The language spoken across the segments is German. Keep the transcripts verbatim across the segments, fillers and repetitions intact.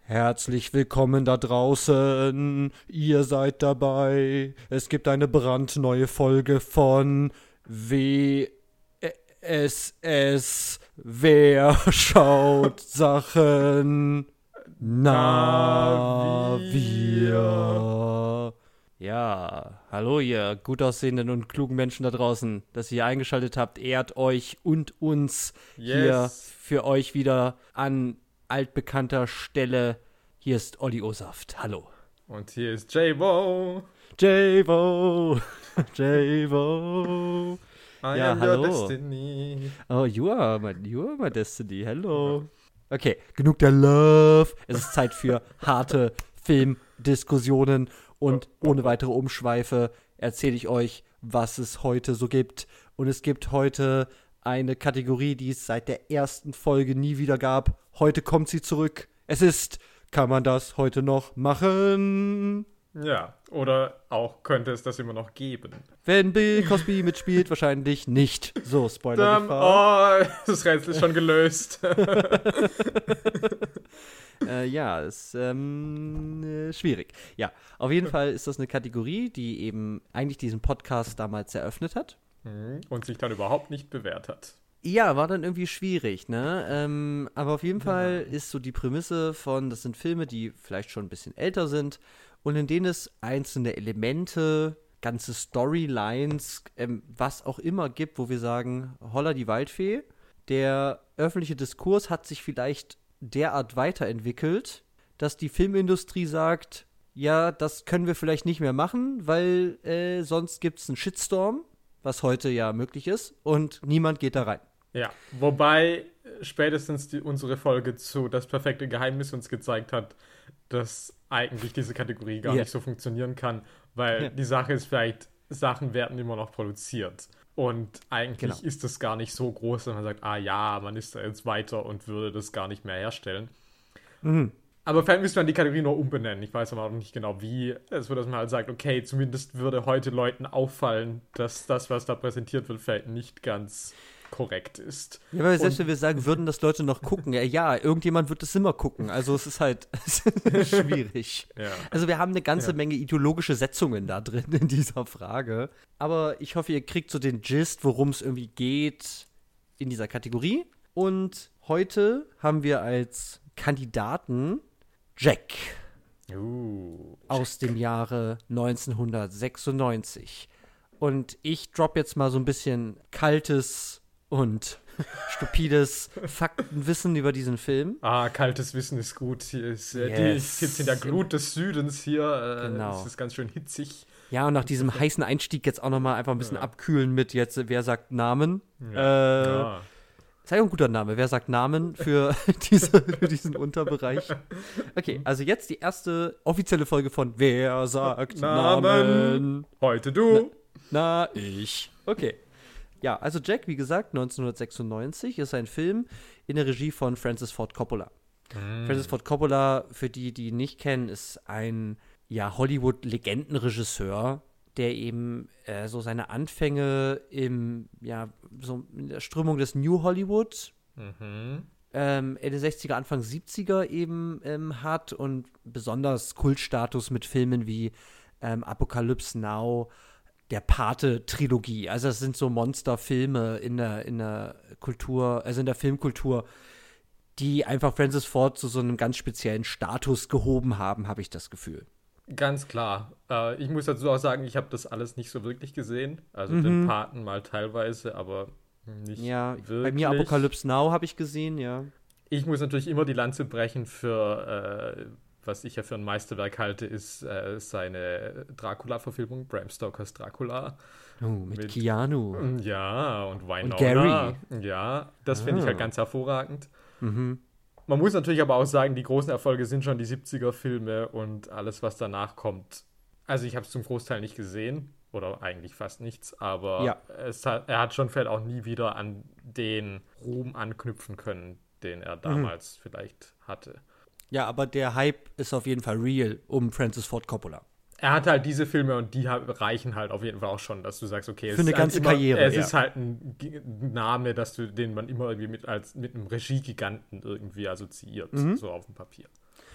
Herzlich willkommen da draußen, ihr seid dabei. Es gibt eine brandneue Folge von W S S. Wer schaut Sachen? Na, wir. Ja, hallo ihr gut aussehenden und klugen Menschen da draußen, dass ihr eingeschaltet habt. Ehrt euch und uns yes. hier für euch wieder an altbekannter Stelle. Hier ist Olli O-Saft. Hallo. Und hier ist J-Bo. J-Bo. J-Bo. I ja, am hallo. your destiny. Oh, you are my, you are my destiny. Hello. Okay, genug der Love. Es ist Zeit für harte Filmdiskussionen. Und ohne weitere Umschweife erzähle ich euch, was es heute so gibt. Und es gibt heute eine Kategorie, die es seit der ersten Folge nie wieder gab. Heute kommt sie zurück. Es ist, kann man das heute noch machen? Ja, oder auch könnte es das immer noch geben. Wenn Bill Cosby mitspielt, wahrscheinlich nicht. So, Spoiler. Dann, oh, das Rätsel ist schon gelöst. Äh, ja, ist ähm, äh, schwierig. Ja, auf jeden Fall ist das eine Kategorie, die eben eigentlich diesen Podcast damals eröffnet hat. Und sich dann überhaupt nicht bewährt hat. Ja, war dann irgendwie schwierig, ne? Ähm, aber auf jeden Fall ist so die Prämisse von, das sind Filme, die vielleicht schon ein bisschen älter sind und in denen es einzelne Elemente, ganze Storylines, ähm, was auch immer gibt, wo wir sagen, holla die Waldfee, der öffentliche Diskurs hat sich vielleicht derart weiterentwickelt, dass die Filmindustrie sagt, ja, das können wir vielleicht nicht mehr machen, weil äh, sonst gibt es einen Shitstorm, was heute ja möglich ist, und niemand geht da rein. Ja, wobei spätestens die, unsere Folge zu Das perfekte Geheimnis uns gezeigt hat, dass eigentlich diese Kategorie gar yeah. nicht so funktionieren kann, weil yeah. die Sache ist vielleicht, Sachen werden immer noch produziert. Und eigentlich genau. ist das gar nicht so groß, dass man sagt, ah ja, man ist da jetzt weiter und würde das gar nicht mehr herstellen. Mhm. Aber vielleicht müsste man die Kategorie noch umbenennen. Ich weiß aber auch nicht genau wie. Es wird, dass man halt sagt, okay, zumindest würde heute Leuten auffallen, dass das, was da präsentiert wird, vielleicht nicht ganz korrekt ist. Ja, weil selbst wenn wir sagen würden, dass Leute noch gucken, ja, ja, irgendjemand wird es immer gucken. Also es ist halt schwierig. Ja. Also wir haben eine ganze ja. Menge ideologische Setzungen da drin in dieser Frage. Aber ich hoffe, ihr kriegt so den Gist, worum es irgendwie geht in dieser Kategorie. Und heute haben wir als Kandidaten Jack uh, aus dem Jahre neunzehnhundertsechsundneunzig. Und ich drop jetzt mal so ein bisschen kaltes und stupides Faktenwissen über diesen Film. Ah, kaltes Wissen ist gut. Hier ist, äh, yes. die, ich sitze in der Glut des Südens hier. Äh, genau. Es ist ganz schön hitzig. Ja, und nach diesem heißen Einstieg jetzt auch nochmal einfach ein bisschen ja. abkühlen mit jetzt, wer sagt Namen? Ja. Äh, ja. Ist ja ein guter Name. Wer sagt Namen für, diese, für diesen Unterbereich? Okay, also jetzt die erste offizielle Folge von Wer sagt Namen? Namen? Heute du. Na, na, ich. Okay. Ja, also Jack, wie gesagt, neunzehnhundertsechsundneunzig ist ein Film in der Regie von Francis Ford Coppola. Mm. Francis Ford Coppola, für die, die ihn nicht kennen, ist ein ja, Hollywood-Legendenregisseur, der eben äh, so seine Anfänge im, ja, so in der Strömung des New Hollywood mhm. ähm, Ende sechziger, Anfang siebziger eben ähm, hat und besonders Kultstatus mit Filmen wie ähm, Apocalypse Now, der Pate-Trilogie. Also das sind so Monsterfilme in der, in der Kultur, also in der Filmkultur, die einfach Francis Ford zu so einem ganz speziellen Status gehoben haben, habe ich das Gefühl. Ganz klar. Äh, ich muss dazu auch sagen, ich habe das alles nicht so wirklich gesehen. Also mhm. den Paten mal teilweise, aber nicht ja, wirklich. Bei mir Apocalypse Now habe ich gesehen, ja. Ich muss natürlich immer die Lanze brechen für, äh, was ich ja für ein Meisterwerk halte, ist äh, seine Dracula-Verfilmung, Bram Stokers Dracula. Oh, mit, mit Keanu. Ja, und Winona. Und Gary. Ja, das ah. finde ich halt ganz hervorragend. Mhm. Man muss natürlich aber auch sagen, die großen Erfolge sind schon die siebziger-Filme und alles, was danach kommt. Also ich habe es zum Großteil nicht gesehen, oder eigentlich fast nichts, aber ja. es hat, er hat schon vielleicht auch nie wieder an den Ruhm anknüpfen können, den er damals mhm. vielleicht hatte. Ja, aber der Hype ist auf jeden Fall real um Francis Ford Coppola. Er hat halt diese Filme und die reichen halt auf jeden Fall auch schon, dass du sagst, okay, es für eine ist ganze halt immer, Karriere. Es ja. ist halt ein Name, dass du, den man immer irgendwie mit als mit einem Regiegiganten irgendwie assoziiert, mhm. so auf dem Papier.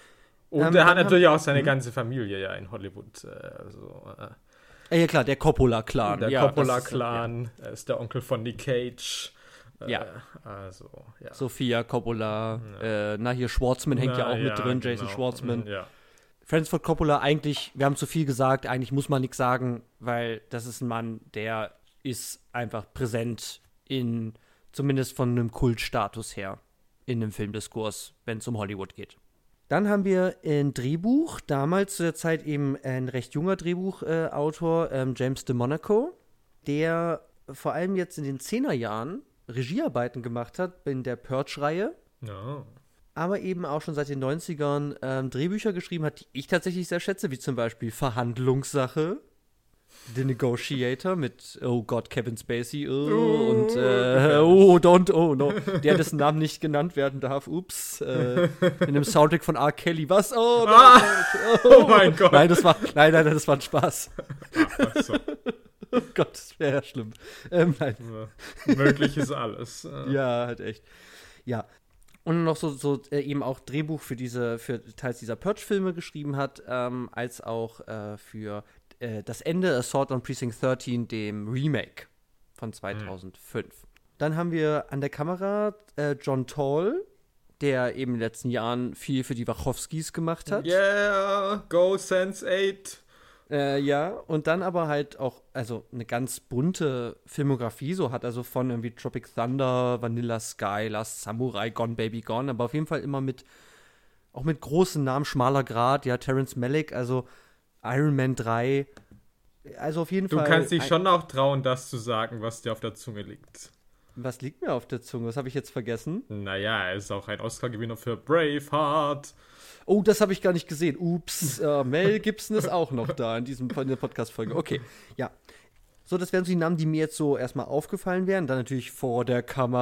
Und Ähm, er hat dann natürlich haben- auch seine Mhm. ganze Familie ja in Hollywood. Äh, also, äh, Äh, ja klar, der Coppola-Clan. der ja, das ist- Coppola-Clan, er ist der Onkel von Nick Cage. Äh, Ja. Also, ja. Ja. Sophia Coppola, äh, na hier Schwartzman hängt ja Na, auch mit drin, Jason genau. Schwartzman. Ja. Francis Ford Coppola, eigentlich, wir haben zu viel gesagt, eigentlich muss man nichts sagen, weil das ist ein Mann, der ist einfach präsent in, zumindest von einem Kultstatus her, in einem Filmdiskurs, wenn es um Hollywood geht. Dann haben wir ein Drehbuch, damals zu der Zeit eben ein recht junger Drehbuchautor, ähm, James de Monaco, der vor allem jetzt in den Zehnerjahren Regiearbeiten gemacht hat in der Purge-Reihe, Ja. aber eben auch schon seit den neunzigern ähm, Drehbücher geschrieben hat, die ich tatsächlich sehr schätze, wie zum Beispiel Verhandlungssache, The Negotiator mit, oh Gott, Kevin Spacey, oh, Oh, und, äh, oh, don't, oh, no, der dessen Namen nicht genannt werden darf, ups, äh, in einem Soundtrack von R. Kelly, was, oh, no, Ah! oh, Oh mein Gott. Nein, das war, nein, nein, das war ein Spaß. Ach so. Oh Gott, das wäre ja schlimm. Ähm, nein. Möglich ist alles. Äh, Ja, halt echt. Ja. Und noch so, so äh, eben auch Drehbuch für diese, für teils dieser Purge-Filme geschrieben hat, ähm, als auch äh, für äh, das Ende Assault on Precinct dreizehn, dem Remake von zweitausendfünf. Mhm. Dann haben wir an der Kamera äh, John Tall, der eben in den letzten Jahren viel für die Wachowskis gemacht hat. Yeah, go Sense eight. Äh, ja, und dann aber halt auch, also eine ganz bunte Filmografie so hat, also von irgendwie Tropic Thunder, Vanilla Sky, Last Samurai, Gone Baby Gone, aber auf jeden Fall immer mit, auch mit großen Namen, schmaler Grad, ja, Terrence Malick, also Iron Man drei, also auf jeden Du Fall. kannst dich ein, schon auch trauen, das zu sagen, was dir auf der Zunge liegt. Was liegt mir auf der Zunge? Was habe ich jetzt vergessen? Naja, er ist auch ein Oscar-Gewinner für Braveheart. Oh, das habe ich gar nicht gesehen. Ups, äh, Mel Gibson ist auch noch da in, diesem, in der Podcast-Folge. Okay, ja. So, das wären so die Namen, die mir jetzt so erstmal aufgefallen wären. Dann natürlich vor der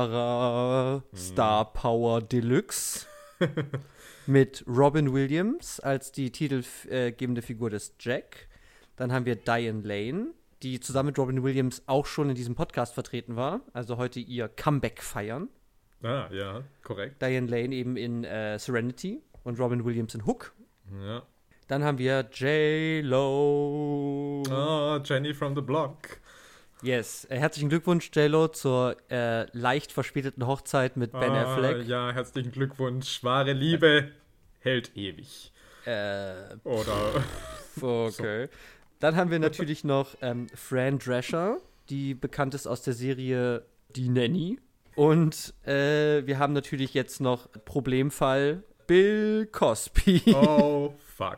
Kamera Star Power Deluxe mit Robin Williams als die titelgebende Figur des Jack. Dann haben wir Diane Lane, die zusammen mit Robin Williams auch schon in diesem Podcast vertreten war. Also heute ihr Comeback feiern. Ah, ja, korrekt. Diane Lane eben in äh, Serenity und Robin Williams in Hook. Ja. Dann haben wir J-Lo. Oh, Jenny from the Block. Yes. Äh, herzlichen Glückwunsch, J-Lo, zur äh, leicht verspäteten Hochzeit mit Ben ah, Affleck. Ja, herzlichen Glückwunsch. Wahre Liebe hält ewig. Äh, Oder. okay. Dann haben wir natürlich noch ähm, Fran Drescher, die bekannt ist aus der Serie Die Nanny. Und äh, wir haben natürlich jetzt noch Problemfall Bill Cosby. Oh, fuck.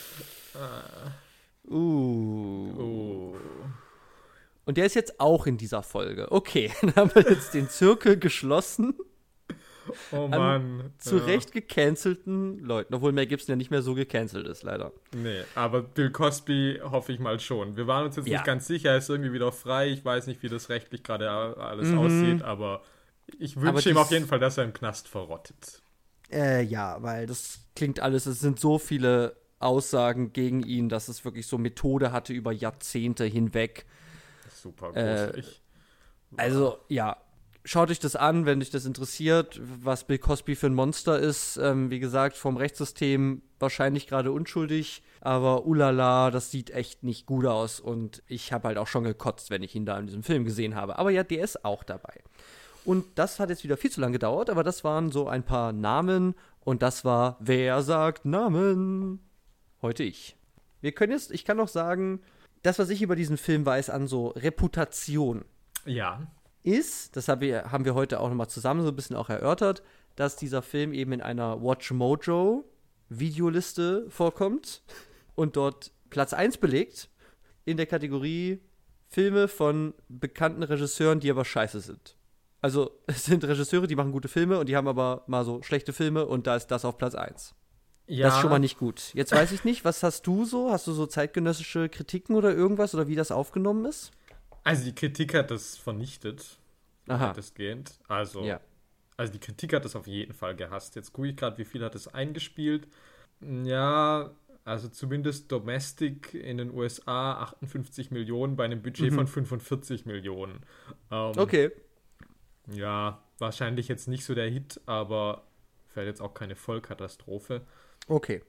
Uh. Oh. Und der ist jetzt auch in dieser Folge. Okay, dann haben wir jetzt den Zirkel geschlossen. Oh Mann. Zu ja. Recht gecancelten Leuten. Obwohl Mel Gibson ja nicht mehr so gecancelt ist, leider. Nee, aber Bill Cosby hoffe ich mal schon. Wir waren uns jetzt Ja. nicht ganz sicher, er ist irgendwie wieder frei. Ich weiß nicht, wie das rechtlich gerade alles Mhm. aussieht, aber ich Aber wünsche ihm dies- auf jeden Fall, dass er im Knast verrottet. Äh, ja, weil das klingt alles, es sind so viele Aussagen gegen ihn, dass es wirklich so Methode hatte über Jahrzehnte hinweg. Super Äh, gruselig. Also, ja, schaut euch das an, wenn euch das interessiert, was Bill Cosby für ein Monster ist. Ähm, wie gesagt, vom Rechtssystem wahrscheinlich gerade unschuldig, aber ulala, das sieht echt nicht gut aus und ich habe halt auch schon gekotzt, wenn ich ihn da in diesem Film gesehen habe. Aber ja, der ist auch dabei. Und das hat jetzt wieder viel zu lange gedauert, aber das waren so ein paar Namen und das war Wer sagt Namen? Heute ich. Wir können jetzt, ich kann noch sagen, das, was ich über diesen Film weiß an so Reputation, Ja. ist, das haben wir, haben wir heute auch nochmal zusammen so ein bisschen auch erörtert, dass dieser Film eben in einer Watch Mojo Videoliste vorkommt und dort Platz eins belegt in der Kategorie Filme von bekannten Regisseuren, die aber scheiße sind. Also es sind Regisseure, die machen gute Filme und die haben aber mal so schlechte Filme und da ist das auf Platz eins. Ja. Das ist schon mal nicht gut. Jetzt weiß ich nicht, was hast du so? Hast du so zeitgenössische Kritiken oder irgendwas oder wie das aufgenommen ist? Also die Kritik hat das vernichtet. Aha. Weitestgehend. Also, Ja. also die Kritik hat das auf jeden Fall gehasst. Jetzt gucke ich gerade, wie viel hat es eingespielt. Ja, also zumindest Domestic in den U S A achtundfünfzig Millionen bei einem Budget Mhm. von fünfundvierzig Millionen. Ähm, Okay. Ja, wahrscheinlich jetzt nicht so der Hit, aber vielleicht jetzt auch keine Vollkatastrophe. Okay.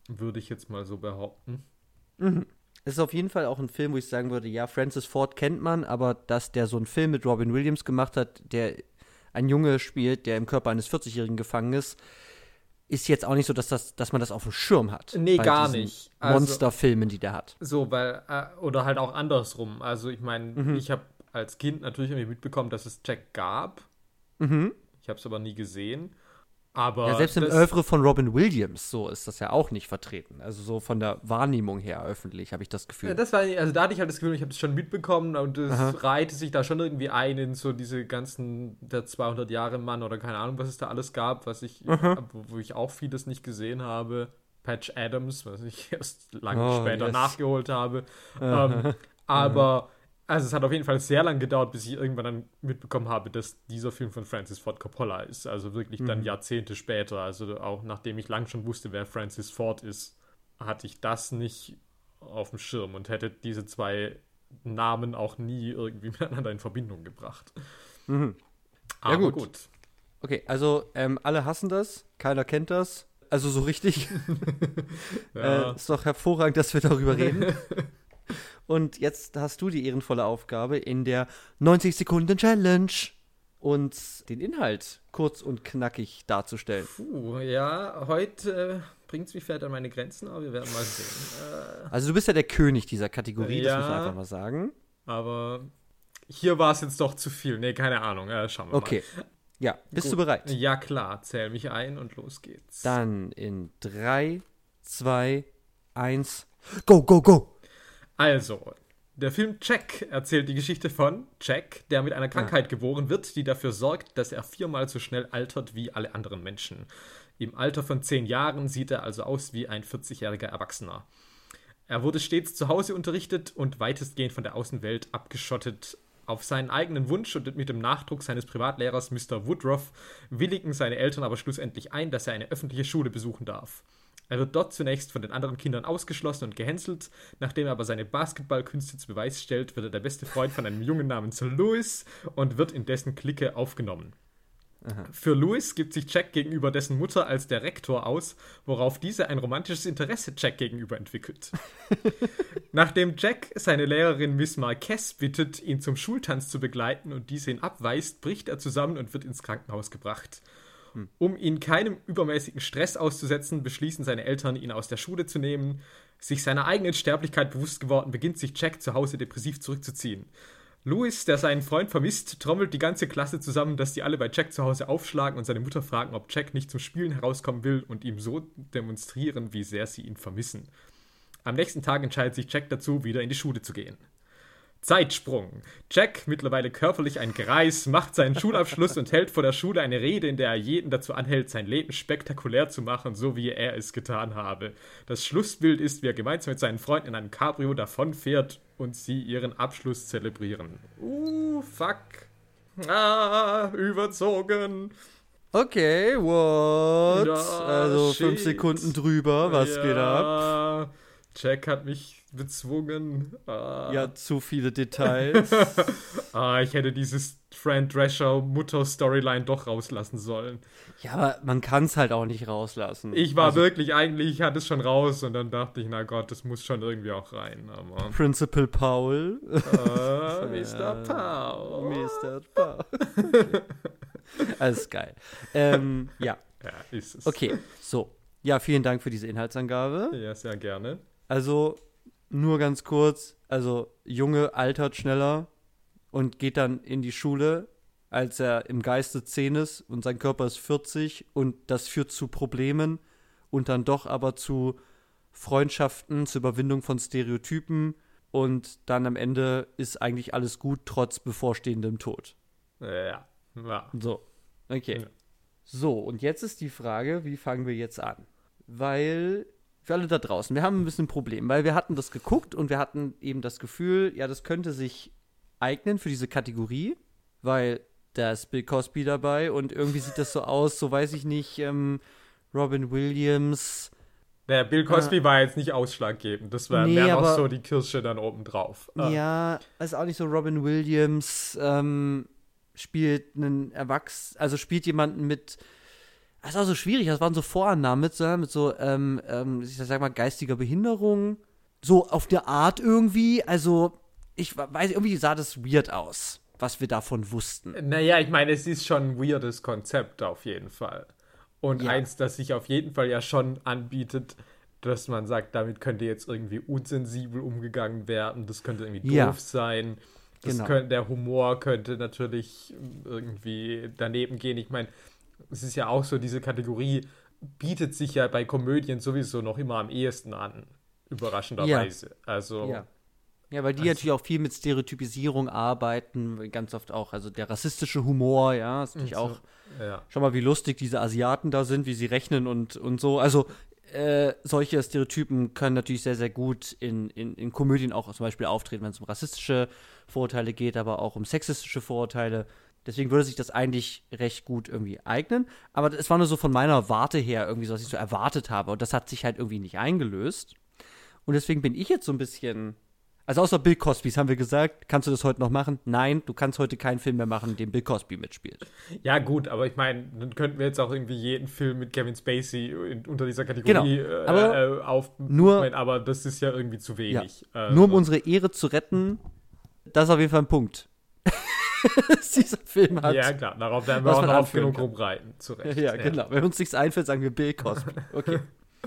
Würde ich jetzt mal so behaupten. Mhm. Es ist auf jeden Fall auch ein Film, wo ich sagen würde, ja, Francis Ford kennt man, aber dass der so einen Film mit Robin Williams gemacht hat, der ein Junge spielt, der im Körper eines vierzigjährigen gefangen ist, ist jetzt auch nicht so, dass, das, dass man das auf dem Schirm hat. Nee, bei gar diesen nicht. Also, Monsterfilmen, die der hat. so, weil, äh, oder halt auch andersrum. Also ich meine, Mhm. ich habe als Kind natürlich irgendwie mitbekommen, dass es Jack gab. Mhm. Ich habe es aber nie gesehen. Aber Ja, selbst im das, Oeuvre von Robin Williams, so ist das ja auch nicht vertreten. Also so von der Wahrnehmung her öffentlich, habe ich das Gefühl. Ja, das war, also da hatte ich halt das Gefühl, ich habe das schon mitbekommen und es Aha. reihte sich da schon irgendwie ein in so diese ganzen, der zweihundert Jahre Mann oder keine Ahnung, was es da alles gab, was ich, Aha. wo, wo ich auch vieles nicht gesehen habe. Patch Adams, was ich erst lange Oh, später yes. nachgeholt habe. Aha. Ähm, aber, also es hat auf jeden Fall sehr lange gedauert, bis ich irgendwann dann mitbekommen habe, dass dieser Film von Francis Ford Coppola ist. Also wirklich dann Mhm. Jahrzehnte später. Also auch nachdem ich lang schon wusste, wer Francis Ford ist, hatte ich das nicht auf dem Schirm und hätte diese zwei Namen auch nie irgendwie miteinander in Verbindung gebracht. Mhm. Aber gut. gut. Okay, also ähm, alle hassen das, keiner kennt das. Also so richtig. Ja. Äh, ist doch hervorragend, dass wir darüber reden. Und jetzt hast du die ehrenvolle Aufgabe in der neunzig-Sekunden-Challenge und den Inhalt kurz und knackig darzustellen. Puh, ja, heute äh, bringt es mich vielleicht an meine Grenzen, aber wir werden mal sehen. Äh, Also du bist ja der König dieser Kategorie, das Ja. muss man einfach mal sagen. aber hier war es jetzt doch zu viel. Nee, keine Ahnung. Äh, schauen wir Okay. Ja, bist Gut. du bereit? mal. Ja, klar. Zähl mich ein und los geht's. Dann in drei, zwei, eins, go, go, go! Also, der Film Jack erzählt die Geschichte von Jack, der mit einer Krankheit geboren wird, die dafür sorgt, dass er viermal so schnell altert wie alle anderen Menschen. Im Alter von zehn Jahren sieht er also aus wie ein vierzigjähriger Erwachsener. Er wurde stets zu Hause unterrichtet und weitestgehend von der Außenwelt abgeschottet. Auf seinen eigenen Wunsch und mit dem Nachdruck seines Privatlehrers Mister Woodruff willigen seine Eltern aber schlussendlich ein, dass er eine öffentliche Schule besuchen darf. Er wird dort zunächst von den anderen Kindern ausgeschlossen und gehänselt. Nachdem er aber seine Basketballkünste zu Beweis stellt, wird er der beste Freund von einem Jungen namens Louis und wird in dessen Clique aufgenommen. Aha. Für Louis gibt sich Jack gegenüber dessen Mutter als der Rektor aus, worauf diese ein romantisches Interesse Jack gegenüber entwickelt. Nachdem Jack seine Lehrerin Miss Marquez bittet, ihn zum Schultanz zu begleiten und diese ihn abweist, bricht er zusammen und wird ins Krankenhaus gebracht. Um ihn keinem übermäßigen Stress auszusetzen, beschließen seine Eltern, ihn aus der Schule zu nehmen. Sich seiner eigenen Sterblichkeit bewusst geworden, beginnt sich Jack zu Hause depressiv zurückzuziehen. Louis, der seinen Freund vermisst, trommelt die ganze Klasse zusammen, dass die alle bei Jack zu Hause aufschlagen und seine Mutter fragen, ob Jack nicht zum Spielen herauskommen will und ihm so demonstrieren, wie sehr sie ihn vermissen. Am nächsten Tag entscheidet sich Jack dazu, wieder in die Schule zu gehen. Zeitsprung. Jack, mittlerweile körperlich ein Greis, macht seinen Schulabschluss und hält vor der Schule eine Rede, in der er jeden dazu anhält, sein Leben spektakulär zu machen, so wie er es getan habe. Das Schlussbild ist, wie er gemeinsam mit seinen Freunden in einem Cabrio davonfährt und sie ihren Abschluss zelebrieren. Uh, fuck. Ah, überzogen. Okay, what? Ja, also shit. fünf Sekunden drüber, was ja, geht ab? Jack hat mich bezwungen. Ah. Ja, zu viele Details. ah, ich hätte dieses Fran Drescher Mutter-Storyline doch rauslassen sollen. Ja, aber man kann es halt auch nicht rauslassen. Ich war also, wirklich, eigentlich, ich hatte es schon raus und dann dachte ich, na Gott, das muss schon irgendwie auch rein. Aber, Principal Paul. äh, Mister Paul. Mister Paul. Okay. Alles geil. Ähm, ja. Ja, ist es. Okay, so. Ja, vielen Dank für diese Inhaltsangabe. Ja, sehr gerne. Also, nur ganz kurz, also Junge altert schneller und geht dann in die Schule, als er im Geiste zehn ist und sein Körper ist vierzig und das führt zu Problemen und dann doch aber zu Freundschaften, zur Überwindung von Stereotypen und dann am Ende ist eigentlich alles gut, trotz bevorstehendem Tod. Ja, ja. So, okay. Ja. So, und jetzt ist die Frage, wie fangen wir jetzt an? Weil, für alle da draußen, wir haben ein bisschen ein Problem, weil wir hatten das geguckt und wir hatten eben das Gefühl, ja, das könnte sich eignen für diese Kategorie, weil da ist Bill Cosby dabei und irgendwie sieht das so aus, so weiß ich nicht, ähm, Robin Williams. Der Bill Cosby äh, war jetzt nicht ausschlaggebend, das war nee, mehr noch aber, so die Kirsche dann oben drauf. Ah. Ja, ist auch nicht so Robin Williams, ähm, spielt einen Erwachs, also spielt jemanden mit Das war so schwierig, das waren so Vorannahmen mit so, mit so ähm, ähm, ich sag mal, geistiger Behinderung. So auf der Art irgendwie, also ich weiß, irgendwie sah das weird aus, was wir davon wussten. Naja, ich meine, es ist schon ein weirdes Konzept auf jeden Fall. Und Ja. eins, das sich auf jeden Fall ja schon anbietet, dass man sagt, damit könnte jetzt irgendwie unsensibel umgegangen werden, das könnte irgendwie Ja. doof sein. Das Genau. könnte, der Humor könnte natürlich irgendwie daneben gehen. Ich meine, es ist ja auch so, diese Kategorie bietet sich ja bei Komödien sowieso noch immer am ehesten an. Überraschenderweise. Also, Ja. Ja, weil die Also- natürlich auch viel mit Stereotypisierung arbeiten, ganz oft auch, also der rassistische Humor, ja, ist natürlich so, auch, ja. schau mal, wie lustig diese Asiaten da sind, wie sie rechnen und, und so, also äh, solche Stereotypen können natürlich sehr, sehr gut in, in, in Komödien auch zum Beispiel auftreten, wenn es um rassistische Vorurteile geht, aber auch um sexistische Vorurteile. Deswegen würde sich das eigentlich recht gut irgendwie eignen. Aber es war nur so von meiner Warte her irgendwie so, was ich so erwartet habe. Und das hat sich halt irgendwie nicht eingelöst. Und deswegen bin ich jetzt so ein bisschen. Also außer Bill Cosbys haben wir gesagt, kannst du das heute noch machen? Nein, du kannst heute keinen Film mehr machen, in dem Bill Cosby mitspielt. Ja, gut, aber ich meine, dann könnten wir jetzt auch irgendwie jeden Film mit Kevin Spacey in, unter dieser Kategorie Genau, aber äh, äh, auf. nur- ich mein, aber das ist ja irgendwie zu wenig. Äh, Nur um unsere Ehre zu retten, das ist auf jeden Fall ein Punkt. dass dieser Film hat. Ja, klar, darauf werden wir was auch man noch oft anführen genug kann. rumreiten. Zu Recht. Ja, genau. Wenn uns nichts einfällt, sagen wir Bill Cosby. Okay.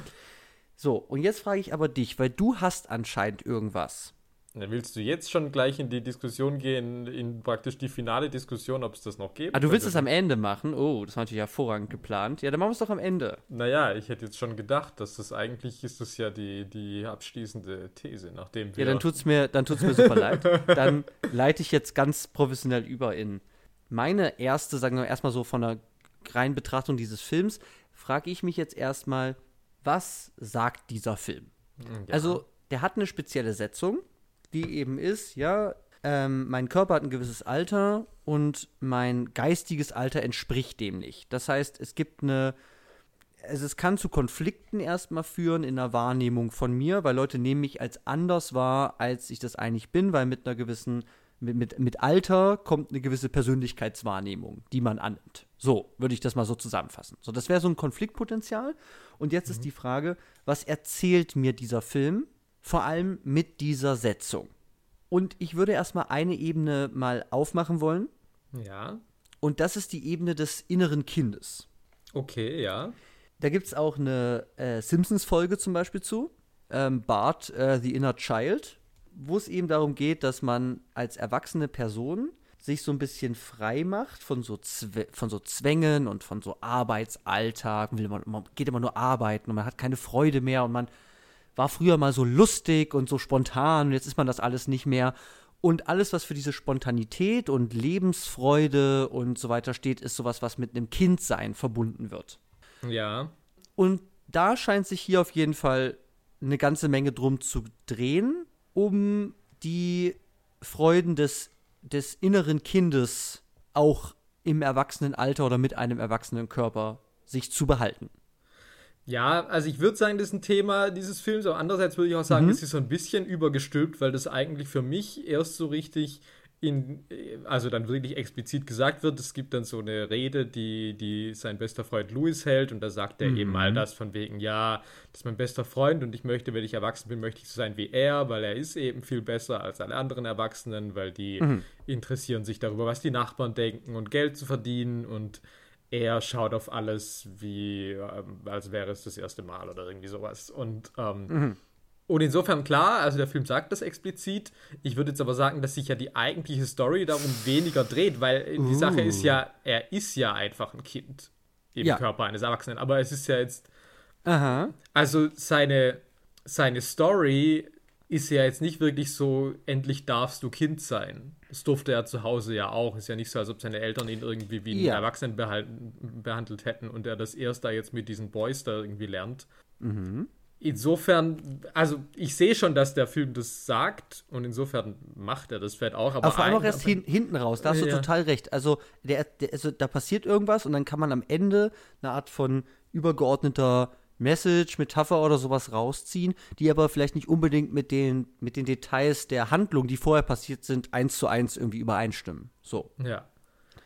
So, und jetzt frage ich aber dich, weil du hast anscheinend irgendwas. Dann willst du jetzt schon gleich in die Diskussion gehen, in praktisch die finale Diskussion, ob es das noch gibt? Ah, du willst es am Ende machen? Oh, das war natürlich hervorragend geplant. Ja, dann machen wir es doch am Ende. Naja, ich hätte jetzt schon gedacht, dass das eigentlich ist das ja die, die abschließende These, nachdem wir. Ja, dann tut's mir, dann tut's mir super leid. Dann leite ich jetzt ganz professionell über in meine erste, sagen wir erstmal so von der reinen Betrachtung dieses Films, frage ich mich jetzt erstmal, was sagt dieser Film? Ja. Also, der hat eine spezielle Setzung, die eben ist, ja, ähm, mein Körper hat ein gewisses Alter und mein geistiges Alter entspricht dem nicht. Das heißt, es gibt eine, also es kann zu Konflikten erstmal führen in der Wahrnehmung von mir, weil Leute nehmen mich als anders wahr, als ich das eigentlich bin, weil mit einer gewissen, mit, mit, mit Alter kommt eine gewisse Persönlichkeitswahrnehmung, die man annimmt. So würde ich das mal so zusammenfassen. So, das wäre so ein Konfliktpotenzial. Und jetzt ist die Frage, was erzählt mir dieser Film? Vor allem mit dieser Setzung. Und ich würde erstmal eine Ebene mal aufmachen wollen. Ja, Und das ist die Ebene des inneren Kindes. okay, ja. Da gibt es auch eine äh, Simpsons-Folge zum Beispiel zu. Ähm, Bart, äh, The Inner Child. Wo es eben darum geht, dass man als erwachsene Person sich so ein bisschen frei macht von so, Zw- von so Zwängen und von so Arbeitsalltag. Will man, man geht immer nur arbeiten und man hat keine Freude mehr und man war früher mal so lustig und so spontan und jetzt ist man das alles nicht mehr. Und alles, was für diese Spontanität und Lebensfreude und so weiter steht, ist sowas, was mit einem Kindsein verbunden wird. Ja. Und da scheint sich hier auf jeden Fall eine ganze Menge drum zu drehen, um die Freuden des, des inneren Kindes auch im Erwachsenenalter oder mit einem erwachsenen Körper sich zu behalten. Ja, also ich würde sagen, das ist ein Thema dieses Films, aber andererseits würde ich auch sagen, Mhm. es ist so ein bisschen übergestülpt, weil das eigentlich für mich erst so richtig in, also dann wirklich explizit gesagt wird, es gibt dann so eine Rede, die, die sein bester Freund Louis hält und da sagt er Mhm. eben all das von wegen, ja, das ist mein bester Freund und ich möchte, wenn ich erwachsen bin, möchte ich so sein wie er, weil er ist eben viel besser als alle anderen Erwachsenen, weil die Mhm. interessieren sich darüber, was die Nachbarn denken und Geld zu verdienen und er schaut auf alles wie, ähm, als wäre es das erste Mal oder irgendwie sowas. Und, ähm, Mhm. und insofern klar, also der Film sagt das explizit. Ich würde jetzt aber sagen, dass sich ja die eigentliche Story darum weniger dreht, weil die Uh. Sache ist ja, er ist ja einfach ein Kind im Ja. Körper eines Erwachsenen. Aber es ist ja jetzt, Aha. also seine, seine Story ist ja jetzt nicht wirklich so, endlich darfst du Kind sein. Das durfte er zu Hause ja auch. Ist ja nicht so, als ob seine Eltern ihn irgendwie wie einen Ja. Erwachsenen behalten, behandelt hätten und er das erst da jetzt mit diesen Boys da irgendwie lernt. Mhm. Insofern, also ich sehe schon, dass der Film das sagt und insofern macht er das vielleicht auch. Aber, Aber vor allem auch ein- erst hin, hinten raus, da hast du Ja. total recht. Also, der, der, also da passiert irgendwas und dann kann man am Ende eine Art von übergeordneter Message, Metapher oder sowas rausziehen, die aber vielleicht nicht unbedingt mit den, mit den Details der Handlung, die vorher passiert sind, eins zu eins irgendwie übereinstimmen. So. Ja.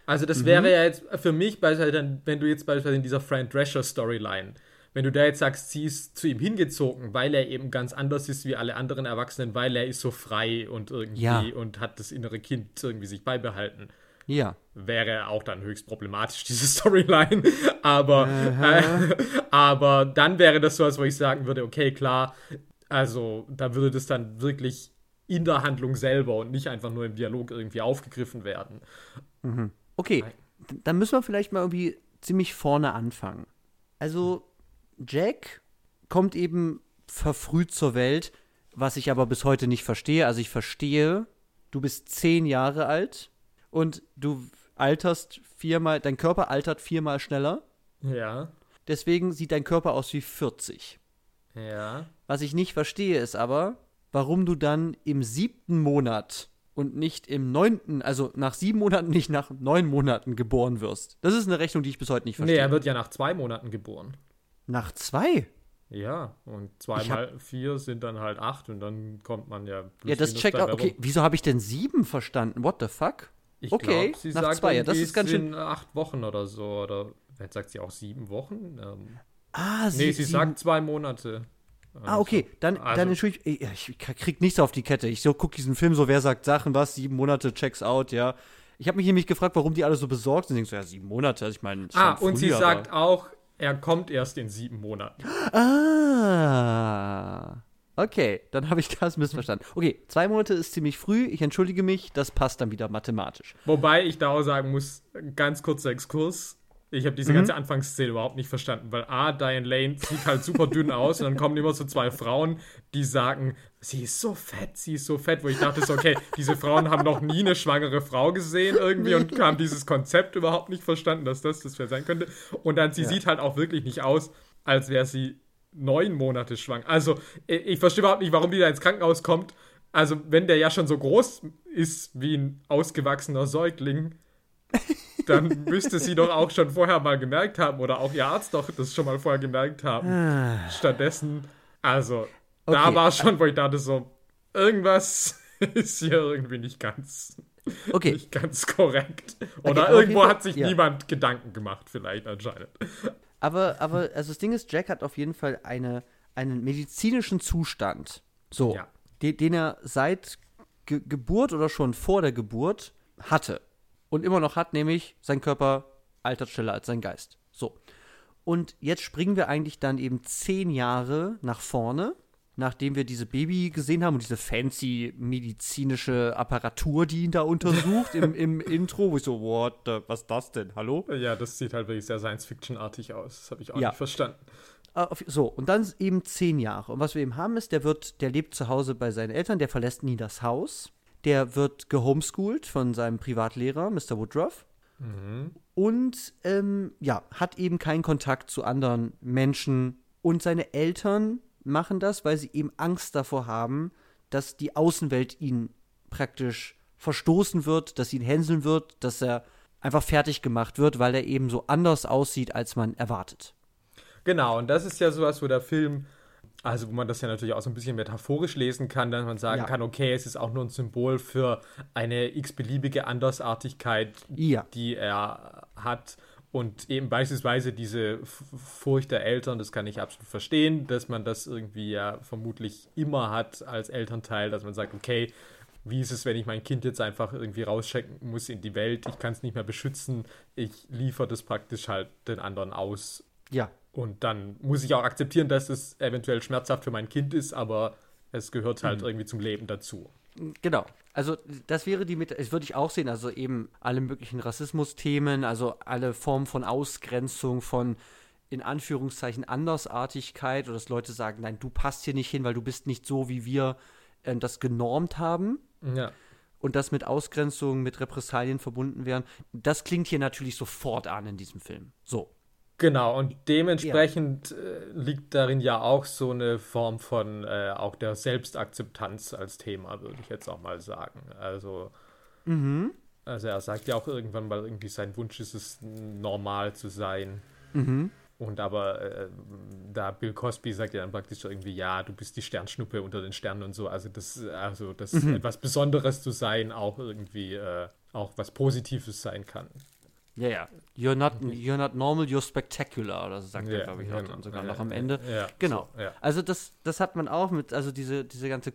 Also das mhm. wäre ja jetzt für mich, beispielsweise, wenn du jetzt beispielsweise in dieser Fran Drescher-Storyline, wenn du da jetzt sagst, sie ist zu ihm hingezogen, weil er eben ganz anders ist wie alle anderen Erwachsenen, weil er ist so frei und irgendwie ja. und hat das innere Kind irgendwie sich beibehalten. Ja. Wäre auch dann höchst problematisch, diese Storyline. Aber, äh, aber dann wäre das sowas, wo ich sagen würde, okay, klar, also da würde das dann wirklich in der Handlung selber und nicht einfach nur im Dialog irgendwie aufgegriffen werden. Mhm. Okay, Nein. dann müssen wir vielleicht mal irgendwie ziemlich vorne anfangen. Also Jack kommt eben verfrüht zur Welt, was ich aber bis heute nicht verstehe. Also ich verstehe, du bist zehn Jahre alt und du alterst viermal, dein Körper altert viermal schneller. Ja. Deswegen sieht dein Körper aus wie vierzig. Ja. Was ich nicht verstehe, ist aber, warum du dann im siebten Monat und nicht im neunten, also nach sieben Monaten, nicht nach neun Monaten geboren wirst. Das ist eine Rechnung, die ich bis heute nicht verstehe. Nee, er wird ja nach zwei Monaten geboren. Nach zwei? Ja, und zwei mal vier sind dann halt acht und dann kommt man ja... Ja, das checkt auch. Okay, wieso habe ich denn sieben verstanden? What the fuck? Ich okay, glaube, sie nach sagt, zwei, ja, das ist ganz schön. acht Wochen oder so, oder jetzt sagt sie auch sieben Wochen. Ähm, ah, sie Nee, sie sieben. sagt zwei Monate. Also, ah, okay, dann, also, dann entschuldige ich, ich krieg nichts auf die Kette. Ich so gucke diesen Film so, wer sagt Sachen, was, sieben Monate, checks out, ja. Ich habe mich nämlich gefragt, warum die alle so besorgt sind. Ich so, ja, sieben Monate, also ich meine, Ah, und sie sagt auch, er kommt erst in sieben Monaten. Ah, okay, dann habe ich das missverstanden. Okay, zwei Monate ist ziemlich früh, ich entschuldige mich, das passt dann wieder mathematisch. Wobei ich da auch sagen muss, ganz kurzer Exkurs, ich habe diese mhm. ganze Anfangsszene überhaupt nicht verstanden, weil A, Diane Lane sieht halt super dünn aus und dann kommen immer so zwei Frauen, die sagen, sie ist so fett, sie ist so fett, wo ich dachte so, okay, diese Frauen haben noch nie eine schwangere Frau gesehen irgendwie und haben dieses Konzept überhaupt nicht verstanden, dass das das wer sein könnte. Und dann, sie ja. sieht halt auch wirklich nicht aus, als wäre sie neun Monate schwanger. Also, ich verstehe überhaupt nicht, warum die da ins Krankenhaus kommt. Also, wenn der ja schon so groß ist wie ein ausgewachsener Säugling, dann müsste sie doch auch schon vorher mal gemerkt haben oder auch ihr Arzt doch das schon mal vorher gemerkt haben. Stattdessen, also, okay. Da war schon, wo ich dachte so, irgendwas ist hier irgendwie nicht ganz, okay. nicht ganz korrekt. Oder okay, irgendwo Fall, hat sich ja. niemand Gedanken gemacht, vielleicht anscheinend. Aber, aber, also das Ding ist, Jack hat auf jeden Fall eine, einen medizinischen Zustand, so, ja. den, den er seit Ge- Geburt oder schon vor der Geburt hatte. Und immer noch hat, nämlich sein Körper altert schneller als sein Geist. So. Und jetzt springen wir eigentlich dann eben zehn Jahre nach vorne, nachdem wir diese Baby gesehen haben und diese fancy medizinische Apparatur, die ihn da untersucht im, im Intro, wo ich so, what, the, was ist das denn, hallo? Ja, das sieht halt wirklich sehr Science-Fiction-artig aus. Das habe ich auch ja. nicht verstanden. So, und dann eben zehn Jahre. Und was wir eben haben ist, der wird, der lebt zu Hause bei seinen Eltern, der verlässt nie das Haus. Der wird gehomeschoolt von seinem Privatlehrer, Mister Woodruff. Mhm. Und ähm, ja, hat eben keinen Kontakt zu anderen Menschen. Und seine Eltern machen das, weil sie eben Angst davor haben, dass die Außenwelt ihn praktisch verstoßen wird, dass ihn hänseln wird, dass er einfach fertig gemacht wird, weil er eben so anders aussieht, als man erwartet. Genau, und das ist ja sowas, wo der Film... Also wo man das ja natürlich auch so ein bisschen metaphorisch lesen kann, dass man sagen ja. kann, okay, es ist auch nur ein Symbol für eine x-beliebige Andersartigkeit, ja. die er hat. Und eben beispielsweise diese F- Furcht der Eltern, das kann ich absolut verstehen, dass man das irgendwie ja vermutlich immer hat als Elternteil, dass man sagt, okay, wie ist es, wenn ich mein Kind jetzt einfach irgendwie rauschecken muss in die Welt, ich kann es nicht mehr beschützen, ich liefere das praktisch halt den anderen aus. Ja. Und dann muss ich auch akzeptieren, dass es eventuell schmerzhaft für mein Kind ist, aber es gehört halt mhm. irgendwie zum Leben dazu. Genau. Also das wäre die, Met- das würde ich auch sehen, also eben alle möglichen Rassismusthemen, also alle Formen von Ausgrenzung, von in Anführungszeichen Andersartigkeit oder dass Leute sagen, nein, du passt hier nicht hin, weil du bist nicht so, wie wir äh, das genormt haben. Ja. Und das mit Ausgrenzung, mit Repressalien verbunden wären. Das klingt hier natürlich sofort an in diesem Film. So. Genau, und dementsprechend ja. äh, liegt darin ja auch so eine Form von äh, auch der Selbstakzeptanz als Thema, würde ich jetzt auch mal sagen. Also, mhm. also er sagt ja auch irgendwann mal irgendwie, sein Wunsch ist es, normal zu sein. Mhm. Und aber äh, da Bill Cosby sagt ja dann praktisch irgendwie, ja, du bist die Sternschnuppe unter den Sternen und so. Also das, also das mhm. etwas Besonderes zu sein auch irgendwie äh, auch was Positives sein kann. Ja, ja. You're not, you're not normal, you're spectacular. Oder so sagt ja, er, glaube ich, genau. Dann sogar ja, noch am Ende. Ja, genau. So, ja. Also das, das hat man auch mit, also diese, diese ganze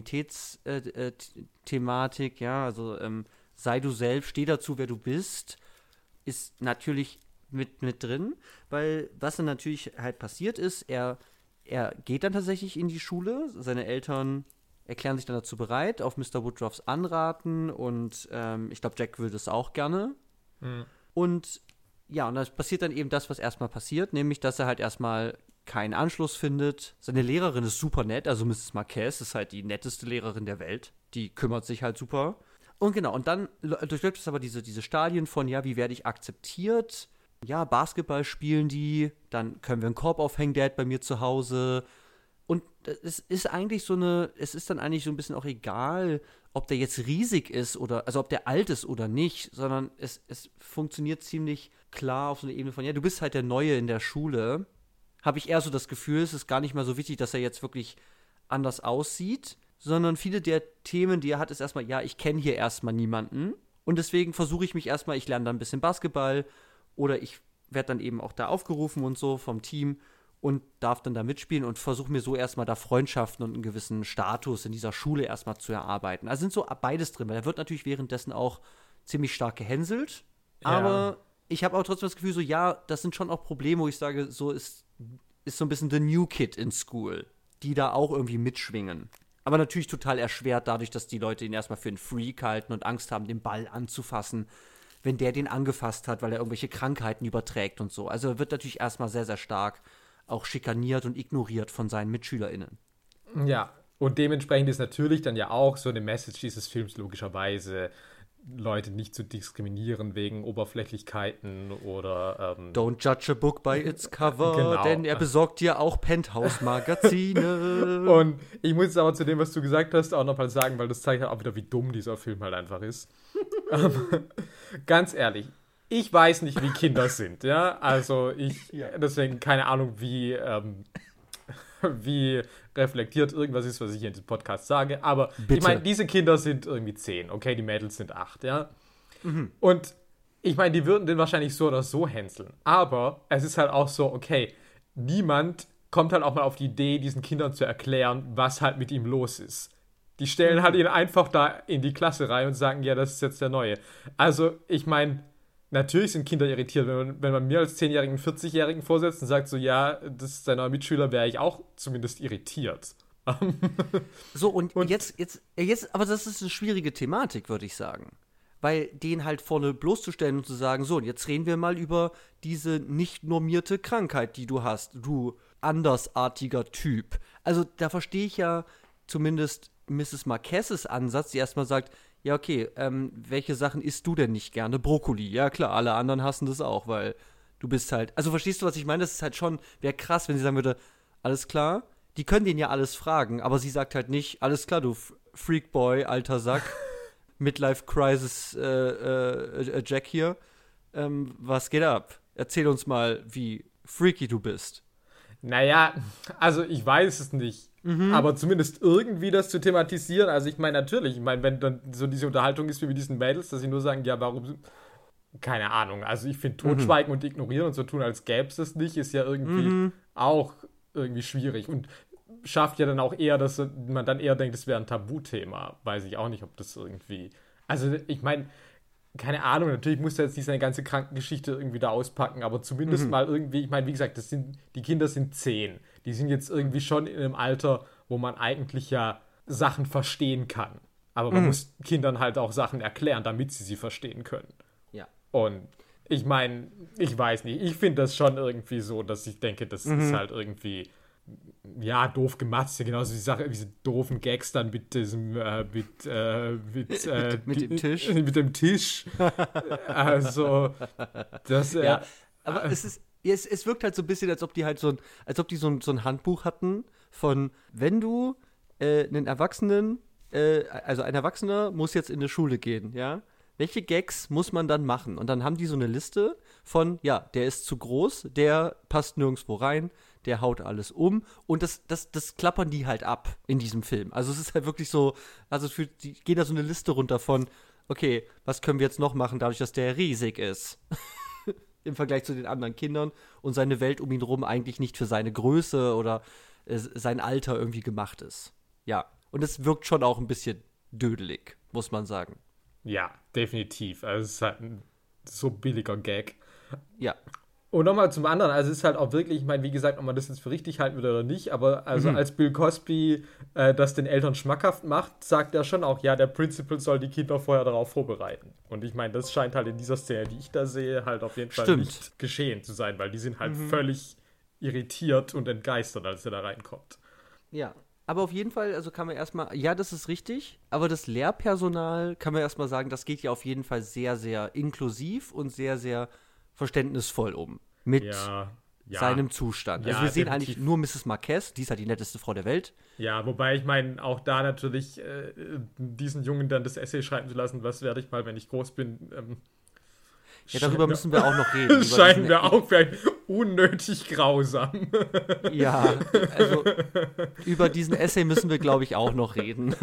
Konformitätsthematik, äh, äh, ja, also ähm, sei du selbst, steh dazu, wer du bist, ist natürlich mit, mit drin, weil was dann natürlich halt passiert ist, er, er geht dann tatsächlich in die Schule, seine Eltern erklären sich dann dazu bereit, auf Mister Woodruffs Anraten und ähm, ich glaube, Jack würde es auch gerne. Mhm. Und ja, und da passiert dann eben das, was erstmal passiert, nämlich, dass er halt erstmal keinen Anschluss findet. Seine Lehrerin ist super nett, also Misses Marquez ist halt die netteste Lehrerin der Welt. Die kümmert sich halt super. Und genau, und dann durchläuft es aber diese, diese Stadien von, ja, wie werde ich akzeptiert? Ja, Basketball spielen die, dann können wir einen Korb aufhängen, der hat bei mir zu Hause. Und es ist eigentlich so eine, es ist dann eigentlich so ein bisschen auch egal, ob der jetzt riesig ist oder, also ob der alt ist oder nicht, sondern es, es funktioniert ziemlich klar auf so einer Ebene von, ja, du bist halt der Neue in der Schule. Habe ich eher so das Gefühl, es ist gar nicht mal so wichtig, dass er jetzt wirklich anders aussieht, sondern viele der Themen, die er hat, ist erstmal, ja, ich kenne hier erstmal niemanden und deswegen versuche ich mich erstmal, ich lerne dann ein bisschen Basketball oder ich werde dann eben auch da aufgerufen und so vom Team und darf dann da mitspielen und versuche mir so erstmal da Freundschaften und einen gewissen Status in dieser Schule erstmal zu erarbeiten. Also sind so beides drin, weil er wird natürlich währenddessen auch ziemlich stark gehänselt, ja. Aber ich habe auch trotzdem das Gefühl so, ja, das sind schon auch Probleme, wo ich sage, so ist, ist so ein bisschen the new kid in school, die da auch irgendwie mitschwingen. Aber natürlich total erschwert dadurch, dass die Leute ihn erstmal für einen Freak halten und Angst haben, den Ball anzufassen, wenn der den angefasst hat, weil er irgendwelche Krankheiten überträgt und so. Also er wird natürlich erstmal sehr, sehr stark auch schikaniert und ignoriert von seinen MitschülerInnen. Ja, und dementsprechend ist natürlich dann ja auch so eine Message dieses Films logischerweise, Leute nicht zu diskriminieren wegen Oberflächlichkeiten oder ähm, Don't judge a book by its cover, genau. Denn er besorgt dir auch Penthouse-Magazine. Und ich muss jetzt aber zu dem, was du gesagt hast, auch nochmal sagen, weil das zeigt halt auch wieder, wie dumm dieser Film halt einfach ist. Ganz ehrlich, ich weiß nicht, wie Kinder sind, ja, also ich, ja. Deswegen keine Ahnung, wie, ähm, wie reflektiert irgendwas ist, was ich hier in diesem Podcast sage, aber Bitte. Ich meine, diese Kinder sind irgendwie zehn, okay, die Mädels sind acht, ja, mhm. Und ich meine, die würden den wahrscheinlich so oder so hänseln, aber es ist halt auch so, okay, niemand kommt halt auch mal auf die Idee, diesen Kindern zu erklären, was halt mit ihm los ist. Die stellen mhm. halt ihn einfach da in die Klasse rein und sagen, ja, das ist jetzt der Neue. Also, ich meine, natürlich sind Kinder irritiert. Wenn man, wenn man mir als zehnjährigen, vierzigjährigen vorsetzt und sagt so, ja, das ist dein neuer Mitschüler, wäre ich auch zumindest irritiert. So, und, und jetzt, jetzt, jetzt, aber das ist eine schwierige Thematik, würde ich sagen. Weil den halt vorne bloßzustellen und zu sagen, so, und jetzt reden wir mal über diese nicht normierte Krankheit, die du hast, du andersartiger Typ. Also da verstehe ich ja zumindest Misses Marquez's Ansatz, die erstmal sagt, ja, okay, ähm, welche Sachen isst du denn nicht gerne? Brokkoli. Ja, klar, alle anderen hassen das auch, weil du bist halt, also verstehst du, was ich meine? Das ist halt schon, wäre krass, wenn sie sagen würde, alles klar, die können den ja alles fragen, aber sie sagt halt nicht, alles klar, du Freakboy, alter Sack, Midlife-Crisis äh, äh, Jack hier, ähm, was geht ab? Erzähl uns mal, wie freaky du bist. Naja, also ich weiß es nicht. Mhm. Aber zumindest irgendwie das zu thematisieren, also ich meine natürlich, ich meine, wenn dann so diese Unterhaltung ist wie mit diesen Mädels, dass sie nur sagen, ja, warum, keine Ahnung, also ich finde totschweigen mhm. und ignorieren und so tun, als gäbe es das nicht, ist ja irgendwie mhm. auch irgendwie schwierig und schafft ja dann auch eher, dass man dann eher denkt, es wäre ein Tabuthema, weiß ich auch nicht, ob das irgendwie, also ich meine, keine Ahnung, natürlich muss er jetzt nicht seine ganze Krankengeschichte irgendwie da auspacken, aber zumindest mhm. mal irgendwie, ich meine, wie gesagt, das sind, die Kinder sind zehn. Die sind jetzt irgendwie schon in einem Alter, wo man eigentlich ja Sachen verstehen kann. Aber man mhm. muss Kindern halt auch Sachen erklären, damit sie sie verstehen können. Ja. Und ich meine, ich weiß nicht, ich finde das schon irgendwie so, dass ich denke, das mhm. ist halt irgendwie, ja, doof gemacht. Ist ja genauso die Sache, diese doofen Gags dann mit diesem, äh, mit, äh, mit, äh, mit, mit dem Tisch. Mit dem Tisch. Also, das, äh, ja, aber äh, es ist, Es, es wirkt halt so ein bisschen, als ob die halt so ein, als ob die so ein, so ein Handbuch hatten von, wenn du äh, einen Erwachsenen, äh, also ein Erwachsener muss jetzt in eine Schule gehen, ja? Welche Gags muss man dann machen? Und dann haben die so eine Liste von, ja, der ist zu groß, der passt nirgendwo rein, der haut alles um und das, das, das klappern die halt ab in diesem Film. Also es ist halt wirklich so, also für die gehen da so eine Liste runter von, okay, was können wir jetzt noch machen, dadurch, dass der riesig ist? Im Vergleich zu den anderen Kindern und seine Welt um ihn herum eigentlich nicht für seine Größe oder äh, sein Alter irgendwie gemacht ist. Ja, und es wirkt schon auch ein bisschen dödelig, muss man sagen. Ja, definitiv. Also es ist halt ein so billiger Gag. Ja. Und nochmal zum anderen, also es ist halt auch wirklich, ich meine, wie gesagt, ob man das jetzt für richtig halten würde oder nicht, aber also mhm. als Bill Cosby äh, das den Eltern schmackhaft macht, sagt er schon auch, ja, der Principal soll die Kinder vorher darauf vorbereiten. Und ich meine, das scheint halt in dieser Szene, die ich da sehe, halt auf jeden Fall Stimmt. nicht geschehen zu sein, weil die sind halt mhm. völlig irritiert und entgeistert, als er da reinkommt. Ja, aber auf jeden Fall, also kann man erstmal, ja, das ist richtig, aber das Lehrpersonal, kann man erstmal sagen, das geht ja auf jeden Fall sehr, sehr inklusiv und sehr, sehr verständnisvoll um mit ja, ja. seinem Zustand. Also ja, wir sehen definitiv. eigentlich nur Misses Marquez, die ist halt die netteste Frau der Welt. Ja, wobei ich meine, auch da natürlich äh, diesen Jungen dann das Essay schreiben zu lassen, was werde ich mal, wenn ich groß bin. Ähm, ja, darüber müssen wir auch noch reden. Scheinen wir auch vielleicht unnötig grausam. Ja, also über diesen Essay müssen wir, glaube ich, auch noch reden.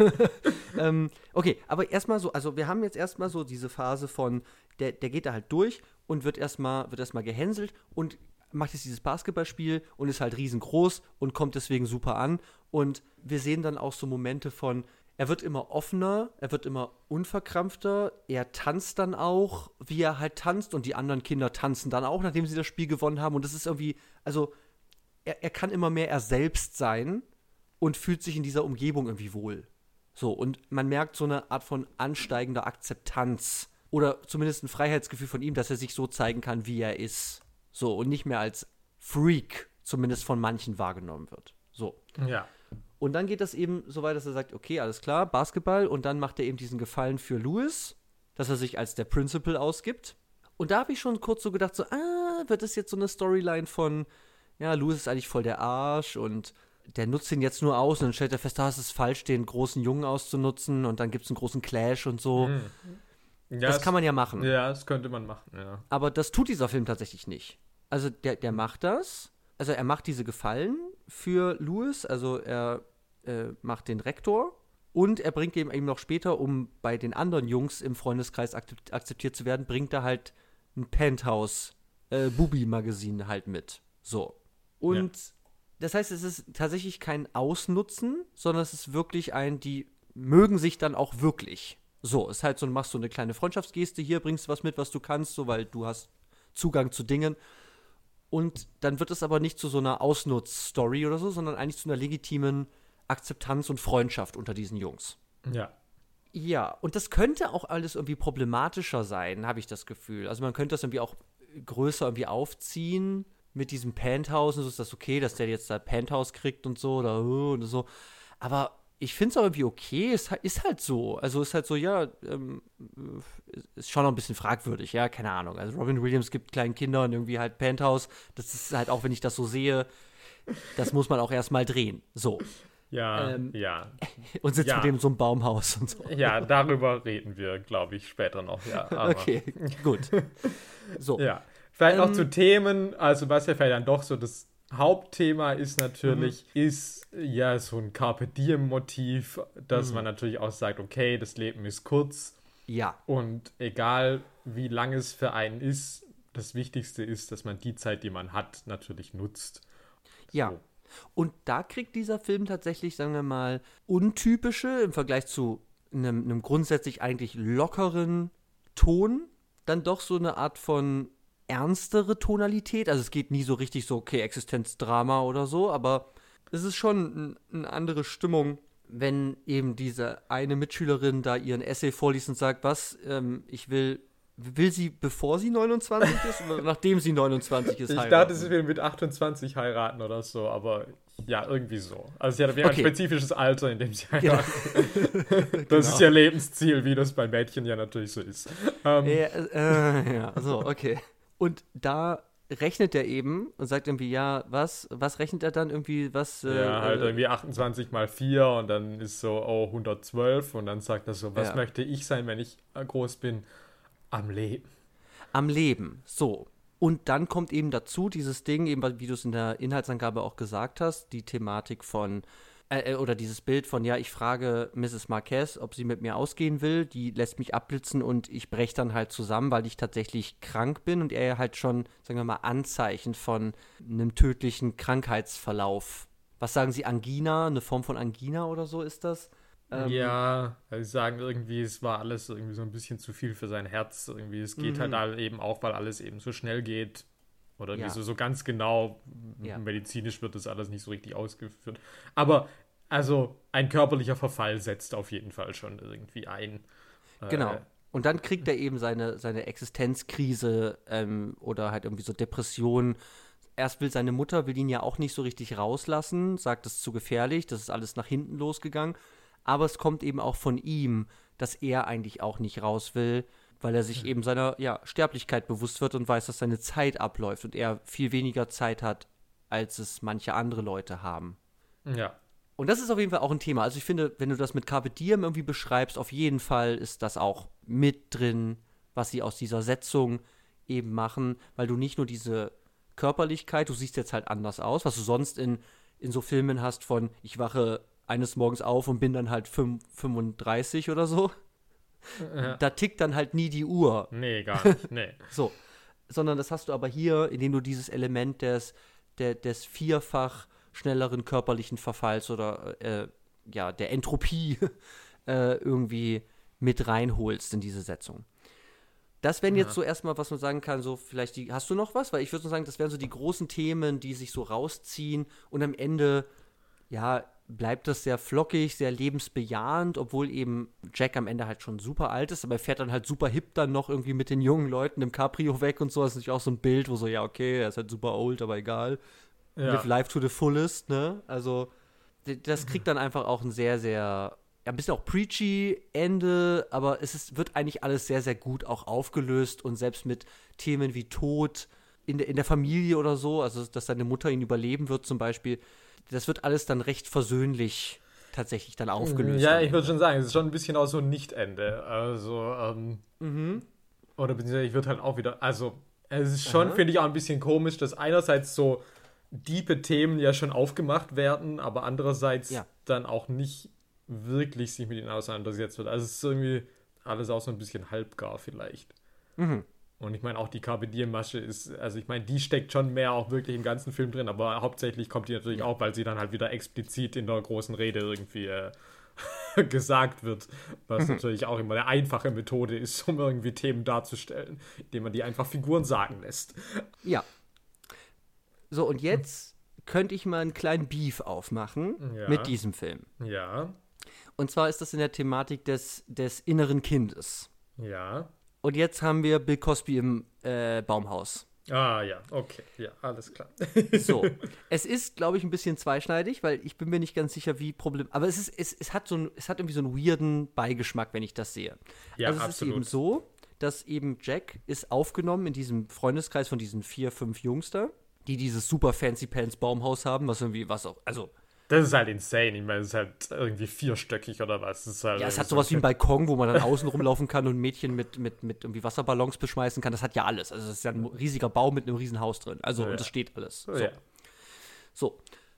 ähm, okay, aber erstmal so, also wir haben jetzt erstmal so diese Phase von, der, der geht da halt durch und wird erstmal wird erstmal gehänselt und macht jetzt dieses Basketballspiel und ist halt riesengroß und kommt deswegen super an. Und wir sehen dann auch so Momente von, er wird immer offener, er wird immer unverkrampfter, er tanzt dann auch, wie er halt tanzt und die anderen Kinder tanzen dann auch, nachdem sie das Spiel gewonnen haben. Und das ist irgendwie, also er, er kann immer mehr er selbst sein und fühlt sich in dieser Umgebung irgendwie wohl. So, und man merkt so eine Art von ansteigender Akzeptanz oder zumindest ein Freiheitsgefühl von ihm, dass er sich so zeigen kann, wie er ist. So, und nicht mehr als Freak, zumindest von manchen wahrgenommen wird. So. Ja. Und dann geht das eben so weit, dass er sagt, okay, alles klar, Basketball. Und dann macht er eben diesen Gefallen für Louis, dass er sich als der Principal ausgibt. Und da habe ich schon kurz so gedacht, so, ah, wird das jetzt so eine Storyline von, ja, Louis ist eigentlich voll der Arsch und der nutzt ihn jetzt nur aus. Und dann stellt er fest, da ist es falsch, den großen Jungen auszunutzen. Und dann gibt es einen großen Clash und so. Mhm. Ja, das kann man ja machen. Ja, das könnte man machen, ja. Aber das tut dieser Film tatsächlich nicht. Also der, der macht das. Also er macht diese Gefallen für Louis. Also er äh, macht den Rektor. Und er bringt eben, eben noch später, um bei den anderen Jungs im Freundeskreis akzeptiert zu werden, bringt er halt ein Penthouse-Bubi-Magazin äh, halt mit. So. Und ja. Das heißt, es ist tatsächlich kein Ausnutzen, sondern es ist wirklich ein, die mögen sich dann auch wirklich. So, es ist halt so, du machst so eine kleine Freundschaftsgeste, hier bringst du was mit, was du kannst, so, weil du hast Zugang zu Dingen. Und dann wird es aber nicht zu so einer Ausnutz-Story oder so, sondern eigentlich zu einer legitimen Akzeptanz und Freundschaft unter diesen Jungs. Ja. Ja, und das könnte auch alles irgendwie problematischer sein, habe ich das Gefühl. Also man könnte das irgendwie auch größer irgendwie aufziehen mit diesem Penthouse und so ist das okay, dass der jetzt da Penthouse kriegt und so oder und so. Aber ich finde es auch irgendwie okay, es ist halt so. Also ist halt so, ja, ähm, ist schon noch ein bisschen fragwürdig, ja, keine Ahnung. Also Robin Williams gibt kleinen Kindern irgendwie halt Penthouse. Das ist halt auch, wenn ich das so sehe, das muss man auch erstmal drehen. So. Ja, ähm, ja. Und sitzt ja. mit dem in so einem Baumhaus und so. Ja, darüber reden wir, glaube ich, später noch, ja. Aber. Okay, gut. So. Ja, vielleicht ähm, noch zu Themen, also was ja vielleicht dann doch so das Hauptthema ist natürlich, mhm. ist ja so ein Carpe Diem-Motiv, dass mhm. man natürlich auch sagt, okay, das Leben ist kurz. Ja. Und egal, wie lang es für einen ist, das Wichtigste ist, dass man die Zeit, die man hat, natürlich nutzt. So. Ja. Und da kriegt dieser Film tatsächlich, sagen wir mal, untypische, im Vergleich zu einem, einem grundsätzlich eigentlich lockeren Ton, dann doch so eine Art von ernstere Tonalität. Also es geht nie so richtig so, okay, Existenzdrama oder so, aber es ist schon eine andere Stimmung, wenn eben diese eine Mitschülerin da ihren Essay vorliest und sagt, was, ähm, ich will, will sie, bevor sie neunundzwanzig ist oder nachdem sie neunundzwanzig ist, heiraten? Ich dachte, sie will mit achtundzwanzig heiraten oder so, aber ja, irgendwie so. Also sie hat okay. ein spezifisches Alter, in dem sie heiraten. Genau. Das genau. ist ihr Lebensziel, wie das bei Mädchen ja natürlich so ist. Ähm, äh, äh, ja, so, okay. Und da rechnet er eben und sagt irgendwie, ja, was, was rechnet er dann irgendwie, was? Äh, ja, halt irgendwie achtundzwanzig mal vier und dann ist so, oh, hundertzwölf und dann sagt er so, was ja. möchte ich sein, wenn ich groß bin? Am Leben. Am Leben, so. Und dann kommt eben dazu dieses Ding, eben wie du es in der Inhaltsangabe auch gesagt hast, die Thematik von Äh, oder dieses Bild von, ja, ich frage Misses Marquez, ob sie mit mir ausgehen will, die lässt mich abblitzen und ich breche dann halt zusammen, weil ich tatsächlich krank bin und er halt schon, sagen wir mal, Anzeichen von einem tödlichen Krankheitsverlauf. Was sagen Sie, Angina? Eine Form von Angina oder so ist das? Ähm, ja, also sie sagen irgendwie, es war alles irgendwie so ein bisschen zu viel für sein Herz. Irgendwie, es geht mhm. halt eben auch, weil alles eben so schnell geht. Oder ja. so, so ganz genau, ja. medizinisch wird das alles nicht so richtig ausgeführt. Aber, also, ein körperlicher Verfall setzt auf jeden Fall schon irgendwie ein. Genau. Äh, Und dann kriegt er eben seine, seine Existenzkrise ähm, oder halt irgendwie so Depressionen. Erst will seine Mutter, will ihn ja auch nicht so richtig rauslassen, sagt, das ist zu gefährlich, das ist alles nach hinten losgegangen. Aber es kommt eben auch von ihm, dass er eigentlich auch nicht raus will, weil er sich eben seiner ja, Sterblichkeit bewusst wird und weiß, dass seine Zeit abläuft und er viel weniger Zeit hat, als es manche andere Leute haben. Ja. Und das ist auf jeden Fall auch ein Thema. Also ich finde, wenn du das mit Carpe Diem irgendwie beschreibst, auf jeden Fall ist das auch mit drin, was sie aus dieser Setzung eben machen, weil du nicht nur diese Körperlichkeit, du siehst jetzt halt anders aus, was du sonst in, in so Filmen hast von, ich wache eines Morgens auf und bin dann halt fünfunddreißig oder so. Ja. Da tickt dann halt nie die Uhr. Nee, gar nicht, nee. So, sondern das hast du aber hier, indem du dieses Element des, der, des vierfach schnelleren körperlichen Verfalls oder äh, ja, der Entropie äh, irgendwie mit reinholst in diese Setzung. Das wären ja. jetzt so erstmal, was man sagen kann, so vielleicht, die, hast du noch was? Weil ich würde so sagen, das wären so die großen Themen, die sich so rausziehen und am Ende, ja, bleibt das sehr flockig, sehr lebensbejahend, obwohl eben Jack am Ende halt schon super alt ist, aber er fährt dann halt super hip dann noch irgendwie mit den jungen Leuten im Cabrio weg und so. Das ist natürlich auch so ein Bild, wo so, ja, okay, er ist halt super old, aber egal. Ja. Live life to the fullest, ne? Also, das kriegt dann einfach auch ein sehr, sehr, ja, ein bisschen auch preachy Ende, aber es ist, wird eigentlich alles sehr, sehr gut auch aufgelöst und selbst mit Themen wie Tod in der, in der Familie oder so, also, dass seine Mutter ihn überleben wird zum Beispiel, das wird alles dann recht versöhnlich tatsächlich dann aufgelöst. Ja, ich würde schon sagen, es ist schon ein bisschen auch so ein Nicht-Ende. Also, ähm, mhm. oder beziehungsweise ich würde halt auch wieder, also, es ist schon, finde ich, auch ein bisschen komisch, dass einerseits so diepe Themen ja schon aufgemacht werden, aber andererseits ja. dann auch nicht wirklich sich mit ihnen auseinandergesetzt wird. Also, es ist irgendwie alles auch so ein bisschen halbgar vielleicht. Mhm. Und ich meine, auch die Carpe Diem-Masche ist, also ich meine, die steckt schon mehr auch wirklich im ganzen Film drin, aber hauptsächlich kommt die natürlich ja. auch, weil sie dann halt wieder explizit in der großen Rede irgendwie äh, gesagt wird, was mhm. natürlich auch immer eine einfache Methode ist, um irgendwie Themen darzustellen, indem man die einfach Figuren sagen lässt. Ja. So, und jetzt hm. könnte ich mal einen kleinen Beef aufmachen ja. mit diesem Film. Ja. Und zwar ist das in der Thematik des, des inneren Kindes. Ja. Und jetzt haben wir Bill Cosby im äh, Baumhaus. Ah ja, okay, ja, alles klar. So, es ist, glaube ich, ein bisschen zweischneidig, weil ich bin mir nicht ganz sicher, wie Problem. Aber es ist, es, es hat so ein, es hat irgendwie so einen weirden Beigeschmack, wenn ich das sehe. Ja, also es absolut. ist eben so, dass eben Jack ist aufgenommen in diesem Freundeskreis von diesen vier, fünf Jungs da, die dieses super fancy pants Baumhaus haben, was irgendwie was auch, also das ist halt insane. Ich meine, es ist halt irgendwie vierstöckig oder was. Es ist halt ja, es hat sowas wie ein Balkon, wo man dann außen rumlaufen kann und Mädchen mit, mit, mit irgendwie Wasserballons beschmeißen kann. Das hat ja alles. Also es ist ja ein riesiger Bau mit einem riesen Haus drin. Also, ja. und es steht alles. So. Ja. so.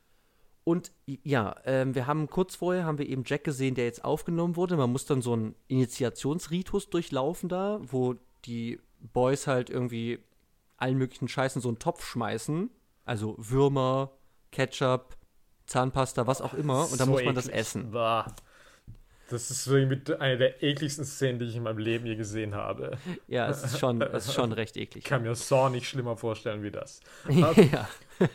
Und ja, ähm, wir haben kurz vorher, haben wir eben Jack gesehen, der jetzt aufgenommen wurde. Man muss dann so einen Initiationsritus durchlaufen da, wo die Boys halt irgendwie allen möglichen Scheißen so einen Topf schmeißen. Also Würmer, Ketchup, Zahnpasta, was auch immer, und dann so muss man eklig. Das essen. Bah. Das ist so mit einer der ekligsten Szenen, die ich in meinem Leben je gesehen habe. Ja, es ist schon, es ist schon recht eklig. Ich kann mir Saw nicht schlimmer vorstellen wie das. ja.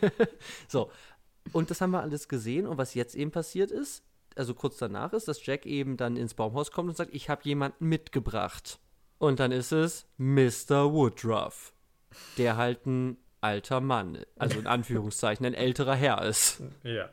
So, und das haben wir alles gesehen, und was jetzt eben passiert ist, also kurz danach ist, dass Jack eben dann ins Baumhaus kommt und sagt, ich habe jemanden mitgebracht. Und dann ist es Mister Woodruff, der halt ein alter Mann, also in Anführungszeichen ein älterer Herr ist. Ja.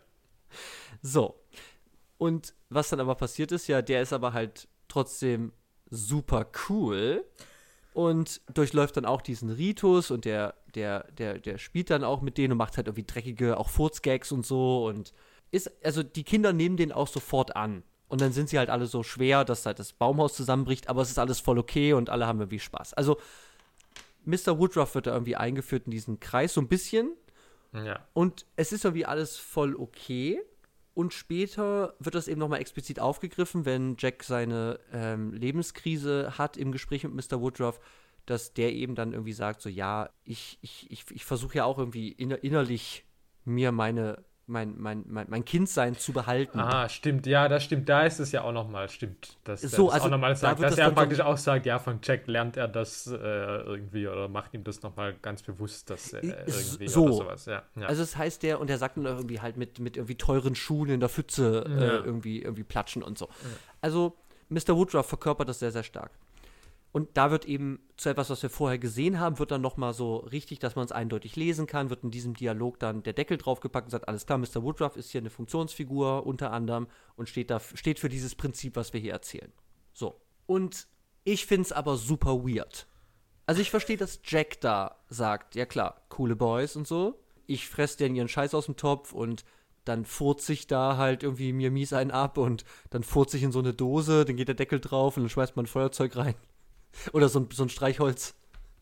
So. Und was dann aber passiert ist, ja, der ist aber halt trotzdem super cool und durchläuft dann auch diesen Ritus und der, der, der, der spielt dann auch mit denen und macht halt irgendwie dreckige, auch Furzgags und so und ist, also die Kinder nehmen den auch sofort an. Und dann sind sie halt alle so schwer, dass halt das Baumhaus zusammenbricht, aber es ist alles voll okay und alle haben irgendwie Spaß. Also Mister Woodruff wird da irgendwie eingeführt in diesen Kreis, so ein bisschen. Ja. Und es ist irgendwie alles voll okay. Und später wird das eben nochmal explizit aufgegriffen, wenn Jack seine ähm, Lebenskrise hat im Gespräch mit Mister Woodruff, dass der eben dann irgendwie sagt, so ja, ich, ich, ich, ich versuche ja auch irgendwie inner- innerlich mir meine, mein, mein, mein, mein Kindsein zu behalten. Ah, stimmt, ja, das stimmt, da ist es ja auch nochmal, stimmt, dass er So, das also auch nochmal da sagt, wird dass das er dann praktisch so- auch sagt, ja, von Jack lernt er das äh, irgendwie oder macht ihm das nochmal ganz bewusst, dass er irgendwie so. oder sowas, ja. ja. Also das heißt der, und er sagt dann irgendwie halt mit, mit irgendwie teuren Schuhen in der Pfütze Ja. äh, irgendwie, irgendwie platschen und so. Also Mister Woodruff verkörpert das sehr, sehr stark. Und da wird eben zu etwas, was wir vorher gesehen haben, wird dann nochmal so richtig, dass man es eindeutig lesen kann, wird in diesem Dialog dann der Deckel draufgepackt und sagt, alles klar, Mister Woodruff ist hier eine Funktionsfigur unter anderem und steht, da, steht für dieses Prinzip, was wir hier erzählen. So. Und ich finde es aber super weird. Also ich verstehe, dass Jack da sagt, ja klar, coole Boys und so, ich fresse denen ihren Scheiß aus dem Topf und dann furze ich da halt irgendwie mir mies einen ab und dann furze ich in so eine Dose, dann geht der Deckel drauf und dann schmeißt man ein Feuerzeug rein. Oder so ein, so ein Streichholz.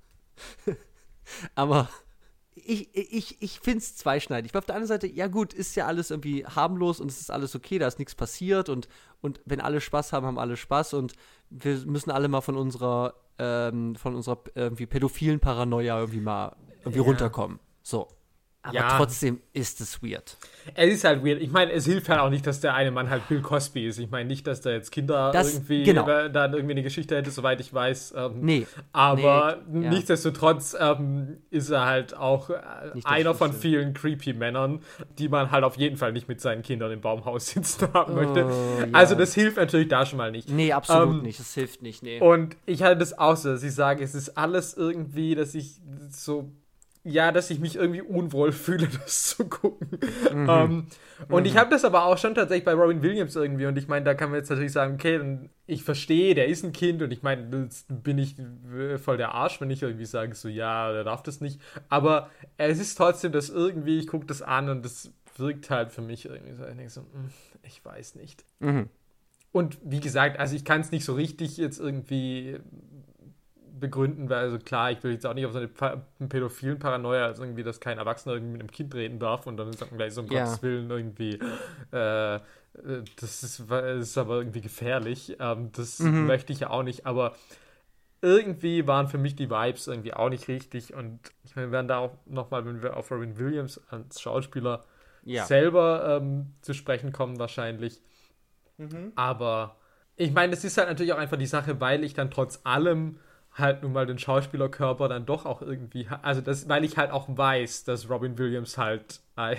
Aber ich, ich, ich finde es zweischneidig. Weil auf der anderen Seite, ja gut, ist ja alles irgendwie harmlos und es ist alles okay, da ist nichts passiert und, und wenn alle Spaß haben, haben alle Spaß und wir müssen alle mal von unserer, ähm, von unserer irgendwie pädophilen Paranoia irgendwie mal irgendwie Ja. runterkommen. So. Aber Ja. trotzdem ist es weird. Es ist halt weird. Ich meine, es hilft halt auch nicht, dass der eine Mann halt Bill Cosby ist. Ich meine nicht, dass da jetzt Kinder Das- irgendwie genau. äh, da irgendwie eine Geschichte hätte, soweit ich weiß. Ähm, Nee. Aber Nee, ja. nichtsdestotrotz ähm, ist er halt auch äh, Nicht, dass einer ich von wüsste. vielen creepy Männern, die man halt auf jeden Fall nicht mit seinen Kindern im Baumhaus sitzen haben möchte. Oh, ja. Also das hilft natürlich da schon mal nicht. Nee, absolut Ähm, nicht. Das hilft nicht, nee. Und ich halte das auch so, dass ich sage, es ist alles irgendwie, dass ich so, ja, dass ich mich irgendwie unwohl fühle, das zu gucken. Mhm. Ähm, und ich habe das aber auch schon tatsächlich bei Robin Williams irgendwie. Und ich meine, da kann man jetzt natürlich sagen, okay, dann, ich verstehe, der ist ein Kind. Und ich meine, jetzt bin ich voll der Arsch, wenn ich irgendwie sage, so, ja, der darf das nicht. Aber es ist trotzdem das irgendwie, ich gucke das an und das wirkt halt für mich irgendwie so, ich denke so, hm, ich weiß nicht. Mhm. Und wie gesagt, also ich kann es nicht so richtig jetzt irgendwie begründen, weil also klar, ich will jetzt auch nicht auf so eine pa- pädophilen Paranoia, also irgendwie, dass kein Erwachsener irgendwie mit einem Kind reden darf und dann sagt man gleich so um Ja. Gottes Willen irgendwie, äh, äh, das ist, das ist aber irgendwie gefährlich. Ähm, das Mhm. möchte ich ja auch nicht, aber irgendwie waren für mich die Vibes irgendwie auch nicht richtig und ich meine, wir werden da auch nochmal, wenn wir auf Robin Williams als Schauspieler Ja. selber ähm, zu sprechen kommen wahrscheinlich. Mhm. Aber ich meine, es ist halt natürlich auch einfach die Sache, weil ich dann trotz allem halt nun mal den Schauspielerkörper dann doch auch irgendwie, ha- also das, weil ich halt auch weiß, dass Robin Williams halt ein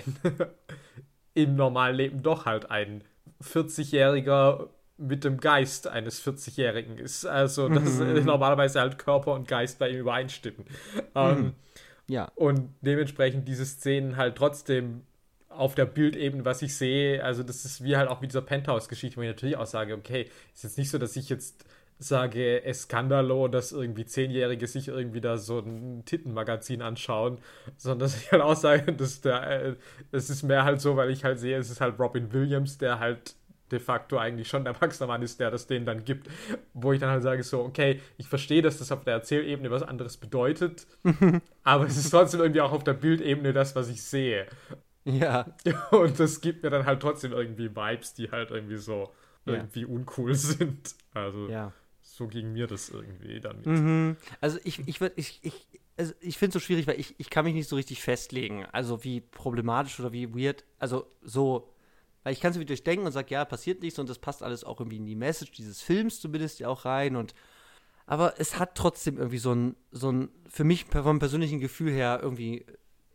im normalen Leben doch halt ein vierzigjähriger mit dem Geist eines vierzig-Jährigen ist. Also, dass äh, normalerweise halt Körper und Geist bei ihm übereinstimmen. Ähm, Ja. und dementsprechend diese Szenen halt trotzdem auf der Bildebene, was ich sehe, also das ist wie halt auch wie dieser Penthouse-Geschichte, wo ich natürlich auch sage, okay, ist jetzt nicht so, dass ich jetzt sage, Eskandalo, dass irgendwie Zehnjährige sich irgendwie da so ein Tittenmagazin anschauen, sondern dass ich halt auch sage, dass der, äh, es ist mehr halt so, weil ich halt sehe, es ist halt Robin Williams, der halt de facto eigentlich schon der erwachsene Mann ist, der das denen dann gibt, wo ich dann halt sage so, okay, ich verstehe, dass das auf der Erzählebene was anderes bedeutet, aber es ist trotzdem irgendwie auch auf der Bildebene das, was ich sehe. Ja. Und das gibt mir dann halt trotzdem irgendwie Vibes, die halt irgendwie so Ja. irgendwie uncool sind. Also Ja. so ging mir das irgendwie damit. Mhm. Also ich, ich, würd- ich, ich, also ich finde es so schwierig, weil ich, ich kann mich nicht so richtig festlegen. Also wie problematisch oder wie weird. Also so, weil ich kann es irgendwie durchdenken und sage, ja, passiert nichts und das passt alles auch irgendwie in die Message dieses Films zumindest ja auch rein und aber es hat trotzdem irgendwie so ein, so ein, für mich vom persönlichen Gefühl her irgendwie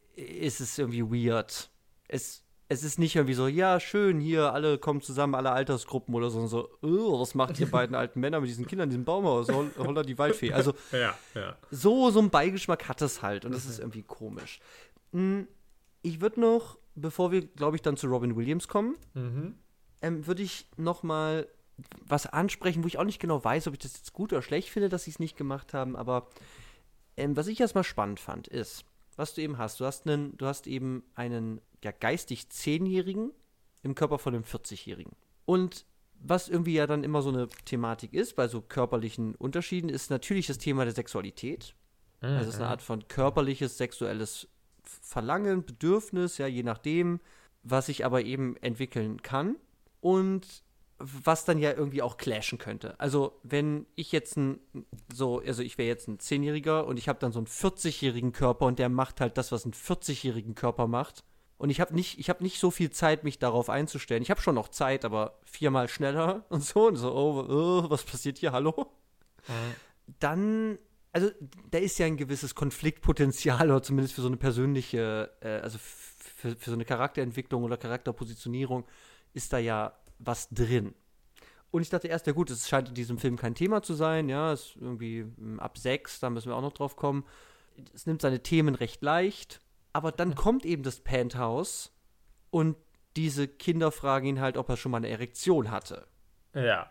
ist es irgendwie weird. Es, es ist nicht irgendwie so, ja, schön, hier, alle kommen zusammen, alle Altersgruppen oder so, und so, oh, was macht ihr beiden alten Männer mit diesen Kindern in diesem Baumhaus? Hol- Holla die Waldfee. Also Ja, ja. so, so ein Beigeschmack hat es halt und das ist irgendwie komisch. Hm, Ich würde noch, bevor wir, glaube ich, dann zu Robin Williams kommen, Mhm. ähm, würde ich noch mal was ansprechen, wo ich auch nicht genau weiß, ob ich das jetzt gut oder schlecht finde, dass sie es nicht gemacht haben, aber ähm, was ich erstmal spannend fand, ist, was du eben hast. Du hast, einen, du hast eben einen ja, geistig Zehnjährigen im Körper von einem vierzigjährigen. Und was irgendwie ja dann immer so eine Thematik ist, bei so körperlichen Unterschieden, ist natürlich das Thema der Sexualität. Mhm. Also es ist eine Art von körperliches, sexuelles Verlangen, Bedürfnis, ja, je nachdem. was sich aber eben entwickeln kann und was dann ja irgendwie auch clashen könnte. Also wenn ich jetzt ein, so, also ich wäre jetzt ein Zehnjähriger und ich habe dann so einen vierzigjährigen Körper und der macht halt das, was ein vierzigjährigen Körper macht. Und ich habe nicht, ich habe nicht so viel Zeit, mich darauf einzustellen. Ich habe schon noch Zeit, aber viermal schneller und so. Und so, oh, oh was passiert hier, hallo? Mhm. Dann, also da ist ja ein gewisses Konfliktpotenzial oder zumindest für so eine persönliche, äh, also für, für so eine Charakterentwicklung oder Charakterpositionierung ist da ja was drin. Und ich dachte erst, ja gut, es scheint in diesem Film kein Thema zu sein, ja, es ist irgendwie ab sechs, da müssen wir auch noch drauf kommen. Es nimmt seine Themen recht leicht. Aber dann kommt eben das Penthouse und diese Kinder fragen ihn halt, ob er schon mal eine Erektion hatte. Ja.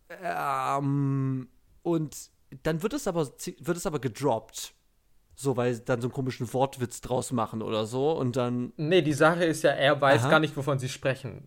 Ähm, und dann wird es aber, wird es aber gedroppt. So, weil sie dann so einen komischen Wortwitz draus machen oder so und dann... Nee, die Sache ist ja, er weiß Aha. gar nicht, wovon sie sprechen.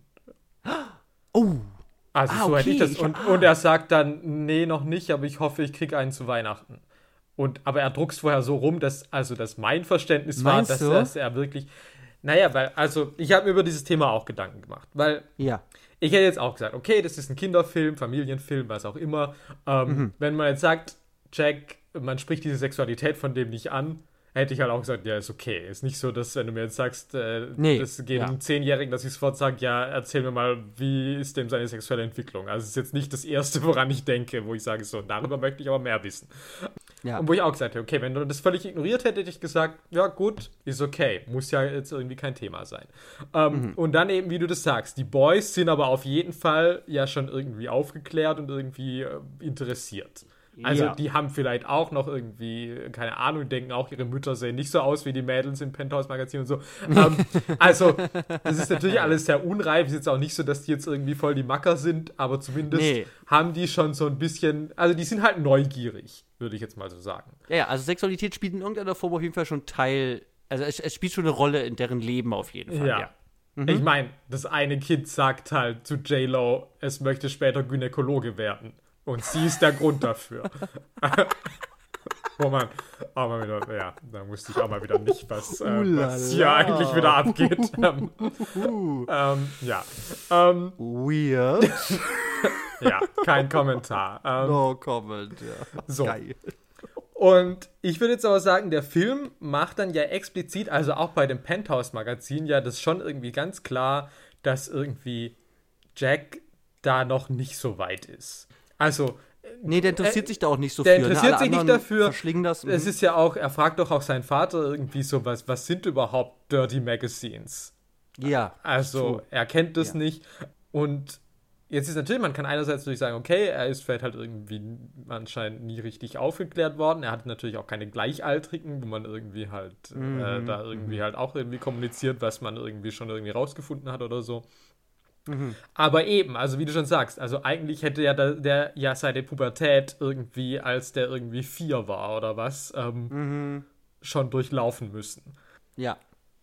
Oh. Also ah, so okay. hätte ich das. Und, ah. und er sagt dann, nee, noch nicht, aber ich hoffe, ich kriege einen zu Weihnachten. Und, aber er druckst vorher so rum, dass, also, dass mein Verständnis Meinst war, dass, du? dass er wirklich, naja, weil, also, ich habe mir über dieses Thema auch Gedanken gemacht, weil Ja. ich hätte jetzt auch gesagt, okay, das ist ein Kinderfilm, Familienfilm, was auch immer. Ähm, Mhm. Wenn man jetzt sagt, Jack, man spricht diese Sexualität von dem nicht an, hätte ich halt auch gesagt, ja, ist okay. Ist nicht so, dass, wenn du mir jetzt sagst, äh, Nee, das geht ja. einem Zehnjährigen, dass ich sofort sage, ja, erzähl mir mal, wie ist dem seine sexuelle Entwicklung? Also es ist jetzt nicht das Erste, woran ich denke, wo ich sage, so, darüber möchte ich aber mehr wissen. Ja. Und wo ich auch gesagt hätte, okay, wenn du das völlig ignoriert hättest, hätte ich gesagt, ja gut, ist okay, muss ja jetzt irgendwie kein Thema sein. Ähm, Mhm. Und dann eben, wie du das sagst, die Boys sind aber auf jeden Fall ja schon irgendwie aufgeklärt und irgendwie äh, interessiert. Also Ja. die haben vielleicht auch noch irgendwie, keine Ahnung, denken auch, ihre Mütter sehen nicht so aus wie die Mädels im Penthouse-Magazin und so. ähm, also, das ist natürlich alles sehr unreif. Ist jetzt auch nicht so, dass die jetzt irgendwie voll die Macker sind, aber zumindest Nee. haben die schon so ein bisschen, also die sind halt neugierig, würde ich jetzt mal so sagen. Ja, ja, also Sexualität spielt in irgendeiner Form auf jeden Fall schon Teil, also es, es spielt schon eine Rolle in deren Leben auf jeden Fall, ja. Ja. Ich meine, das eine Kind sagt halt zu J-Lo, es möchte später Gynäkologe werden. Und sie ist der Grund dafür. Wo man auch mal wieder, ja, da musste ich auch mal wieder nicht, was, äh, was hier eigentlich wieder abgeht. ähm, ähm, ja. Ähm, Weird. ja, kein Kommentar. Ähm, No comment, ja. So. Geil. Und ich würde jetzt aber sagen, der Film macht dann ja explizit, also auch bei dem Penthouse-Magazin, ja das schon irgendwie ganz klar, dass irgendwie Jack da noch nicht so weit ist. Also, Nee, der interessiert äh, sich da auch nicht so der für. interessiert ne? Alle sich nicht anderen dafür. Verschlingen das. Es mhm. ist ja auch, er fragt doch auch seinen Vater irgendwie so, was, was sind überhaupt Dirty Magazines? Ja. Also, true. er kennt das Ja. nicht. Und jetzt ist natürlich, man kann einerseits natürlich sagen, okay, er ist vielleicht halt irgendwie anscheinend nie richtig aufgeklärt worden. Er hat natürlich auch keine Gleichaltrigen, wo man irgendwie halt Mhm. äh, da irgendwie halt auch irgendwie kommuniziert, was man irgendwie schon irgendwie rausgefunden hat oder so. Mhm. Aber eben, also wie du schon sagst, also eigentlich hätte ja der, der ja seine Pubertät irgendwie, als der irgendwie vier war oder was, ähm, Mhm. schon durchlaufen müssen. Ja.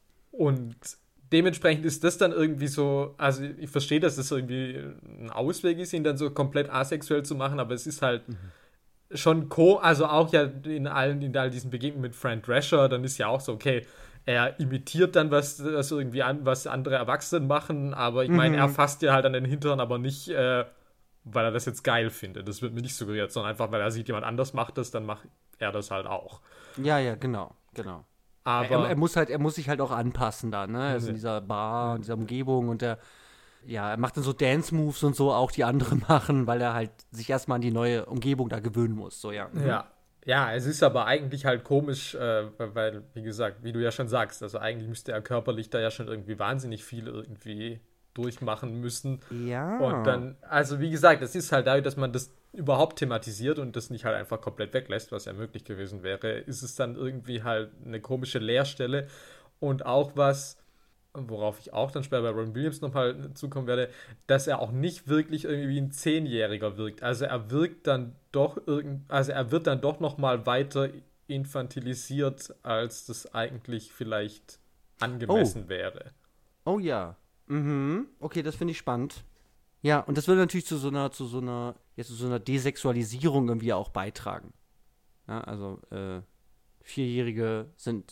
Und dementsprechend ist das dann irgendwie so, also ich verstehe, dass das irgendwie ein Ausweg ist, ihn dann so komplett asexuell zu machen, aber es ist halt Mhm. schon co, also auch ja in allen, in all diesen Begegnungen mit Fran Drescher, dann ist ja auch so, okay, er imitiert dann was, was irgendwie an, was andere Erwachsene machen, aber ich meine, Mhm. er fasst ja halt an den Hintern, aber nicht, äh, weil er das jetzt geil findet. Das wird mir nicht suggeriert, sondern einfach, weil er sieht, jemand anders macht das, dann macht er das halt auch. Ja, ja, genau, genau. Aber Er, er muss halt, er muss sich halt auch anpassen da, ne? Er ist Ja. in dieser Bar, in dieser Umgebung und der, ja, er macht dann so Dance-Moves und so, auch die andere machen, weil er halt sich erstmal an die neue Umgebung da gewöhnen muss, so, ja. Mhm. Ja. Ja, es ist aber eigentlich halt komisch, äh, weil, wie gesagt, wie du ja schon sagst, also eigentlich müsste er körperlich da ja schon irgendwie wahnsinnig viel irgendwie durchmachen müssen. Ja. Und dann, also wie gesagt, es ist halt dadurch, dass man das überhaupt thematisiert und das nicht halt einfach komplett weglässt, was ja möglich gewesen wäre, ist es dann irgendwie halt eine komische Leerstelle und auch was, worauf ich auch dann später bei Robin Williams nochmal zukommen werde, dass er auch nicht wirklich irgendwie wie ein Zehnjähriger wirkt. Also er wirkt dann doch irgend, also er wird dann doch nochmal weiter infantilisiert, als das eigentlich vielleicht angemessen Oh. wäre. Oh ja. Mhm. Okay, das finde ich spannend. Ja, und das würde natürlich zu so einer, zu so einer, jetzt zu so einer Desexualisierung irgendwie auch beitragen. Ja, also, äh, Vierjährige sind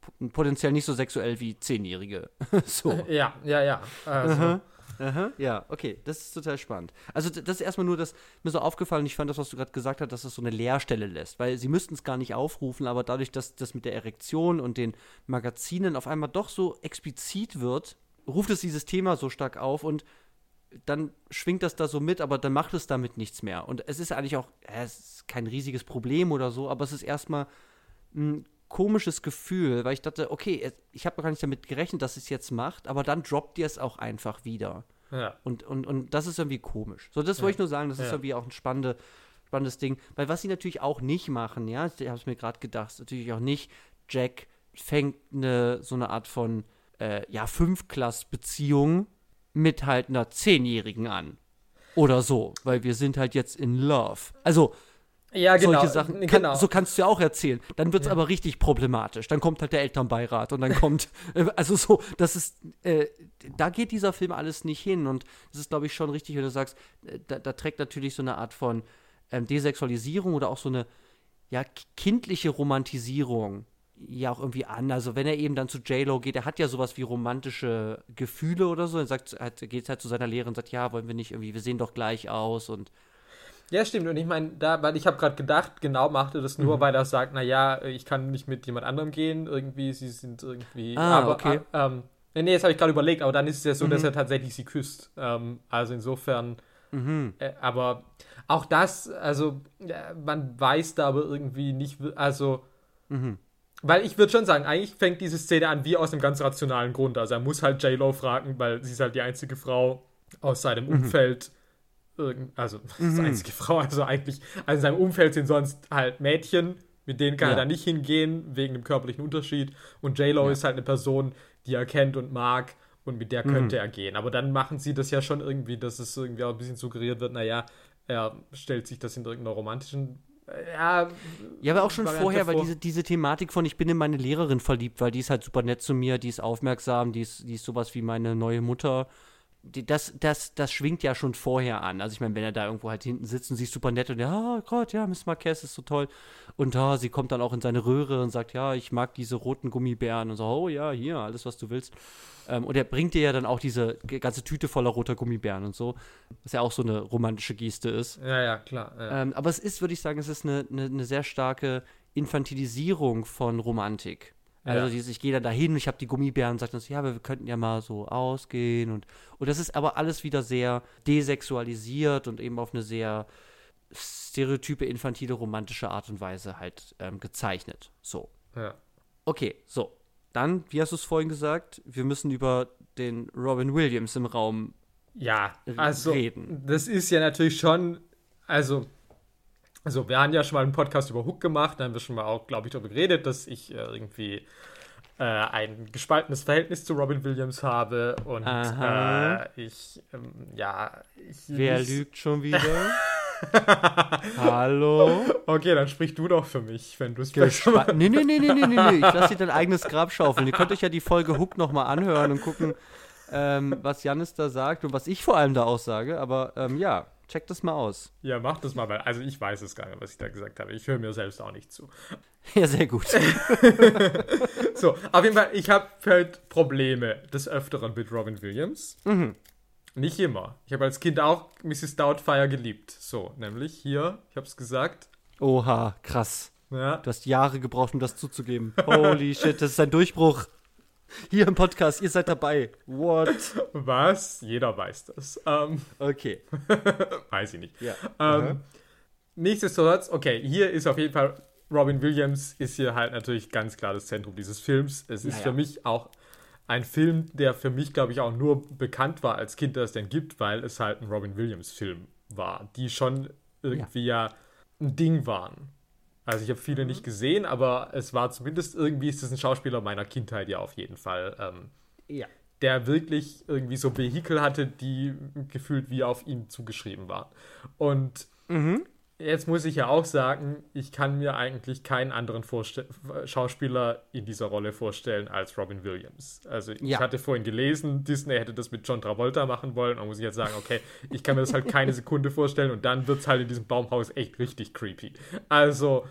potenziell nicht so sexuell wie Zehnjährige. So. Ja, ja, ja. Also. Aha. Aha, ja, okay, das ist total spannend. Also d- das ist erstmal nur das, mir so aufgefallen, ich fand das, was du gerade gesagt hast, dass es so eine Leerstelle lässt, weil sie müssten es gar nicht aufrufen, aber dadurch, dass das mit der Erektion und den Magazinen auf einmal doch so explizit wird, ruft es dieses Thema so stark auf und dann schwingt das da so mit, aber dann macht es damit nichts mehr. Und es ist eigentlich auch, äh, es ist kein riesiges Problem oder so, aber es ist erstmal ein komisches Gefühl, weil ich dachte, okay, es- ich habe gar nicht damit gerechnet, dass es jetzt macht, aber dann droppt ihr es auch einfach wieder. Ja. Und, und, und das ist irgendwie komisch. So, das Ja. wollte ich nur sagen, das ist Ja. irgendwie auch ein spannende, spannendes Ding. Weil was sie natürlich auch nicht machen, ja, ich habe es mir gerade gedacht, ist natürlich auch nicht, Jack fängt eine, so eine Art von, äh, ja, Fünfklass-Beziehung mit halt einer Zehnjährigen an. Oder so, weil wir sind halt jetzt in Love. Also, Ja, genau. solche Sachen, kann, genau. so kannst du ja auch erzählen. Dann wird es Ja. aber richtig problematisch. Dann kommt halt der Elternbeirat und dann kommt, äh, also so, das ist, äh, da geht dieser Film alles nicht hin und das ist, glaube ich, schon richtig, wenn du sagst, äh, da, da trägt natürlich so eine Art von ähm, Desexualisierung oder auch so eine, ja, k- kindliche Romantisierung ja auch irgendwie an. Also wenn er eben dann zu J-Lo geht, er hat ja sowas wie romantische Gefühle oder so, er sagt, er geht halt zu seiner Lehrerin und sagt, ja, wollen wir nicht irgendwie, wir sehen doch gleich aus und Ja, stimmt. Und ich meine, da, weil ich habe gerade gedacht, genau macht er das nur, Mhm. weil er sagt, naja, ich kann nicht mit jemand anderem gehen, irgendwie, sie sind irgendwie. Ah, aber, okay. ah, ähm, nee, nee, das habe ich gerade überlegt, aber dann ist es ja so, Mhm. dass er tatsächlich sie küsst. Ähm, also insofern, mhm. äh, aber auch das, also ja, man weiß da aber irgendwie nicht, wi- also, Mhm. weil ich würde schon sagen, eigentlich fängt diese Szene an wie aus einem ganz rationalen Grund. Also er muss halt J-Lo fragen, weil sie ist halt die einzige Frau aus seinem Mhm. Umfeld, irgend- also das ist die Mhm. einzige Frau, also eigentlich, also in seinem Umfeld sind sonst halt Mädchen, mit denen kann Ja. er da nicht hingehen, wegen dem körperlichen Unterschied. Und J-Lo Ja. ist halt eine Person, die er kennt und mag und mit der könnte Mhm. er gehen. Aber dann machen sie das ja schon irgendwie, dass es irgendwie auch ein bisschen suggeriert wird, naja, er stellt sich das in irgendeiner romantischen, äh, ja, Ja, aber auch schon Variante vorher, weil vor. diese, diese Thematik von ich bin in meine Lehrerin verliebt, weil die ist halt super nett zu mir, die ist aufmerksam, die ist, die ist sowas wie meine neue Mutter. Die, das, das, das schwingt ja schon vorher an. Also ich meine, wenn er da irgendwo halt hinten sitzt und sie ist super nett und ja, oh Gott, ja, Miss Marquez ist so toll. Und da, sie kommt dann auch in seine Röhre und sagt, ja, ich mag diese roten Gummibären und so, oh ja, hier, alles, was du willst. Ähm, und er bringt dir ja dann auch diese ganze Tüte voller roter Gummibären und so, was ja auch so eine romantische Geste ist. Ja, ja, klar. Ja. Ähm, aber es ist, würde ich sagen, es ist eine, eine, eine sehr starke Infantilisierung von Romantik. Also Ja. dieses, ich gehe dann dahin, ich habe die Gummibären und sage dann so, ja, aber wir könnten ja mal so ausgehen und, und das ist aber alles wieder sehr desexualisiert und eben auf eine sehr stereotype, infantile, romantische Art und Weise halt ähm, gezeichnet. So. Ja. Okay, so. Dann, wie hast du es vorhin gesagt, wir müssen über den Robin Williams im Raum Ja, r- also reden. das ist ja natürlich schon, also, also wir haben ja schon mal einen Podcast über Hook gemacht, da haben wir schon mal auch, glaube ich, darüber geredet, dass ich äh, irgendwie äh, ein gespaltenes Verhältnis zu Robin Williams habe und Aha. äh, ich, ähm, ja, ich Wer nicht- lügt schon wieder? Hallo? Okay, dann sprich du doch für mich, wenn du es besser Gespa nee, nee, nee, nee, nee, nee, nee. Ich lasse dir dein eigenes Grab schaufeln. Ihr könnt euch ja die Folge Hook nochmal anhören und gucken, ähm, was Jannis da sagt und was ich vor allem da aussage. Aber ähm, ja, checkt das mal aus. Ja, mach das mal, weil, also ich weiß es gar nicht, was ich da gesagt habe. Ich höre mir selbst auch nicht zu. Ja, sehr gut. So, auf jeden Fall, ich habe halt Probleme des Öfteren mit Robin Williams. Mhm. Nicht immer. Ich habe als Kind auch Misses Doubtfire geliebt. So, nämlich hier, ich habe es gesagt. Oha, krass. Ja. Du hast Jahre gebraucht, um das zuzugeben. Holy shit, das ist ein Durchbruch. Hier im Podcast, ihr seid dabei. What? Was? Jeder weiß das. Ähm, Okay. weiß ich nicht. Ja. Ähm, nichtsdestotrotz, okay, hier ist auf jeden Fall Robin Williams ist hier halt natürlich ganz klar das Zentrum dieses Films. Es ist Ja, ja. für mich auch ein Film, der für mich, glaube ich, auch nur bekannt war als Kind, dass es den gibt, weil es halt ein Robin Williams-Film war, die schon irgendwie ja, ein Ding waren. Also ich habe viele nicht gesehen, aber es war zumindest irgendwie, ist es ein Schauspieler meiner Kindheit ja auf jeden Fall, ähm, Ja. der wirklich irgendwie so Vehikel hatte, die gefühlt wie auf ihn zugeschrieben waren. Und Mhm. Jetzt muss ich ja auch sagen, ich kann mir eigentlich keinen anderen Vorste- Schauspieler in dieser Rolle vorstellen als Robin Williams. Also ich Ja. hatte vorhin gelesen, Disney hätte das mit John Travolta machen wollen. Da muss ich jetzt sagen, okay, ich kann mir das halt keine Sekunde vorstellen und dann wird es halt in diesem Baumhaus echt richtig creepy. Also,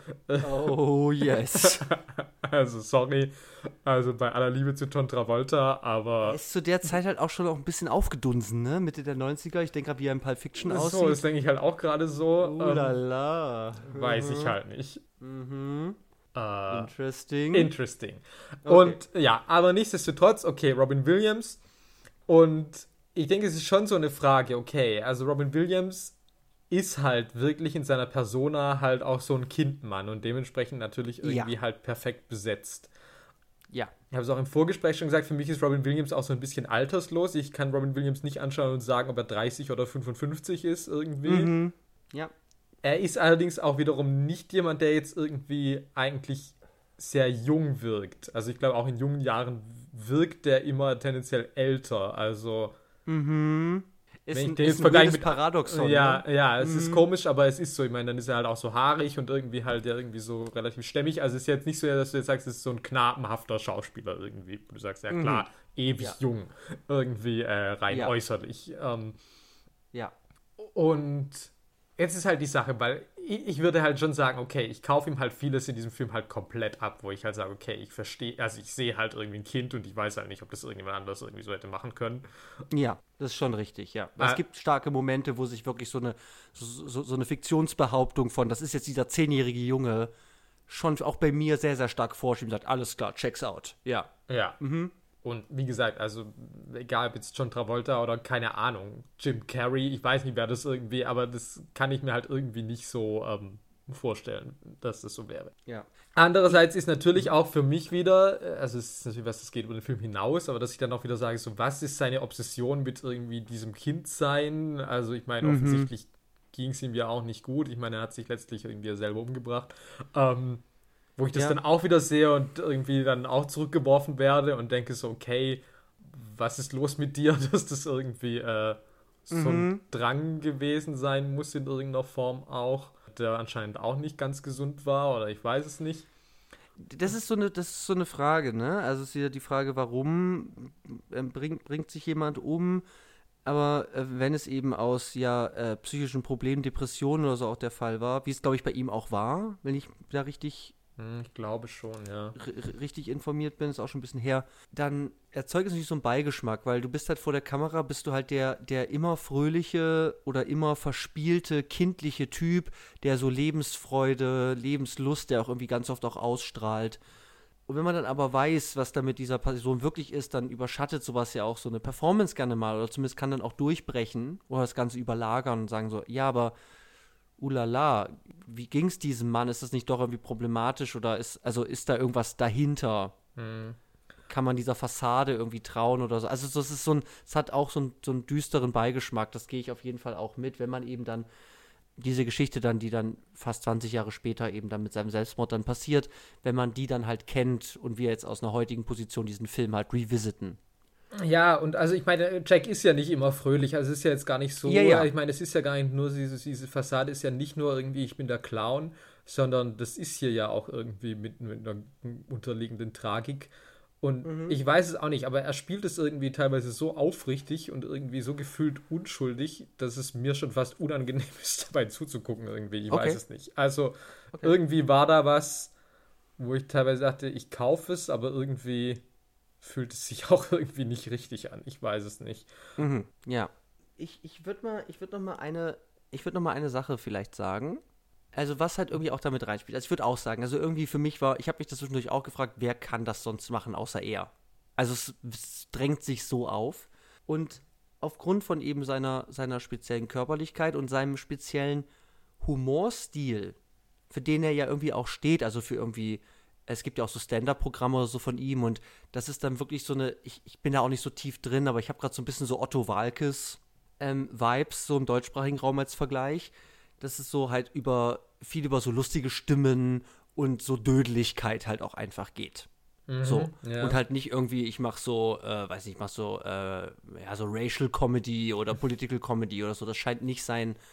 Oh, yes. also sorry, also bei aller Liebe zu John Travolta, aber Er ist zu der Zeit halt auch schon auch ein bisschen aufgedunsen, ne? Mitte der neunziger. Ich denke gerade, wie er in Pulp Fiction so, das aussieht. denke ich halt auch gerade so. Oh ähm, la la. weiß ich halt nicht. Mhm. Äh, Interesting. Interesting. Okay. Und ja, aber nichtsdestotrotz, okay, Robin Williams. Und ich denke, es ist schon so eine Frage, okay, also Robin Williams ist halt wirklich in seiner Persona halt auch so ein Kindmann und dementsprechend natürlich irgendwie Ja. halt perfekt besetzt. Ja. Ich habe es auch im Vorgespräch schon gesagt, für mich ist Robin Williams auch so ein bisschen alterslos. Ich kann Robin Williams nicht anschauen und sagen, ob er dreißig oder fünfundfünfzig ist irgendwie. Mhm. Ja. Er ist allerdings auch wiederum nicht jemand, der jetzt irgendwie eigentlich sehr jung wirkt. Also ich glaube, auch in jungen Jahren wirkt der immer tendenziell älter. Also Mhm. Ist wenn ich ein, den ist jetzt ein vergleiche weirdes mit Paradoxon. ja, Ne? ja, es Mhm. ist komisch, aber es ist so. Ich meine, dann ist er halt auch so haarig und irgendwie halt ja irgendwie so relativ stämmig. Also es ist jetzt nicht so, dass du jetzt sagst, es ist so ein knabenhafter Schauspieler irgendwie. Du sagst, ja klar, ewig Ja. jung. Irgendwie äh, rein Ja. äußerlich. Ähm, Ja. Und jetzt ist halt die Sache, weil ich, ich würde halt schon sagen, okay, ich kaufe ihm halt vieles in diesem Film halt komplett ab, wo ich halt sage, okay, ich verstehe, also ich sehe halt irgendwie ein Kind und ich weiß halt nicht, ob das irgendjemand anders irgendwie so hätte machen können. Ja, das ist schon richtig, ja. Weil Ah. Es gibt starke Momente, wo sich wirklich so eine, so, so, so eine Fiktionsbehauptung von, das ist jetzt dieser zehnjährige Junge, schon auch bei mir sehr, sehr stark vorschiebt und sagt, alles klar, checks out. Ja. Ja. Und wie gesagt, also egal ob jetzt John Travolta oder keine Ahnung, Jim Carrey, ich weiß nicht, wer das irgendwie, aber das kann ich mir halt irgendwie nicht so ähm, vorstellen, dass das so wäre. Ja. Andererseits ist natürlich auch für mich wieder, äh, also es ist natürlich was, das geht über den Film hinaus, aber dass ich dann auch wieder sage, so was ist seine Obsession mit irgendwie diesem Kindsein? Also ich meine, offensichtlich ging es ihm ja auch nicht gut. Ich meine, er hat sich letztlich irgendwie ja selber umgebracht. Ähm, wo ich das Ja. dann auch wieder sehe und irgendwie dann auch zurückgeworfen werde und denke so, okay, was ist los mit dir, dass das irgendwie äh, so ein Drang gewesen sein muss in irgendeiner Form auch, der anscheinend auch nicht ganz gesund war oder ich weiß es nicht. Das ist so eine, das ist so eine Frage, ne? Also es ist wieder die Frage, warum ähm, bringt, bringt sich jemand um? Aber äh, wenn es eben aus ja äh, psychischen Problemen, Depressionen oder so auch der Fall war, wie es glaube ich bei ihm auch war, wenn ich da richtig Hm, ich glaube schon, ja. r- richtig informiert bin, ist auch schon ein bisschen her, dann erzeugt es natürlich so einen Beigeschmack, weil du bist halt vor der Kamera, bist du halt der, der immer fröhliche oder immer verspielte, kindliche Typ, der so Lebensfreude, Lebenslust, der auch irgendwie ganz oft auch ausstrahlt. Und wenn man dann aber weiß, was da mit dieser Person wirklich ist, dann überschattet sowas ja auch so eine Performance gerne mal oder zumindest kann dann auch durchbrechen oder das Ganze überlagern und sagen so, ja, aber ulala, wie ging's diesem Mann? Ist das nicht doch irgendwie problematisch oder ist, also ist da irgendwas dahinter? Hm. Kann man dieser Fassade irgendwie trauen oder so? Also das ist so ein, es hat auch so, ein, so einen düsteren Beigeschmack, das gehe ich auf jeden Fall auch mit, wenn man eben dann diese Geschichte dann, die dann fast zwanzig Jahre später eben dann mit seinem Selbstmord dann passiert, wenn man die dann halt kennt und wir jetzt aus einer heutigen Position diesen Film halt revisiten. Ja, und also ich meine, Jack ist ja nicht immer fröhlich, also es ist ja jetzt gar nicht so, Ja, ja. ich meine, es ist ja gar nicht nur, diese, diese Fassade ist ja nicht nur irgendwie, ich bin der Clown, sondern das ist hier ja auch irgendwie mit, mit einer unterliegenden Tragik. Und ich weiß es auch nicht, aber er spielt es irgendwie teilweise so aufrichtig und irgendwie so gefühlt unschuldig, dass es mir schon fast unangenehm ist, dabei zuzugucken irgendwie. Ich Okay. weiß es nicht. Also Okay. irgendwie war da was, wo ich teilweise dachte, ich kaufe es, aber irgendwie fühlt es sich auch irgendwie nicht richtig an. Ich weiß es nicht. Mhm, ja. Ich, ich würde mal, ich würde noch mal eine, ich würde noch mal eine Sache vielleicht sagen. Also was halt irgendwie auch damit reinspielt. Also ich würde auch sagen, also irgendwie für mich war, ich habe mich das zwischendurch auch gefragt, wer kann das sonst machen, außer er. Also es, es drängt sich so auf. Und aufgrund von eben seiner, seiner speziellen Körperlichkeit und seinem speziellen Humorstil, für den er ja irgendwie auch steht, also für irgendwie, es gibt ja auch so Stand-Up-Programme oder so von ihm und das ist dann wirklich so eine, ich, ich bin da auch nicht so tief drin, aber ich habe gerade so ein bisschen so Otto Waalkes ähm, Vibes, so im deutschsprachigen Raum als Vergleich. Das ist so halt über, viel über so lustige Stimmen und so Dödeligkeit halt auch einfach geht. So. ja. Und halt nicht irgendwie, ich mach so, äh, weiß nicht, ich mach so, äh, ja, so Racial Comedy oder Political Comedy oder so. Das scheint nicht sein,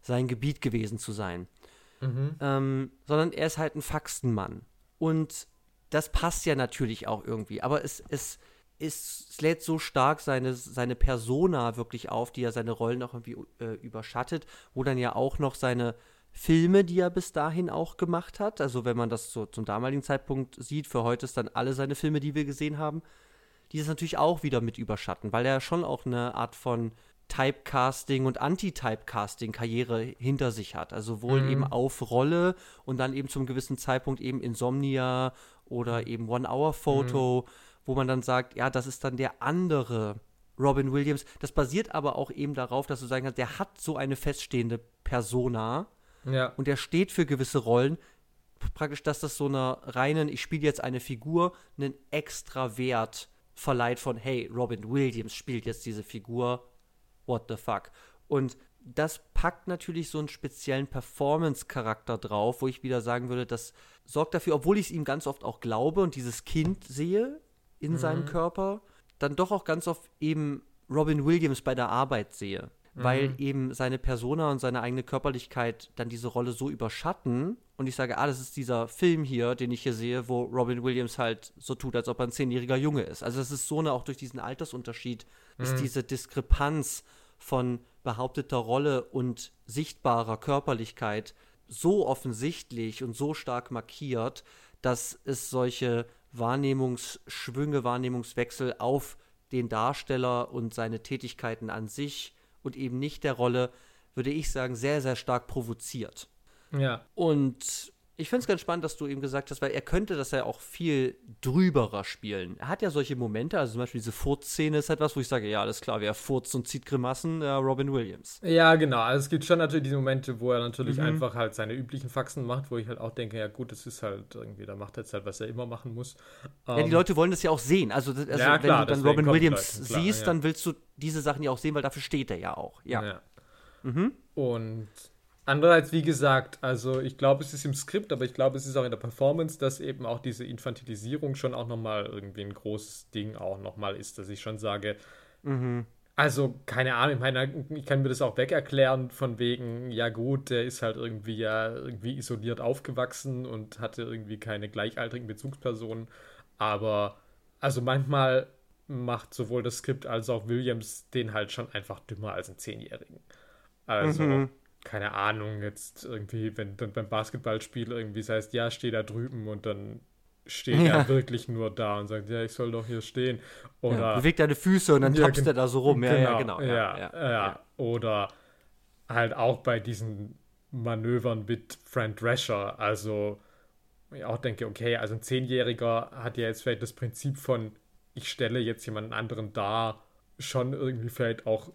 sein Gebiet gewesen zu sein. Mhm. Ähm, sondern er ist halt ein Faxenmann. Und das passt ja natürlich auch irgendwie, aber es, es, es, es lädt so stark seine, seine Persona wirklich auf, die ja seine Rollen auch irgendwie äh, überschattet, wo dann ja auch noch seine Filme, die er bis dahin auch gemacht hat, also wenn man das so zum damaligen Zeitpunkt sieht, für heute ist dann alle seine Filme, die wir gesehen haben, die das natürlich auch wieder mit überschatten, weil er schon auch eine Art von Typecasting und Anti-Typecasting-Karriere hinter sich hat. Also sowohl Mhm. eben auf Rolle und dann eben zum gewissen Zeitpunkt eben Insomnia oder eben One-Hour-Photo, wo man dann sagt, ja, das ist dann der andere Robin Williams. Das basiert aber auch eben darauf, dass du sagen kannst, der hat so eine feststehende Persona Ja. und der steht für gewisse Rollen. Praktisch, dass das so einer reinen, ich spiele jetzt eine Figur, einen extra Wert verleiht von, hey, Robin Williams spielt jetzt diese Figur, what the fuck. Und das packt natürlich so einen speziellen Performance-Charakter drauf, wo ich wieder sagen würde, das sorgt dafür, obwohl ich es ihm ganz oft auch glaube und dieses Kind sehe in Mhm. seinem Körper, dann doch auch ganz oft eben Robin Williams bei der Arbeit sehe. Weil Mhm. eben seine Persona und seine eigene Körperlichkeit dann diese Rolle so überschatten und ich sage, ah, das ist dieser Film hier, den ich hier sehe, wo Robin Williams halt so tut, als ob er ein zehnjähriger Junge ist. Also es ist so eine, auch durch diesen Altersunterschied, ist Mhm. diese Diskrepanz von behaupteter Rolle und sichtbarer Körperlichkeit so offensichtlich und so stark markiert, dass es solche Wahrnehmungsschwünge, Wahrnehmungswechsel auf den Darsteller und seine Tätigkeiten an sich und eben nicht der Rolle, würde ich sagen, sehr, sehr stark provoziert. Ja. Und ich finde es ganz spannend, dass du eben gesagt hast, weil er könnte das ja auch viel drüberer spielen. Er hat ja solche Momente, also zum Beispiel diese Furz-Szene ist etwas, wo ich sage, ja, alles klar, wer furzt und zieht Grimassen, ja, Robin Williams. Ja, genau. Also es gibt schon natürlich diese Momente, wo er natürlich Mhm. einfach halt seine üblichen Faxen macht, wo ich halt auch denke, ja gut, das ist halt irgendwie, da macht er jetzt halt, was er immer machen muss. Ja, die Ähm, Leute wollen das ja auch sehen. Also, das, also Ja, klar, wenn du dann deswegen Robin kommen die Williams Leute, klar, siehst, ja. dann willst du diese Sachen ja auch sehen, weil dafür steht er ja auch. Ja. ja. Mhm. Und andererseits, wie gesagt, also ich glaube, es ist im Skript, aber ich glaube, es ist auch in der Performance, dass eben auch diese Infantilisierung schon auch nochmal irgendwie ein großes Ding auch nochmal ist, dass ich schon sage, Mhm. also keine Ahnung, ich meine, ich kann mir das auch wegerklären von wegen, ja gut, der ist halt irgendwie ja irgendwie isoliert aufgewachsen und hatte irgendwie keine gleichaltrigen Bezugspersonen, aber also manchmal macht sowohl das Skript als auch Williams den halt schon einfach dümmer als einen Zehnjährigen. Also, Mhm. keine Ahnung, jetzt irgendwie, wenn dann beim Basketballspiel irgendwie es heißt, ja, steh da drüben und dann steht Ja. er wirklich nur da und sagt, ja, ich soll doch hier stehen. Oder Ja, bewegt deine Füße und dann Ja, tappst gen- er da so rum. Ja, ja, genau. Ja, Ja, ja, ja, ja. Oder halt auch bei diesen Manövern mit Fran Drescher. Also, ich auch denke, okay, also ein Zehnjähriger hat ja jetzt vielleicht das Prinzip von, ich stelle jetzt jemanden anderen dar, schon irgendwie vielleicht auch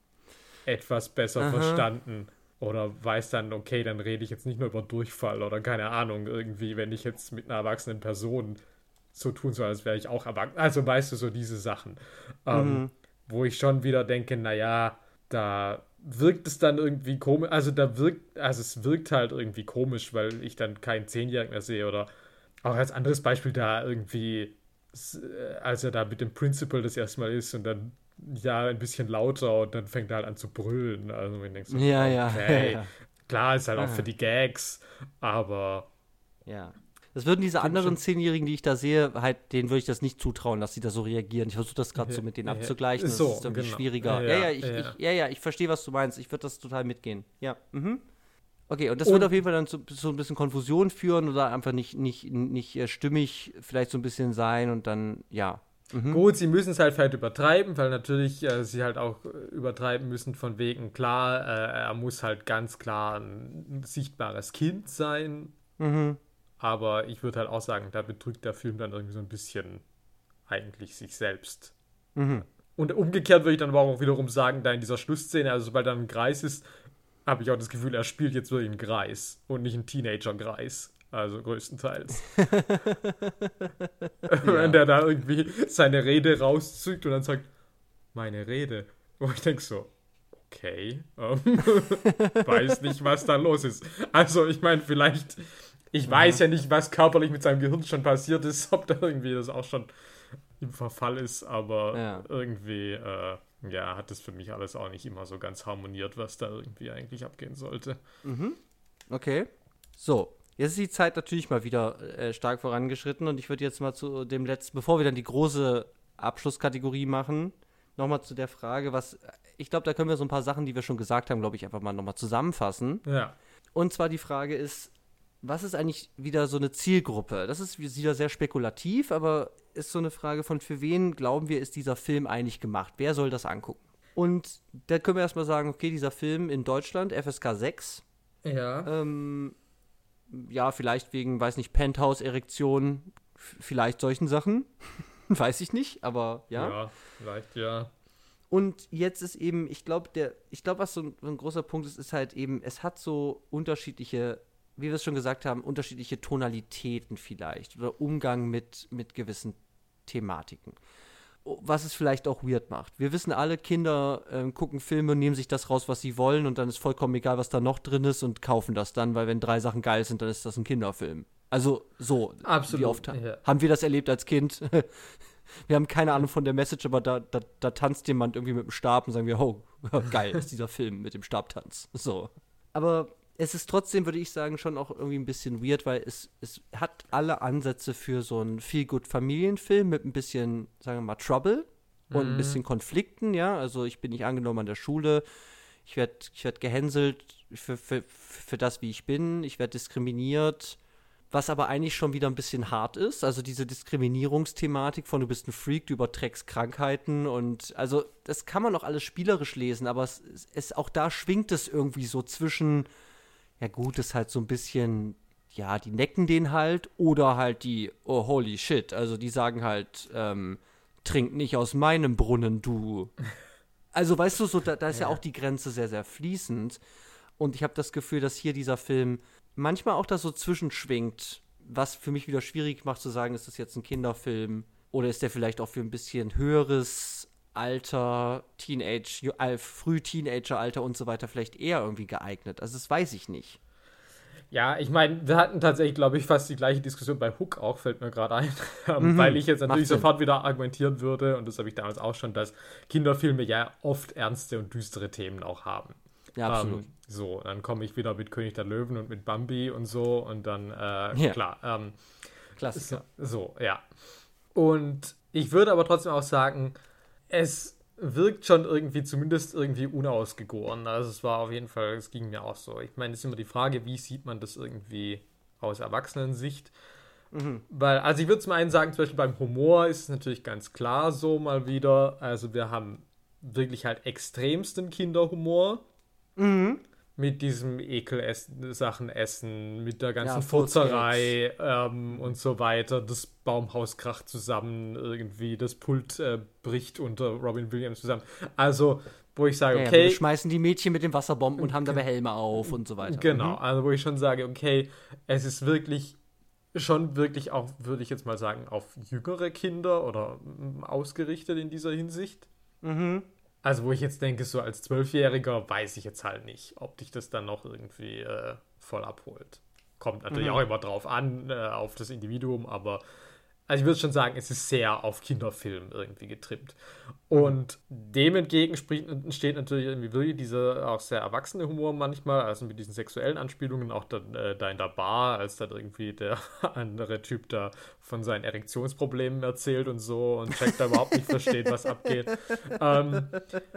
etwas besser Aha. verstanden. Oder weiß dann, okay, dann rede ich jetzt nicht nur über Durchfall oder keine Ahnung, irgendwie, wenn ich jetzt mit einer erwachsenen Person so tun soll, als wäre ich auch erwachsen. Also weißt du, so diese Sachen. Ähm, Mhm. wo ich schon wieder denke, naja, da wirkt es dann irgendwie komisch, also da wirkt, also es wirkt halt irgendwie komisch, weil ich dann keinen Zehnjährigen mehr sehe oder auch als anderes Beispiel da irgendwie, s- äh, als er da mit dem Principal das erste Mal ist und dann ja ein bisschen lauter und dann fängt er halt an zu brüllen. Also ich denke so, Ja, ja, okay, ja, ja. klar ist halt auch Ah. für die Gags, aber Ja. Das würden diese Find anderen schon- Zehnjährigen, die ich da sehe, halt, denen würde ich das nicht zutrauen, dass sie da so reagieren. Ich versuche das gerade so mit denen Ja, abzugleichen. Das so, ist irgendwie genau. schwieriger. Ja, Ja, ja, ich, ja. Ich, ja, ja, ich verstehe, was du meinst. Ich würde das total mitgehen. Ja. Mhm. Okay, und das Und- wird auf jeden Fall dann zu so ein bisschen Konfusion führen oder einfach nicht, nicht, nicht äh, stimmig vielleicht so ein bisschen sein und dann, ja. Mhm. Gut, sie müssen es halt vielleicht übertreiben, weil natürlich äh, sie halt auch äh, übertreiben müssen von wegen, klar, äh, er muss halt ganz klar ein sichtbares Kind sein, Mhm. aber ich würde halt auch sagen, da betrügt der Film dann irgendwie so ein bisschen eigentlich sich selbst. Mhm. Und umgekehrt würde ich dann aber auch wiederum sagen, da in dieser Schlussszene, also sobald dann ein Kreis ist, habe ich auch das Gefühl, er spielt jetzt wirklich einen Kreis und nicht einen Teenager-Kreis. Also größtenteils. Wenn der da irgendwie seine Rede rauszückt und dann sagt, meine Rede. Wo ich denke so, okay, ähm, weiß nicht, was da los ist. Also ich meine, vielleicht, ich weiß ja nicht, was körperlich mit seinem Gehirn schon passiert ist, ob da irgendwie das auch schon im Verfall ist, aber Ja. irgendwie, äh, ja, hat das für mich alles auch nicht immer so ganz harmoniert, was da irgendwie eigentlich abgehen sollte. Mhm. Okay. So, jetzt ist die Zeit natürlich mal wieder äh, stark vorangeschritten und ich würde jetzt mal zu dem letzten, bevor wir dann die große Abschlusskategorie machen, nochmal zu der Frage, was, ich glaube, da können wir so ein paar Sachen, die wir schon gesagt haben, glaube ich, einfach mal nochmal zusammenfassen. Ja. Und zwar die Frage ist, was ist eigentlich wieder so eine Zielgruppe? Das ist wieder sehr spekulativ, aber ist so eine Frage von, für wen glauben wir, ist dieser Film eigentlich gemacht? Wer soll das angucken? Und da können wir erstmal sagen, okay, dieser Film in Deutschland, F S K sechs, Ja. ähm, ja, vielleicht wegen, weiß nicht, Penthouse-Erektion, f- vielleicht solchen Sachen, weiß ich nicht, aber ja. Ja, vielleicht ja. Und jetzt ist eben, ich glaube, der, ich glaube, was so ein, so ein großer Punkt ist, ist halt eben, es hat so unterschiedliche, wie wir es schon gesagt haben, unterschiedliche Tonalitäten vielleicht oder Umgang mit, mit gewissen Thematiken. O- Was es vielleicht auch weird macht. Wir wissen alle, Kinder ähm, gucken Filme und nehmen sich das raus, was sie wollen und dann ist vollkommen egal, was da noch drin ist und kaufen das dann, weil wenn drei Sachen geil sind, dann ist das ein Kinderfilm. Also so, Absolut, wie oft ha- ja. haben wir das erlebt als Kind? Wir haben keine Ahnung von der Message, aber da, da, da tanzt jemand irgendwie mit dem Stab und sagen wir, oh, geil, ist dieser Film mit dem Stabtanz. So. Aber es ist trotzdem, würde ich sagen, schon auch irgendwie ein bisschen weird, weil es, es hat alle Ansätze für so einen Feel-Good-Familienfilm mit ein bisschen, sagen wir mal, Trouble und ein Mhm. bisschen Konflikten, ja. Also ich bin nicht angenommen an der Schule, ich werde ich werd gehänselt für, für, für das, wie ich bin, ich werde diskriminiert, was aber eigentlich schon wieder ein bisschen hart ist. Also diese Diskriminierungsthematik von du bist ein Freak, du überträgst Krankheiten und also das kann man auch alles spielerisch lesen, aber es, es, es auch da schwingt es irgendwie so zwischen, ja gut, ist halt so ein bisschen, ja, die necken den halt oder halt die, oh holy shit, also die sagen halt, ähm, trink nicht aus meinem Brunnen, du. Also weißt du, so da, da ist ja. Ja. auch die Grenze sehr, sehr fließend und ich habe das Gefühl, dass hier dieser Film manchmal auch da so zwischenschwingt, was für mich wieder schwierig macht zu sagen, ist das jetzt ein Kinderfilm oder ist der vielleicht auch für ein bisschen höheres Alter, Teenage, ju- äh, Früh-Teenager-Alter und so weiter vielleicht eher irgendwie geeignet. Also das weiß ich nicht. Ja, ich meine, wir hatten tatsächlich, glaube ich, fast die gleiche Diskussion bei Hook auch, fällt mir gerade ein. Ähm, Mhm, Weil ich jetzt macht natürlich Sinn. sofort wieder argumentieren würde, und das habe ich damals auch schon, dass Kinderfilme ja oft ernste und düstere Themen auch haben. Ja, absolut. Ähm, so, dann komme ich wieder mit König der Löwen und mit Bambi und so und dann, äh, Ja. klar, ähm, Klassiker. so, ja. Und ich würde aber trotzdem auch sagen, es wirkt schon irgendwie, zumindest irgendwie unausgegoren. Also es war auf jeden Fall, es ging mir auch so. Ich meine, es ist immer die Frage, wie sieht man das irgendwie aus Erwachsenensicht? Mhm. Weil, also ich würde zum einen sagen, zum Beispiel beim Humor ist es natürlich ganz klar so mal wieder. Also wir haben wirklich halt extremsten Kinderhumor. Mhm. Mit diesem Ekel-Sachen essen, mit der ganzen Ja, Furzerei ähm, und so weiter. Das Baumhaus kracht zusammen irgendwie, das Pult äh, bricht unter Robin Williams zusammen. Also, wo ich sage, Ja, ja, okay, wir schmeißen die Mädchen mit den Wasserbomben und haben dabei Helme auf und so weiter. genau, Mhm. also wo ich schon sage, okay, es ist wirklich, schon wirklich auch, würde ich jetzt mal sagen, auf jüngere Kinder oder mm, ausgerichtet in dieser Hinsicht. Mhm. Also wo ich jetzt denke, so als Zwölfjähriger weiß ich jetzt halt nicht, ob dich das dann noch irgendwie äh, voll abholt. Kommt natürlich Mhm. auch immer drauf an, äh, auf das Individuum, aber also ich würde schon sagen, es ist sehr auf Kinderfilm irgendwie getrimmt. Und dem entgegen spricht, steht natürlich irgendwie wirklich dieser auch sehr erwachsene Humor manchmal, also mit diesen sexuellen Anspielungen, auch dann, äh, da in der Bar, als dann irgendwie der andere Typ da von seinen Erektionsproblemen erzählt und so und Jack da überhaupt nicht versteht, was abgeht. Ähm,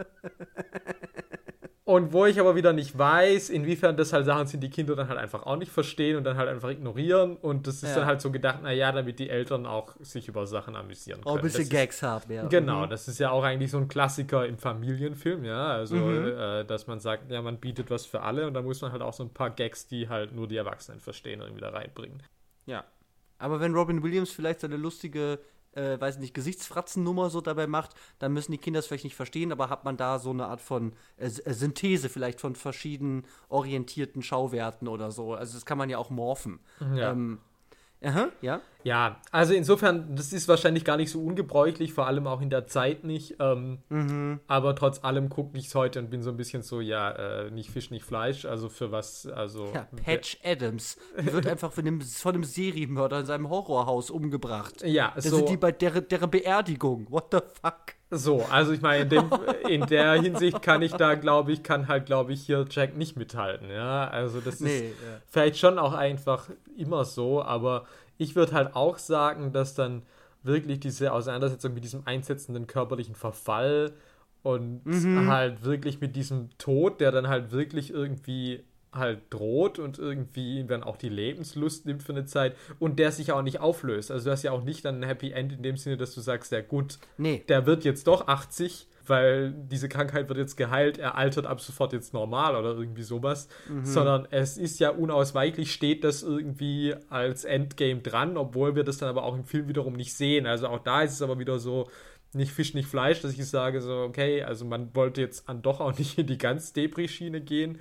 und wo ich aber wieder nicht weiß, inwiefern das halt Sachen sind, die Kinder dann halt einfach auch nicht verstehen und dann halt einfach ignorieren. Und das ist Ja. dann halt so gedacht, naja, damit die Eltern auch sich über Sachen amüsieren können. Auch ein bisschen Das ist- Gags haben, ja. Genau, Mhm. das ist ja auch eigentlich so ein Klassiker im Familienfilm, ja. Also, Mhm. äh, dass man sagt, ja, man bietet was für alle und da muss man halt auch so ein paar Gags, die halt nur die Erwachsenen verstehen, irgendwie da reinbringen. Ja. Aber wenn Robin Williams vielleicht seine lustige, äh, weiß nicht, Gesichtsfratzennummer so dabei macht, dann müssen die Kinder es vielleicht nicht verstehen, aber hat man da so eine Art von äh, S- äh, Synthese vielleicht von verschieden orientierten Schauwerten oder so. Also das kann man ja auch morphen. Ja. Ähm, aha, ja. Ja, also insofern, das ist wahrscheinlich gar nicht so ungebräuchlich, vor allem auch in der Zeit nicht. Ähm, Mhm. aber trotz allem gucke ich es heute und bin so ein bisschen so, ja, äh, nicht Fisch, nicht Fleisch. Also für was, also. Ja, Patch Adams. Die wird einfach von einem, von einem Serienmörder in seinem Horrorhaus umgebracht. Ja, Da so. sind die bei deren, deren Beerdigung. What the fuck? So, also ich meine, in, dem, in der Hinsicht kann ich da, glaube ich, kann halt, glaube ich, hier Jack nicht mithalten, ja, also das ist Nee, ja. vielleicht schon auch einfach immer so, aber ich würde halt auch sagen, dass dann wirklich diese Auseinandersetzung mit diesem einsetzenden körperlichen Verfall und Mhm. halt wirklich mit diesem Tod, der dann halt wirklich irgendwie halt droht und irgendwie ihm dann auch die Lebenslust nimmt für eine Zeit und der sich auch nicht auflöst. Also du hast ja auch nicht dann ein Happy End in dem Sinne, dass du sagst, ja gut, Nee. der wird jetzt doch achtzig, weil diese Krankheit wird jetzt geheilt, er altert ab sofort jetzt normal oder irgendwie sowas, Mhm. sondern es ist ja unausweichlich, steht das irgendwie als Endgame dran, obwohl wir das dann aber auch im Film wiederum nicht sehen. Also auch da ist es aber wieder so, nicht Fisch, nicht Fleisch, dass ich sage so, okay, also man wollte jetzt an doch auch nicht in die ganz Depri-Schiene gehen,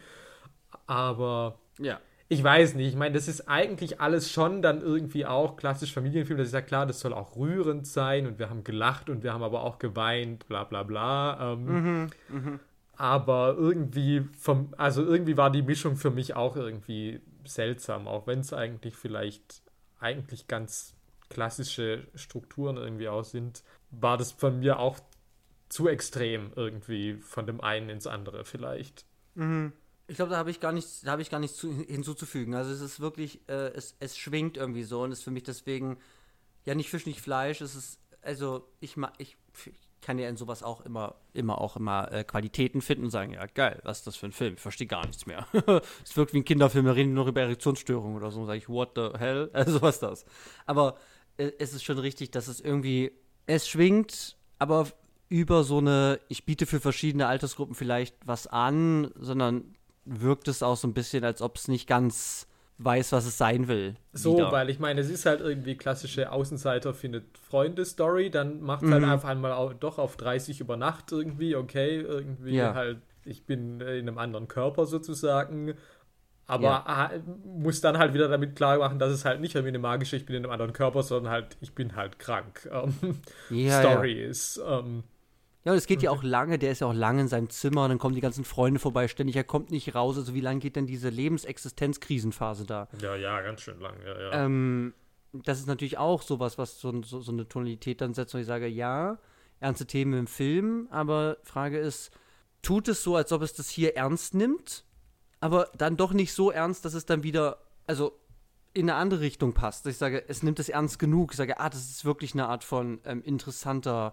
aber Ja. ich weiß nicht. Ich meine, das ist eigentlich alles schon dann irgendwie auch klassisch Familienfilm. Das ist ja klar, das soll auch rührend sein und wir haben gelacht und wir haben aber auch geweint, bla bla bla. Ähm, Mhm. Mhm. aber irgendwie vom, also irgendwie war die Mischung für mich auch irgendwie seltsam, auch wenn es eigentlich vielleicht eigentlich ganz klassische Strukturen irgendwie auch sind, war das von mir auch zu extrem irgendwie von dem einen ins andere vielleicht. Mhm. Ich glaube, da habe ich gar nichts, da habe ich gar nichts zu, hinzuzufügen. Also es ist wirklich, äh, es, es schwingt irgendwie so und ist für mich deswegen ja nicht Fisch, nicht Fleisch. Es ist, also ich ma, ich, ich kann ja in sowas auch immer, immer auch immer äh, Qualitäten finden und sagen, ja geil, was ist das für ein Film? Ich verstehe gar nichts mehr. Es wirkt wie ein Kinderfilm, wir reden nur noch über Erektionsstörungen oder so. Sage ich, what the hell? Also was ist das? Aber äh, es ist schon richtig, dass es irgendwie, es schwingt, aber über so eine, ich biete für verschiedene Altersgruppen vielleicht was an, sondern wirkt es auch so ein bisschen, als ob es nicht ganz weiß, was es sein will. So, Wieder. weil ich meine, es ist halt irgendwie klassische Außenseiter findet Freunde-Story, dann macht es halt Mhm. einfach einmal auch, doch auf dreißig über Nacht irgendwie, okay, irgendwie Ja, halt, ich bin äh, in einem anderen Körper sozusagen, ja. aber ah, muss dann halt wieder damit klar machen, dass es halt nicht irgendwie eine magische, ich bin in einem anderen Körper, sondern halt, ich bin halt krank. Ähm, Ja, ja. Story ist. Ähm, Ja, und es geht ja okay. auch lange, der ist ja auch lange in seinem Zimmer, und dann kommen die ganzen Freunde vorbei, ständig, er kommt nicht raus. Also wie lange geht denn diese Lebensexistenz-Krisenphase da? Ja, ja, ganz schön lang, ja, ja. Ähm, das ist natürlich auch sowas, was so, so, so eine Tonalität dann setzt, wo ich sage, ja, ernste Themen im Film, aber Frage ist, tut es so, als ob es das hier ernst nimmt, aber dann doch nicht so ernst, dass es dann wieder, also in eine andere Richtung passt. Ich sage, es nimmt es ernst genug. Ich sage, ah, das ist wirklich eine Art von ähm, interessanter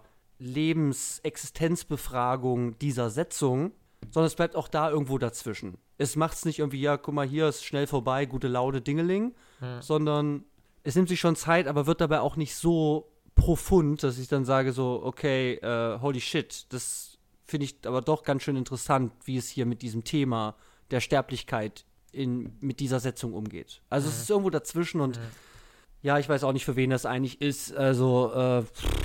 Lebensexistenzbefragung dieser Setzung, sondern es bleibt auch da irgendwo dazwischen. Es macht es nicht irgendwie, ja, guck mal, hier ist schnell vorbei, gute Laune, Dingeling, Hm. sondern es nimmt sich schon Zeit, aber wird dabei auch nicht so profund, dass ich dann sage so, okay, äh, holy shit, das finde ich aber doch ganz schön interessant, wie es hier mit diesem Thema der Sterblichkeit in, mit dieser Setzung umgeht. Also es Hm. ist irgendwo dazwischen und Hm. ja, ich weiß auch nicht, für wen das eigentlich ist. Also äh,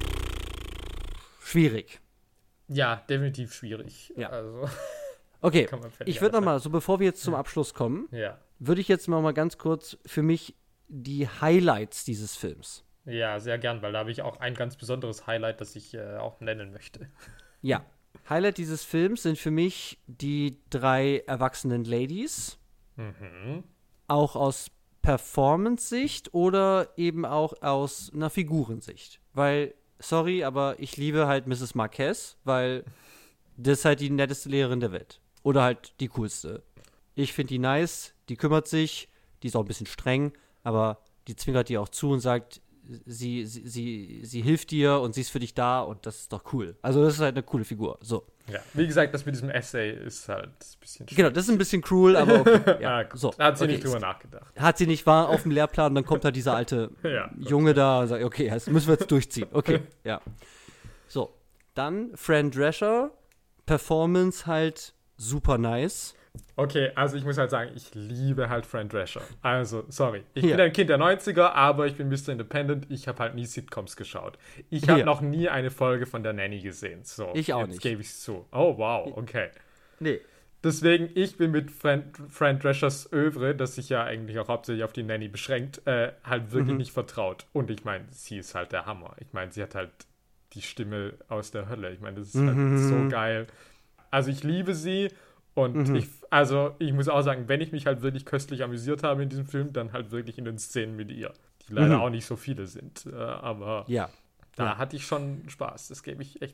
schwierig. Ja, definitiv schwierig. Ja. Also, Okay, kann man völlig ich würde anders noch mal, so bevor wir jetzt zum Ja. Abschluss kommen, sagen. Ja. würde ich jetzt noch mal ganz kurz für mich die Highlights dieses Films. Ja, sehr gern, weil da habe ich auch ein ganz besonderes Highlight, das ich äh, auch nennen möchte. Ja, Highlight dieses Films sind für mich die drei erwachsenen Ladies, Mhm. auch aus Performance-Sicht oder eben auch aus einer Figurensicht. Weil, sorry, aber ich liebe halt Misses Marquez, weil das ist halt die netteste Lehrerin der Welt. Oder halt die coolste. Ich finde die nice, die kümmert sich, die ist auch ein bisschen streng, aber die zwinkert dir auch zu und sagt, sie, sie, sie, sie hilft dir und sie ist für dich da und das ist doch cool. Also das ist halt eine coole Figur. So. Ja, wie gesagt, das mit diesem Essay ist halt ein bisschen Genau, das ist ein bisschen cruel, aber okay. Ja, ah, gut. so. Da hat sie okay. nicht drüber nachgedacht. Hat sie nicht, war auf dem Lehrplan, dann kommt halt dieser alte Ja, gut. Junge da und sagt, okay, das müssen wir jetzt durchziehen. Okay, ja. So, dann Fran Drescher, Performance halt super nice. Okay, also ich muss halt sagen, ich liebe halt Fran Drescher. Also, sorry. Ich Ja. bin ein Kind der neunziger, aber ich bin Mister Independent. Ich habe halt nie Sitcoms geschaut. Ich habe Ja. noch nie eine Folge von der Nanny gesehen. So, Ich auch jetzt nicht. gebe ich es zu. Oh, wow, okay. Nee. Deswegen, ich bin mit Fran, Fran Dreschers Övre, das sich ja eigentlich auch hauptsächlich auf die Nanny beschränkt, äh, halt wirklich Mhm. nicht vertraut. Und ich meine, sie ist halt der Hammer. Ich meine, sie hat halt die Stimme aus der Hölle. Ich meine, das ist halt Mhm. so geil. Also ich liebe sie und Mhm. ich, also ich muss auch sagen, wenn ich mich halt wirklich köstlich amüsiert habe in diesem Film, dann halt wirklich in den Szenen mit ihr, die leider Mhm. auch nicht so viele sind. Äh, aber Ja. da Ja. hatte ich schon Spaß, das gebe ich echt zu.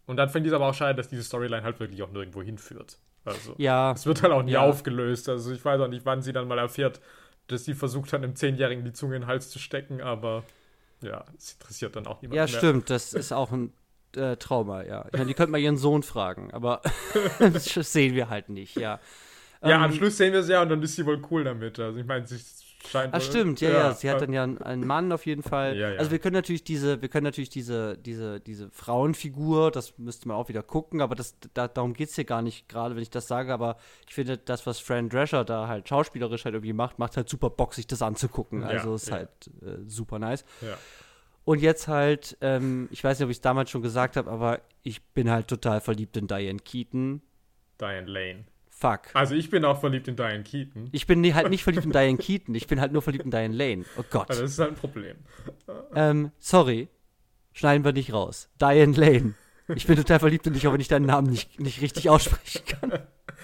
Und dann finde ich es aber auch schade, dass diese Storyline halt wirklich auch nirgendwo hinführt. Also, ja. es wird halt auch nie ja. aufgelöst. Also, ich weiß auch nicht, wann sie dann mal erfährt, dass sie versucht hat, einem Zehnjährigen die Zunge in den Hals zu stecken, aber ja, es interessiert dann auch niemanden Ja, mehr. stimmt, das ist auch ein äh, Trauma, ja. Ich meine, die könnten mal ihren Sohn fragen, aber das sehen wir halt nicht, ja. Ja, ähm, am Schluss sehen wir sie ja und dann ist sie wohl cool damit. Also, ich meine, sie scheint. Ah, stimmt, ja, ja, ja. Sie hat dann ja einen, einen Mann auf jeden Fall. Ja, ja. Also wir können natürlich diese, wir können natürlich diese, diese, diese Frauenfigur, das müsste man auch wieder gucken, aber das, da, darum geht es hier gar nicht, gerade wenn ich das sage, aber ich finde, das, was Fran Drescher da halt schauspielerisch halt irgendwie macht, macht halt super Bock, sich das anzugucken. Ja, also ist ja. halt äh, super nice. Ja. Und jetzt halt, ähm, ich weiß nicht, ob ich es damals schon gesagt habe, aber ich bin halt total verliebt in Diane Keaton. Diane Lane. Fuck. Also ich bin auch verliebt in Diane Keaton. Ich bin halt nicht verliebt in Diane Keaton, ich bin halt nur verliebt in Diane Lane. Oh Gott. Also das ist halt ein Problem. Ähm, sorry. Schneiden wir nicht raus. Diane Lane. Ich bin total verliebt in dich, auch wenn ich deinen Namen nicht, nicht richtig aussprechen kann.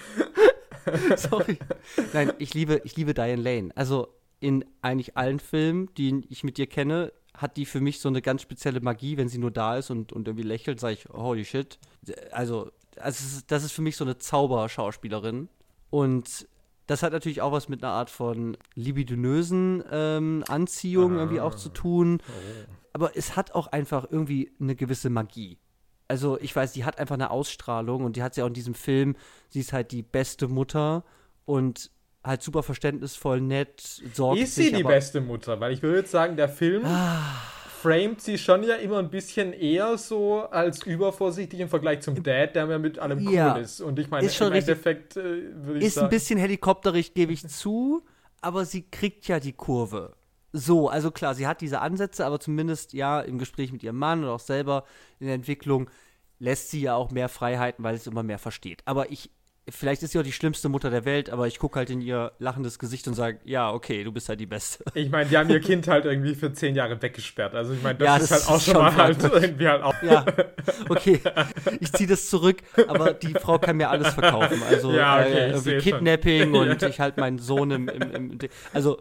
Sorry. Nein, ich liebe, ich liebe Diane Lane. Also in eigentlich allen Filmen, die ich mit dir kenne, hat die für mich so eine ganz spezielle Magie, wenn sie nur da ist und, und irgendwie lächelt, sage ich, holy shit. Also, also das ist für mich so eine Zauberschauspielerin. Und das hat natürlich auch was mit einer Art von libidinösen ähm, Anziehung ah. irgendwie auch zu tun. Oh. Aber es hat auch einfach irgendwie eine gewisse Magie. Also ich weiß, die hat einfach eine Ausstrahlung und die hat sie auch in diesem Film. Sie ist halt die beste Mutter und halt super verständnisvoll, nett, sorgt sich. Ist sie sich, die beste Mutter? Weil ich würde jetzt sagen, der Film ah. framet sie schon ja immer ein bisschen eher so als übervorsichtig im Vergleich zum Dad, der mir mit allem cool ja. ist. Und ich meine, im Endeffekt äh, würde ich ist sagen... Ist ein bisschen helikopterig, gebe ich zu, aber sie kriegt ja die Kurve. So, also klar, sie hat diese Ansätze, aber zumindest ja im Gespräch mit ihrem Mann oder auch selber in der Entwicklung lässt sie ja auch mehr Freiheiten, weil sie es immer mehr versteht. Aber ich Vielleicht ist sie auch die schlimmste Mutter der Welt, aber ich gucke halt in ihr lachendes Gesicht und sage, ja, okay, du bist halt die Beste. Ich meine, die haben ihr Kind halt irgendwie für zehn Jahre weggesperrt. Also ich meine, das, ja, das ist halt auch schon mal halt irgendwie halt auch. Ja, okay, ich ziehe das zurück, aber die Frau kann mir alles verkaufen. Also ja, okay, äh, irgendwie Kidnapping schon. Und ich halt meinen Sohn im, im, im also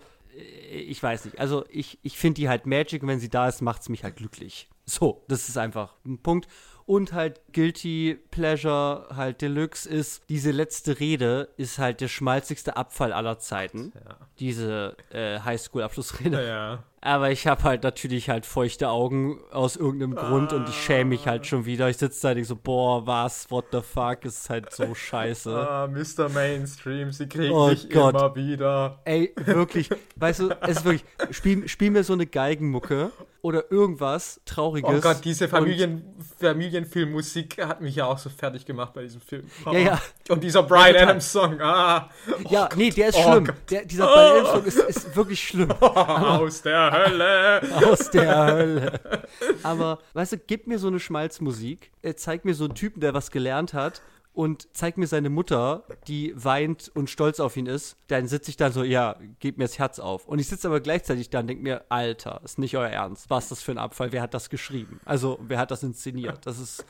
ich weiß nicht. Also ich, ich finde die halt Magic und wenn sie da ist, macht es mich halt glücklich. So, das ist einfach ein Punkt. Und halt Guilty Pleasure halt Deluxe ist, diese letzte Rede ist halt der schmalzigste Abfall aller Zeiten. Ja. Diese äh, Highschool-Abschlussrede. Ja. Aber ich habe halt natürlich halt feuchte Augen aus irgendeinem ah. Grund und ich schäme mich halt schon wieder. Ich sitze da und denke so, boah, was, what the fuck, ist halt so scheiße. Ah, Mister Mainstream, sie kriegen oh mich Gott. immer wieder. Ey, wirklich, weißt du, es ist wirklich, spiel, spiel mir so eine Geigenmucke oder irgendwas Trauriges. Oh Gott, diese Familien, Familienfilmmusik hat mich ja auch so fertig gemacht bei diesem Film. Oh. Ja, ja. Und dieser Bryan ja, Adams Song, ah. Oh ja, Gott. nee, der ist oh schlimm. Gott. Der, dieser oh. Bryan Adams Song ist, ist wirklich schlimm. Oh, aus der Hölle. Aus der Hölle. Aber, weißt du, gib mir so eine Schmalzmusik, zeig mir so einen Typen, der was gelernt hat und zeig mir seine Mutter, die weint und stolz auf ihn ist, dann sitze ich dann so, ja, gib mir das Herz auf. Und ich sitze aber gleichzeitig da und denke mir, Alter, ist nicht euer Ernst. Was ist das für ein Abfall? Wer hat das geschrieben? Also, wer hat das inszeniert? Das ist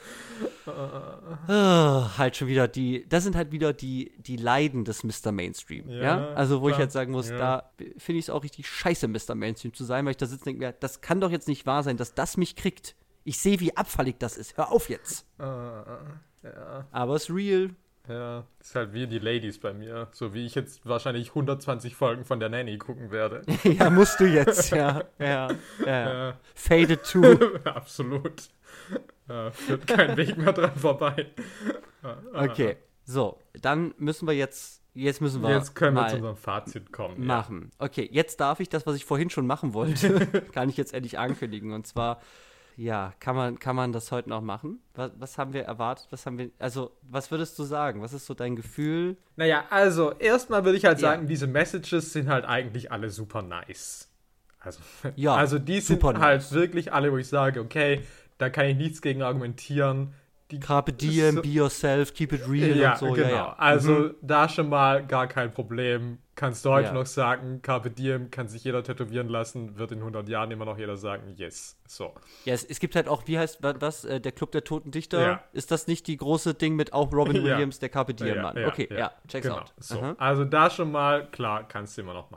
äh, halt schon wieder die, das sind halt wieder die, die Leiden des Mister Mainstream. Ja, ja? Also, wo klar. ich halt sagen muss, ja. da finde ich es auch richtig scheiße, Mister Mainstream zu sein, weil ich da sitze und denke mir, das kann doch jetzt nicht wahr sein, dass das mich kriegt. Ich sehe, wie abfallig das ist. Hör auf jetzt. Uh, ja. Aber es ist real. Ja, ist halt wie die Ladies bei mir. So wie ich jetzt wahrscheinlich hundertzwanzig Folgen von der Nanny gucken werde. Ja, musst du jetzt, ja. Ja, ja. ja. Faded to. Absolut. Ja, führt kein Weg mehr dran vorbei. Okay, so. Dann müssen wir jetzt, jetzt müssen wir Jetzt können wir mal zu unserem Fazit kommen. Machen. Ja. Okay, jetzt darf ich das, was ich vorhin schon machen wollte, kann ich jetzt endlich ankündigen. Und zwar... Ja, kann man, kann man das heute noch machen? Was, was haben wir erwartet? Was haben wir, also, was würdest du sagen? Was ist so dein Gefühl? Naja, also, erstmal würde ich halt sagen, ja. diese Messages sind halt eigentlich alle super nice. Also, ja, also die sind halt nice. wirklich alle, wo ich sage, okay, da kann ich nichts gegen argumentieren. Die, Carpe diem, so, be yourself, keep it real ja, und so. Genau. Ja, ja. Also, mhm. da schon mal gar kein Problem. Kannst du heute ja. noch sagen, Carpe diem kann sich jeder tätowieren lassen, wird in hundert Jahren immer noch jeder sagen, yes. So. Ja, es, es gibt halt auch, wie heißt was, äh, der Club der Toten Dichter? Ja. Ist das nicht die große Ding mit auch Robin ja. Williams, der Carpe diem ja, Mann? ja, okay, ja, ja check's genau. out. So. Also da schon mal, klar, kannst du immer noch machen.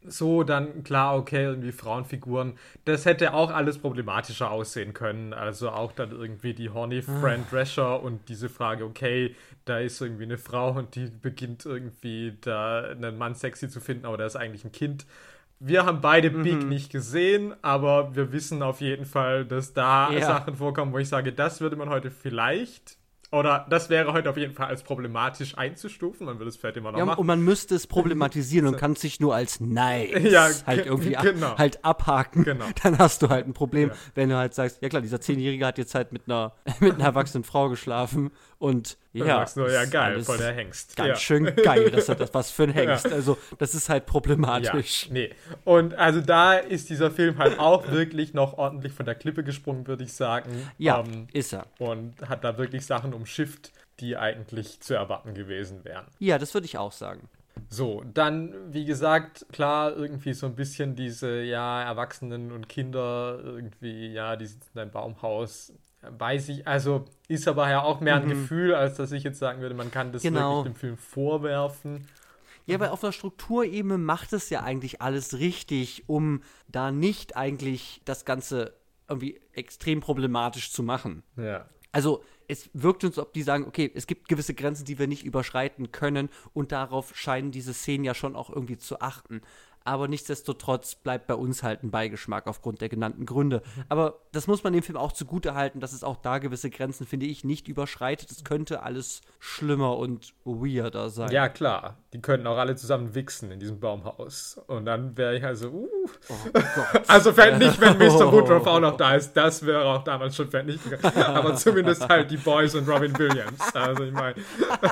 so dann, klar, okay, irgendwie Frauenfiguren, das hätte auch alles problematischer aussehen können. Also auch dann irgendwie die horny Fran Drescher und diese Frage, okay, da ist irgendwie eine Frau und die beginnt irgendwie da einen Mann sexy zu finden, aber der ist eigentlich ein Kind. Wir haben beide mhm. Big nicht gesehen, aber wir wissen auf jeden Fall, dass da ja. Sachen vorkommen, wo ich sage, das würde man heute vielleicht... Oder das wäre heute auf jeden Fall als problematisch einzustufen. Man würde es vielleicht immer noch ja, machen. Und man müsste es problematisieren und kann es sich nur als nice ja, halt irgendwie genau. ab, halt abhaken. Genau. Dann hast du halt ein Problem, ja. wenn du halt sagst, ja klar, dieser Zehnjährige hat jetzt halt mit einer, mit einer erwachsenen Frau geschlafen und ja. Du sagst nur, ja geil, voll der Hengst. Ganz ja. schön geil, dass er das was für ein Hengst. Ja. Also das ist halt problematisch. Ja, nee. Und also da ist dieser Film halt auch wirklich noch ordentlich von der Klippe gesprungen, würde ich sagen. Ja, ähm, ist er. Und hat da wirklich Sachen umschifft, die eigentlich zu erwarten gewesen wären. Ja, das würde ich auch sagen. So, dann, wie gesagt, klar, irgendwie so ein bisschen diese, ja, Erwachsenen und Kinder, irgendwie, ja, die sitzen in einem Baumhaus, weiß ich, also ist aber ja auch mehr ein mhm. Gefühl, als dass ich jetzt sagen würde, man kann das genau. wirklich dem Film vorwerfen. Ja, weil auf der Strukturebene macht es ja eigentlich alles richtig, um da nicht eigentlich das Ganze irgendwie extrem problematisch zu machen. Ja. Also es wirkt uns, ob die sagen, okay, es gibt gewisse Grenzen, die wir nicht überschreiten können und darauf scheinen diese Szenen ja schon auch irgendwie zu achten. Aber nichtsdestotrotz bleibt bei uns halt ein Beigeschmack aufgrund der genannten Gründe. Aber das muss man dem Film auch zugutehalten, dass es auch da gewisse Grenzen, finde ich, nicht überschreitet. Es könnte alles schlimmer und weirder sein. Ja, klar. Die könnten auch alle zusammen wichsen in diesem Baumhaus. Und dann wäre ich also, uh. Oh Gott. Also vielleicht nicht, wenn Mister Woodruff auch noch da ist. Das wäre auch damals schon fertig gegangen. Aber zumindest halt die Boys und Robin Williams. Also ich meine.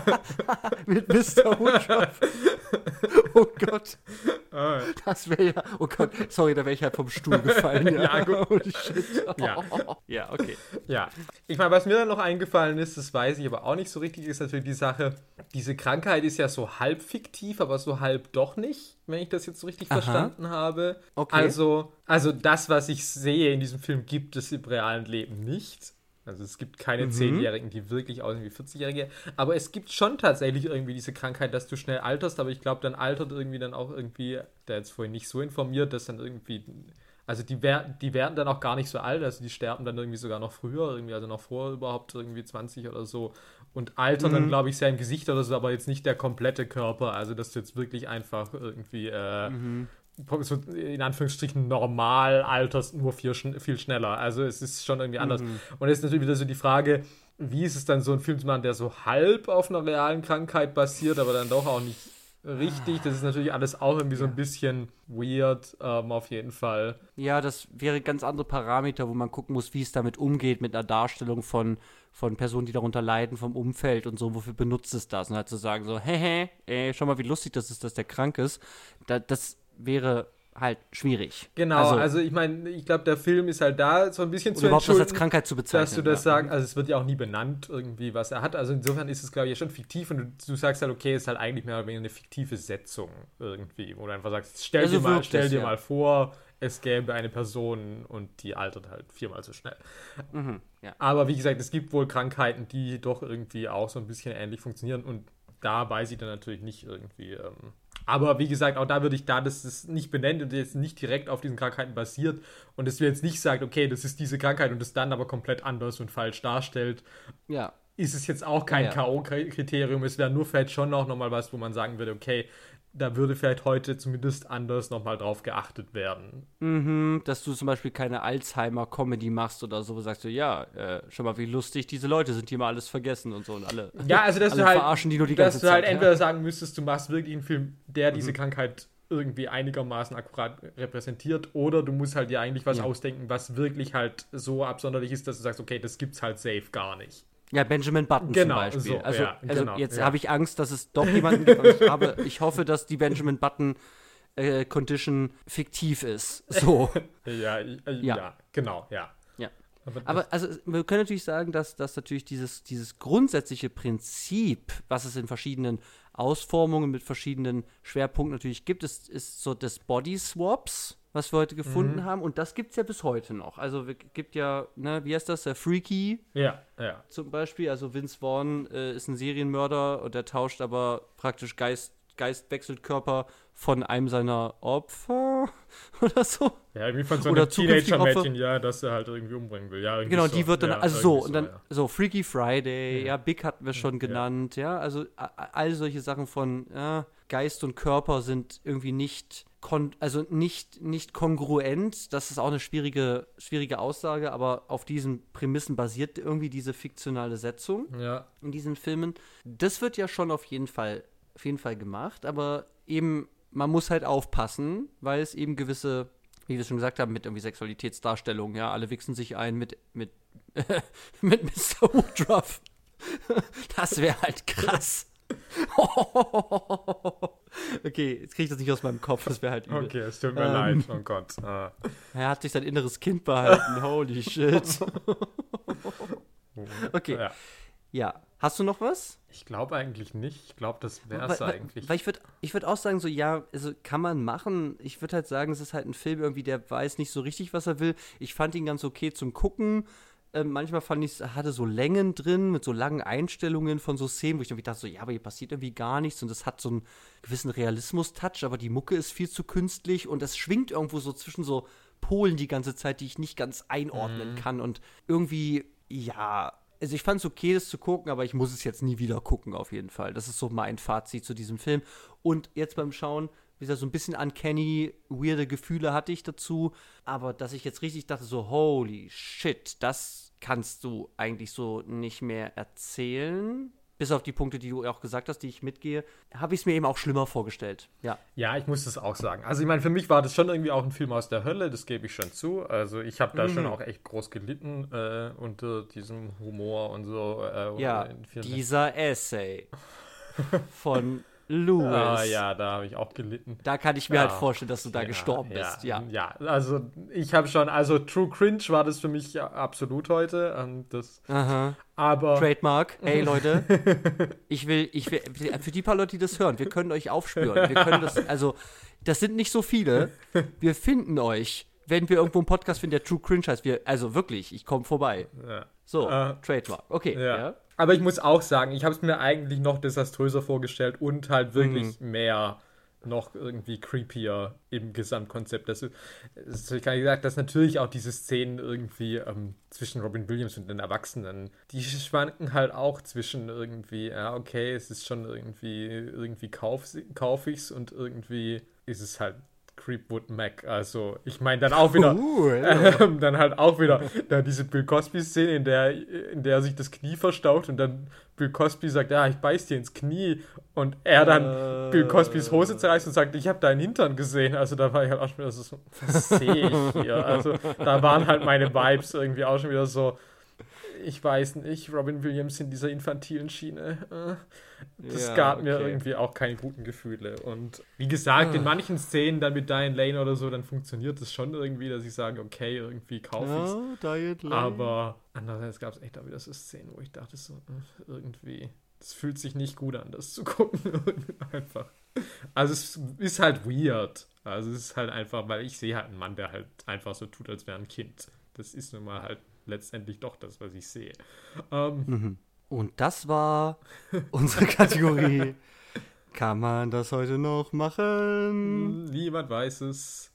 Mit Mister Woodruff. Oh Gott. Das wäre ja, oh Gott, sorry, da wäre ich halt vom Stuhl gefallen. Ja, ja gut. Holy shit. Oh. Ja. ja, okay. Ja, ich meine, was mir dann noch eingefallen ist, das weiß ich aber auch nicht so richtig, ist natürlich die Sache, diese Krankheit ist ja so halb fiktiv, aber so halb doch nicht, wenn ich das jetzt so richtig Aha. verstanden habe. Okay. Also, also das, was ich sehe in diesem Film, gibt es im realen Leben nicht. Also es gibt keine mhm. Zehnjährigen, die wirklich aussehen wie vierzig-Jährige. Aber es gibt schon tatsächlich irgendwie diese Krankheit, dass du schnell alterst. Aber ich glaube, dann altert irgendwie dann auch irgendwie, der jetzt vorhin nicht so informiert, dass dann irgendwie, also die, wer- die werden dann auch gar nicht so alt. Also die sterben dann irgendwie sogar noch früher, irgendwie, also noch vor überhaupt irgendwie zwanzig oder so. Und altern mhm. dann, glaube ich, sehr im Gesicht oder so, aber jetzt nicht der komplette Körper. Also dass du jetzt wirklich einfach irgendwie äh, mhm. so in Anführungsstrichen normal alterst, nur viel, viel schneller. Also es ist schon irgendwie anders. Mhm. Und es ist natürlich wieder so die Frage, wie ist es dann, so einen Film zu machen, der so halb auf einer realen Krankheit basiert, aber dann doch auch nicht richtig. Das ist natürlich alles auch irgendwie so ein bisschen weird, ähm, auf jeden Fall. Ja, das wäre ganz andere Parameter, wo man gucken muss, wie es damit umgeht, mit einer Darstellung von, von Personen, die darunter leiden, vom Umfeld und so. Wofür benutzt es das? Und halt zu sagen so, hehe, ey, schau mal, wie lustig das ist, dass der krank ist. Da, das wäre halt schwierig. Genau, also, also ich meine, ich glaube, der Film ist halt da so ein bisschen zu überhaupt entschuldigen, das als Krankheit zu bezeichnen, dass du das ja. sagst, also es wird ja auch nie benannt irgendwie, was er hat, also insofern ist es, glaube ich, ja schon fiktiv und du, du sagst halt, okay, es ist halt eigentlich mehr oder weniger eine fiktive Setzung irgendwie, wo du einfach sagst, stell also dir mal, stell das, dir ja. mal vor, es gäbe eine Person und die altert halt viermal so schnell. Mhm, ja. Aber wie gesagt, es gibt wohl Krankheiten, die doch irgendwie auch so ein bisschen ähnlich funktionieren und da weiß ich dann natürlich nicht irgendwie, ähm, aber wie gesagt, auch da würde ich, da das es nicht benennt und jetzt nicht direkt auf diesen Krankheiten basiert und es jetzt nicht sagt, okay, das ist diese Krankheit und es dann aber komplett anders und falsch darstellt, ja. ist es jetzt auch kein ja. K O-Kriterium. Es wäre nur vielleicht schon auch nochmal was, wo man sagen würde, okay, da würde vielleicht heute zumindest anders nochmal drauf geachtet werden. Mhm, dass du zum Beispiel keine Alzheimer-Comedy machst oder so, wo sagst du, ja, äh, schau mal, wie lustig diese Leute sind, die mal alles vergessen und so und alle, ja, also, dass alle du halt, verarschen die nur die dass ganze du Zeit. halt ja? entweder sagen müsstest, du machst wirklich einen Film, der mhm. diese Krankheit irgendwie einigermaßen akkurat repräsentiert oder du musst halt dir eigentlich was ja. ausdenken, was wirklich halt so absonderlich ist, dass du sagst, okay, das gibt's halt safe gar nicht. Ja, Benjamin Button genau, zum Beispiel. So, also, ja, also genau, jetzt ja. habe ich Angst, dass es doch jemanden gibt. Ich, habe, ich hoffe, dass die Benjamin Button äh, Condition fiktiv ist. So. ja, äh, ja, ja, genau, ja. ja. Aber, Aber also wir können natürlich sagen, dass, dass natürlich dieses, dieses grundsätzliche Prinzip, was es in verschiedenen Ausformungen mit verschiedenen Schwerpunkten natürlich gibt, ist, ist so des Body Swaps, was wir heute gefunden mhm. haben. Und das gibt es ja bis heute noch. Also es gibt ja, ne, wie heißt das, der Freaky ja, ja. zum Beispiel. Also Vince Vaughn äh, ist ein Serienmörder und der tauscht aber praktisch Geist, Geist wechselt Körper von einem seiner Opfer oder so. Ja, irgendwie von so Oder einem zukünftige Teenager-Mädchen, ja, das er halt irgendwie umbringen will. Ja, irgendwie Genau, so. die wird dann, ja, also so, irgendwie und dann ja. so Freaky Friday, Ja. ja, Big hatten wir schon Ja. genannt, ja, also a- all solche Sachen von ja, Geist und Körper sind irgendwie nicht, kon- also nicht, nicht kongruent, das ist auch eine schwierige, schwierige Aussage, aber auf diesen Prämissen basiert irgendwie diese fiktionale Setzung Ja. in diesen Filmen. Das wird ja schon auf jeden Fall, auf jeden Fall gemacht, aber eben, man muss halt aufpassen, weil es eben gewisse, wie wir schon gesagt haben, mit irgendwie Sexualitätsdarstellungen, ja, alle wichsen sich ein mit, mit, mit Mister Woodruff. Das wäre halt krass. Okay, jetzt kriege ich das nicht aus meinem Kopf, das wäre halt übel. Okay, es tut mir Ähm. leid, oh Gott. Ah. Er hat sich sein inneres Kind behalten, holy shit. Okay, Ja. ja. Hast du noch was? Ich glaube eigentlich nicht. Ich glaube, das wäre Weil, es weil, eigentlich. weil ich würde ich würd auch sagen, so, ja, also kann man machen. Ich würde halt sagen, es ist halt ein Film irgendwie, der weiß nicht so richtig, was er will. Ich fand ihn ganz okay zum Gucken. Ähm, manchmal fand ich, es hatte so Längen drin, mit so langen Einstellungen von so Szenen, wo ich irgendwie dachte, so, ja, aber hier passiert irgendwie gar nichts und es hat so einen gewissen Realismus-Touch, aber die Mucke ist viel zu künstlich und es schwingt irgendwo so zwischen so Polen die ganze Zeit, die ich nicht ganz einordnen kann und irgendwie, ja, also ich fand es okay, das zu gucken, aber ich muss es jetzt nie wieder gucken, auf jeden Fall. Das ist so mein Fazit zu diesem Film. Und jetzt beim Schauen, wie gesagt, so ein bisschen uncanny, weirde Gefühle hatte ich dazu. Aber dass ich jetzt richtig dachte, so, holy shit, das kannst du eigentlich so nicht mehr erzählen. Bis auf die Punkte, die du auch gesagt hast, die ich mitgehe, habe ich es mir eben auch schlimmer vorgestellt. Ja. Ja, ich muss das auch sagen. Also ich meine, für mich war das schon irgendwie auch ein Film aus der Hölle, das gebe ich schon zu. Also ich habe da Mhm. schon auch echt groß gelitten äh, unter diesem Humor und so. Äh, Ja, in vielen- dieser Essay von Lewis. Ah, ja, da habe ich auch gelitten. Da kann ich mir Ja. halt vorstellen, dass du da Ja, gestorben ja, bist. Ja. Ja, also ich habe schon, also True Cringe war das für mich ja absolut heute. Ähm, das, Aha. aber Trademark. Hey Leute, ich will, ich will, für die paar Leute, die das hören, wir können euch aufspüren. Wir können das, also, das sind nicht so viele. Wir finden euch, wenn wir irgendwo einen Podcast finden, der True Cringe heißt. Wir, also wirklich, ich komme vorbei. ja. So, Äh, Trademark. Okay. Ja. Ja. Aber ich muss auch sagen, ich habe es mir eigentlich noch desaströser vorgestellt und halt wirklich mehr noch irgendwie creepier im Gesamtkonzept. Das, das ich kann gesagt, dass natürlich auch diese Szenen irgendwie ähm, zwischen Robin Williams und den Erwachsenen, die schwanken halt auch zwischen irgendwie, ja, okay, es ist schon irgendwie, irgendwie kauf, kauf ich's und irgendwie ist es halt Creepwood Mac. Also, ich meine dann auch wieder, Cool. ähm, dann halt auch wieder da diese Bill Cosby-Szene, in der, in der sich das Knie verstaucht und dann Bill Cosby sagt, ja, ich beiß dir ins Knie und er dann Äh. Bill Cosbys Hose zerreißt und sagt, ich habe deinen Hintern gesehen. Also da war ich halt auch schon wieder so, was sehe ich hier? Also da waren halt meine Vibes irgendwie auch schon wieder so, ich weiß nicht, Robin Williams in dieser infantilen Schiene. Äh, das Ja, gab mir okay. irgendwie auch keine guten Gefühle. Und wie gesagt, in manchen Szenen dann mit Diane Lane oder so, dann funktioniert es schon irgendwie, dass ich sage, okay, irgendwie kaufe ich es. Ja, Diet Lane. Aber andererseits gab es echt auch wieder so Szenen, wo ich dachte so, äh, irgendwie, es fühlt sich nicht gut an, das zu gucken. Einfach. Also es ist halt weird. Also es ist halt einfach, weil ich sehe halt einen Mann, der halt einfach so tut, als wäre ein Kind. Das ist nun mal halt letztendlich doch das, was ich sehe. Ähm, Und das war unsere Kategorie. Kann man das heute noch machen? Niemand weiß es.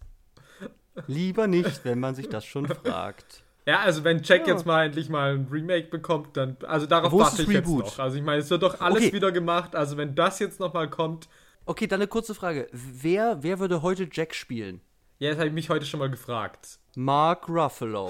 Lieber nicht, wenn man sich das schon fragt. Ja, also wenn Jack Ja. jetzt mal endlich mal ein Remake bekommt, dann, also darauf Wo ist warte das ich jetzt Reboot? noch. Also ich meine, es wird doch alles Okay. wieder gemacht. Also wenn das jetzt nochmal kommt, Okay, dann eine kurze Frage. Wer, wer würde heute Jack spielen? ja, das habe ich mich heute schon mal gefragt. Mark Ruffalo.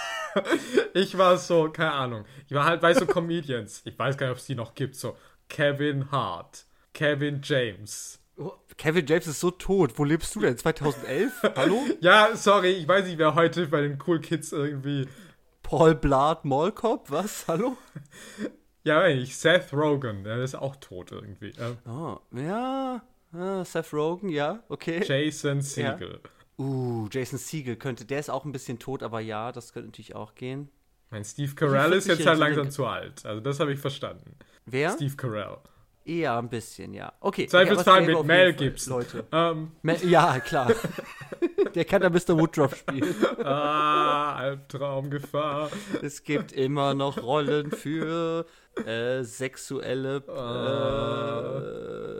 Ich war so, keine Ahnung. Ich war halt bei so Comedians. Ich weiß gar nicht, ob es die noch gibt. So Kevin Hart, Kevin James. Oh, Kevin James ist so tot. Wo lebst du denn? zweitausendelf? Hallo? Ja, sorry, ich weiß nicht, wer heute bei den Cool Kids irgendwie. Paul Blart Mallcop? Was? Hallo? Ja, weiß nicht, Seth Rogen, der ist auch tot irgendwie. Ähm, Oh, ja. Ah, Seth Rogen, ja, okay. Jason Segel. Uh, Jason Segel könnte. Der ist auch ein bisschen tot, aber ja, das könnte natürlich auch gehen. Mein Steve Carell ist jetzt halt vierzig-jährige langsam zu alt. Also das habe ich verstanden. Wer? Steve Carell. Eher ein bisschen, ja. Okay. Zweifelsfall okay, mit aber Mel auf jeden Fall, Gibson. Leute. Ähm, Mel, ja, klar. Der kann da Mister Woodruff spielen. ah, Albtraumgefahr. Es gibt immer noch Rollen für äh, sexuelle äh,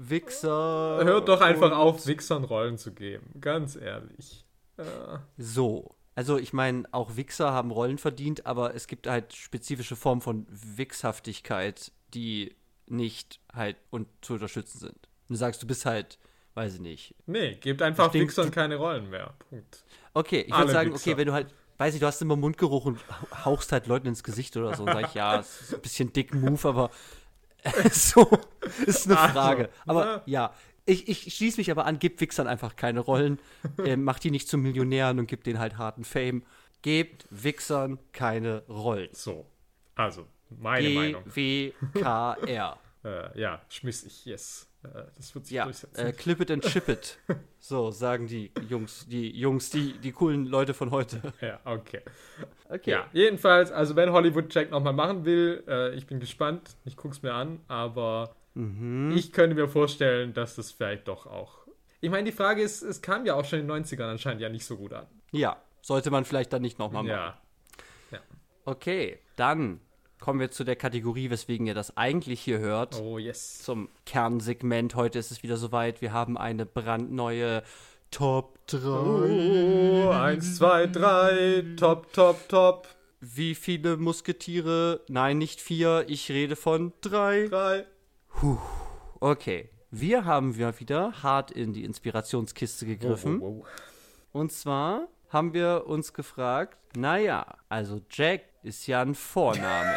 Wichser. Hört doch einfach auf, Wichsern Rollen zu geben. Ganz ehrlich. Ja. So. Also ich meine, auch Wichser haben Rollen verdient, aber es gibt halt spezifische Formen von Wichshaftigkeit, die nicht halt und zu unterstützen sind. Du sagst, du bist halt, weiß ich nicht. Nee, gebt einfach Stinkst Wichsern keine Rollen mehr. Punkt. Okay, ich Alle würde sagen, Wichser. okay, wenn du halt, weiß ich, du hast immer Mundgeruch und hauchst halt Leuten ins Gesicht oder so, und sag ich, ja, es ist ein bisschen dick Move, aber so ist eine Frage. Also, Aber ja. ja, ich, ich schließe mich aber an, gib Wichsern einfach keine Rollen, äh, mach die nicht zu Millionären und gib denen halt harten Fame. Gebt Wichsern keine Rollen. So, also, meine Meinung. G W K R. Äh, ja, schmissig, yes. Äh, das wird sich Ja, durchsetzen. äh, clip it and chip it. So sagen die Jungs, die Jungs, die, die coolen Leute von heute. Ja, okay. Okay. Ja, jedenfalls, also wenn Hollywood Jack nochmal machen will, äh, ich bin gespannt, ich guck's mir an, aber Mhm. ich könnte mir vorstellen, dass das vielleicht doch auch... Ich meine, die Frage ist, es kam ja auch schon in den neunzigern anscheinend ja nicht so gut an. Ja, sollte man vielleicht dann nicht nochmal machen. Ja. Okay, dann kommen wir zu der Kategorie, weswegen ihr das eigentlich hier hört. Oh, yes. Zum Kernsegment. Heute ist es wieder soweit. Wir haben eine brandneue Top drei. Oh, eins, zwei, drei, top, top, top. Wie viele Musketiere? Nein, nicht vier. Ich rede von drei. Drei. Okay. Wir haben wir wieder hart in die Inspirationskiste gegriffen. Oh, oh, oh. Und zwar haben wir uns gefragt, naja, also Jack ist ja ein Vorname.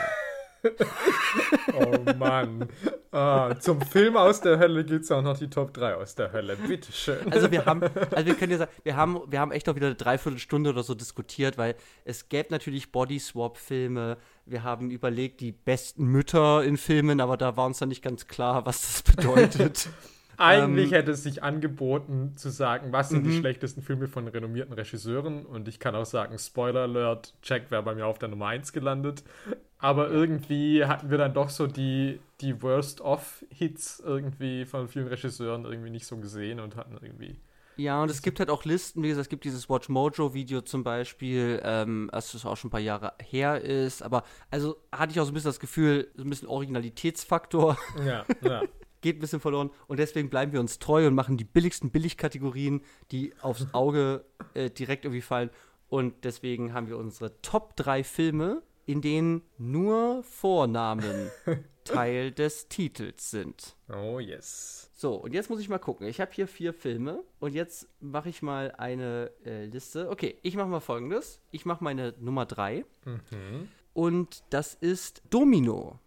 Oh Mann. Ah, zum Film aus der Hölle gibt es auch noch die Top drei aus der Hölle. Bitteschön. Also wir haben, also wir können ja sagen, wir haben, wir haben echt noch wieder eine Dreiviertelstunde oder so diskutiert, weil es gäbe natürlich Body-Swap-Filme. Wir haben überlegt, die besten Mütter in Filmen, aber da war uns dann nicht ganz klar, was das bedeutet. Eigentlich ähm, hätte es sich angeboten, zu sagen, was sind die Mhm. schlechtesten Filme von renommierten Regisseuren. Und ich kann auch sagen, Spoiler Alert, Jack wäre bei mir auf der Nummer eins gelandet. Aber irgendwie hatten wir dann doch so die, die Worst-of-Hits irgendwie von vielen Regisseuren irgendwie nicht so gesehen und hatten irgendwie... Ja, und es gibt halt auch Listen, wie gesagt, es gibt dieses Watch Mojo-Video zum Beispiel, ähm, als das auch schon ein paar Jahre her ist. Aber also hatte ich auch so ein bisschen das Gefühl, so ein bisschen Originalitätsfaktor Ja, ja. geht ein bisschen verloren. Und deswegen bleiben wir uns treu und machen die billigsten Billigkategorien, die aufs Auge äh, direkt irgendwie fallen. Und deswegen haben wir unsere Top drei Filme, in denen nur Vornamen Teil des Titels sind. Oh, yes. So, und jetzt muss ich mal gucken. Ich habe hier vier Filme und jetzt mache ich mal eine äh, Liste. Okay, ich mache mal Folgendes. Ich mache meine Nummer drei Mhm. und das ist Domino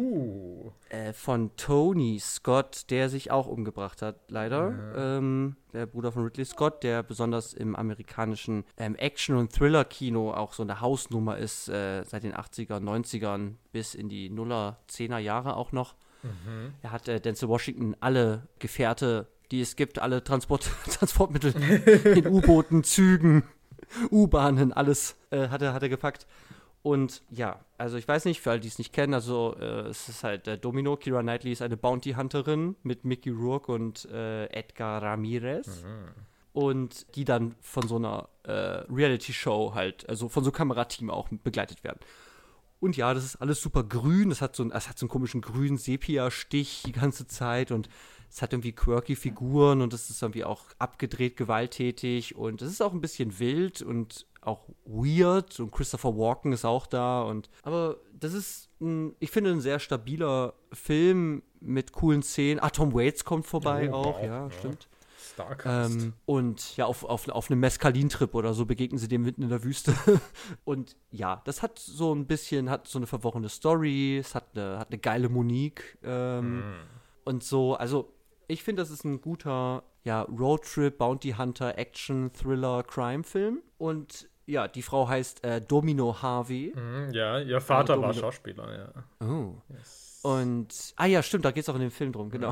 Oh. äh, von Tony Scott, der sich auch umgebracht hat, leider. Ja. Ähm, der Bruder von Ridley Scott, der besonders im amerikanischen ähm, Action- und Thriller-Kino auch so eine Hausnummer ist, äh, seit den achtzigern, neunzigern bis in die Nuller, Zehner Jahre auch noch. Mhm. Er hat äh, Denzel Washington alle Gefährte, die es gibt, alle Transport Transportmittel in U-Booten, Zügen, U-Bahnen, alles äh, hat, er, hat er gepackt. Und ja, also ich weiß nicht, für alle, die es nicht kennen, also äh, es ist halt äh, Domino. Keira Knightley ist eine Bounty-Hunterin mit Mickey Rourke und äh, Edgar Ramirez. Mhm. Und die dann von so einer äh, Reality-Show halt, also von so einem Kamerateam auch begleitet werden. Und ja, das ist alles super grün. Das hat so, ein, das hat so einen komischen grünen Sepia-Stich die ganze Zeit. Und es hat irgendwie quirky Figuren. Und es ist irgendwie auch abgedreht, gewalttätig. Und es ist auch ein bisschen wild und auch weird. Und Christopher Walken ist auch da. Und aber das ist, ein, ich finde, ein sehr stabiler Film mit coolen Szenen. Ah, Tom Waits kommt vorbei Oh, auch. wow. Ja, Ja. stimmt. Starcast. Ähm, und ja, auf, auf, auf einem Mescalin-Trip oder so begegnen sie dem mitten in der Wüste. Und ja, das hat so ein bisschen, hat so eine verworrene Story, es hat eine, hat eine geile Musik ähm, Mhm. und so. Also, ich finde, das ist ein guter, ja, Roadtrip, Bounty Hunter, Action, Thriller, Crime-Film. Und ja, die Frau heißt äh, Domino Harvey. Mhm, ja, ihr Vater Domino. war Schauspieler, ja. Oh. Yes. Und, ah ja, stimmt, da geht es auch in dem Film drum, genau.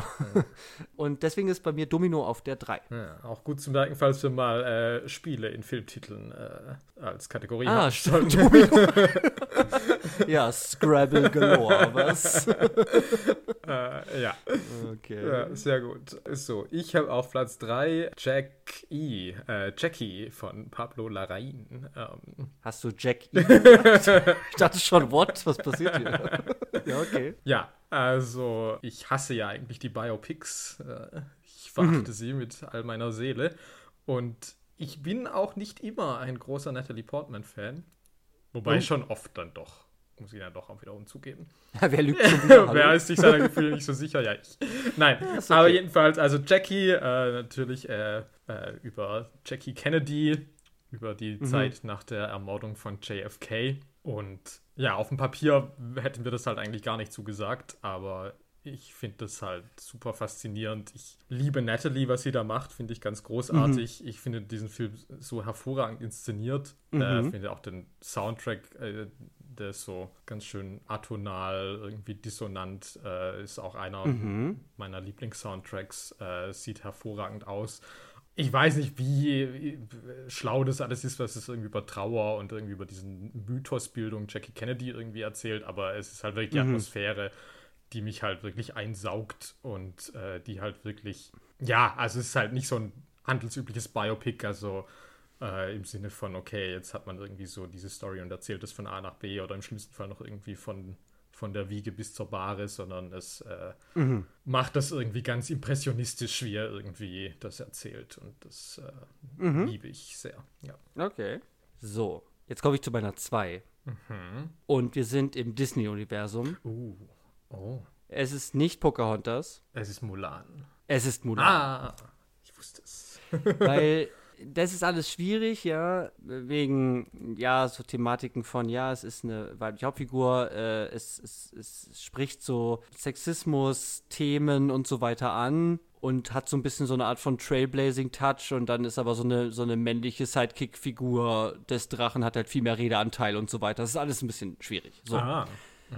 Und deswegen ist bei mir Domino auf der drei. Ja, auch gut zu merken, falls wir mal äh, Spiele in Filmtiteln äh, als Kategorie Ah, haben stimmt, sollten. Domino. Ja, Scrabble galore, was? äh, ja. Okay. ja, sehr gut. So, ich habe auf Platz drei Jack Jackie, äh, Jackie von Pablo Larraín. Ähm. Hast du Jack E? Ich dachte schon, what? Was passiert hier? Ja, okay. Ja, also ich hasse ja eigentlich die Biopics. Ich verachte mhm. sie mit all meiner Seele. Und ich bin auch nicht immer ein großer Natalie Portman-Fan. Wobei oh. schon oft dann doch. Muss ich dann doch auch wiederum zugeben. Ja, wer lügt schon wieder? Wer ist sich seiner Gefühle nicht so sicher? Ja, ich. Nein, ja, okay. Aber jedenfalls, also Jackie, äh, natürlich äh, äh, über Jackie Kennedy, über die mhm. Zeit nach der Ermordung von J F K. Und ja, auf dem Papier hätten wir das halt eigentlich gar nicht zugesagt, aber ich finde das halt super faszinierend. Ich liebe Natalie, was sie da macht, finde ich ganz großartig. Mhm. Ich finde diesen Film so hervorragend inszeniert. Ich mhm. äh, finde auch den Soundtrack, äh, der ist so ganz schön atonal, irgendwie dissonant, äh, ist auch einer mhm. meiner Lieblings-Soundtracks, äh, sieht hervorragend aus. Ich weiß nicht, wie schlau das alles ist, was es irgendwie über Trauer und irgendwie über diesen Mythosbildung Jackie Kennedy irgendwie erzählt, aber es ist halt wirklich die mhm. Atmosphäre, die mich halt wirklich einsaugt und äh, die halt wirklich, ja, also es ist halt nicht so ein handelsübliches Biopic, also Äh, im Sinne von, okay, jetzt hat man irgendwie so diese Story und erzählt es von A nach B oder im schlimmsten Fall noch irgendwie von, von der Wiege bis zur Bahre, sondern es äh, mhm. macht das irgendwie ganz impressionistisch, wie er irgendwie das erzählt und das äh, mhm. liebe ich sehr. Ja. Okay. So, jetzt komme ich zu meiner zwei. Mhm. Und wir sind im Disney-Universum. Uh. Oh. Es ist nicht Pocahontas. Es ist Mulan. Es ist Mulan. Ah, ich wusste es. Weil das ist alles schwierig, ja, wegen, ja, so Thematiken von, ja, es ist eine weibliche Hauptfigur, äh, es, es, es spricht so Sexismus-Themen und so weiter an und hat so ein bisschen so eine Art von Trailblazing-Touch und dann ist aber so eine, so eine männliche Sidekick-Figur des Drachen, hat halt viel mehr Redeanteil und so weiter. Das ist alles ein bisschen schwierig. So. Ah.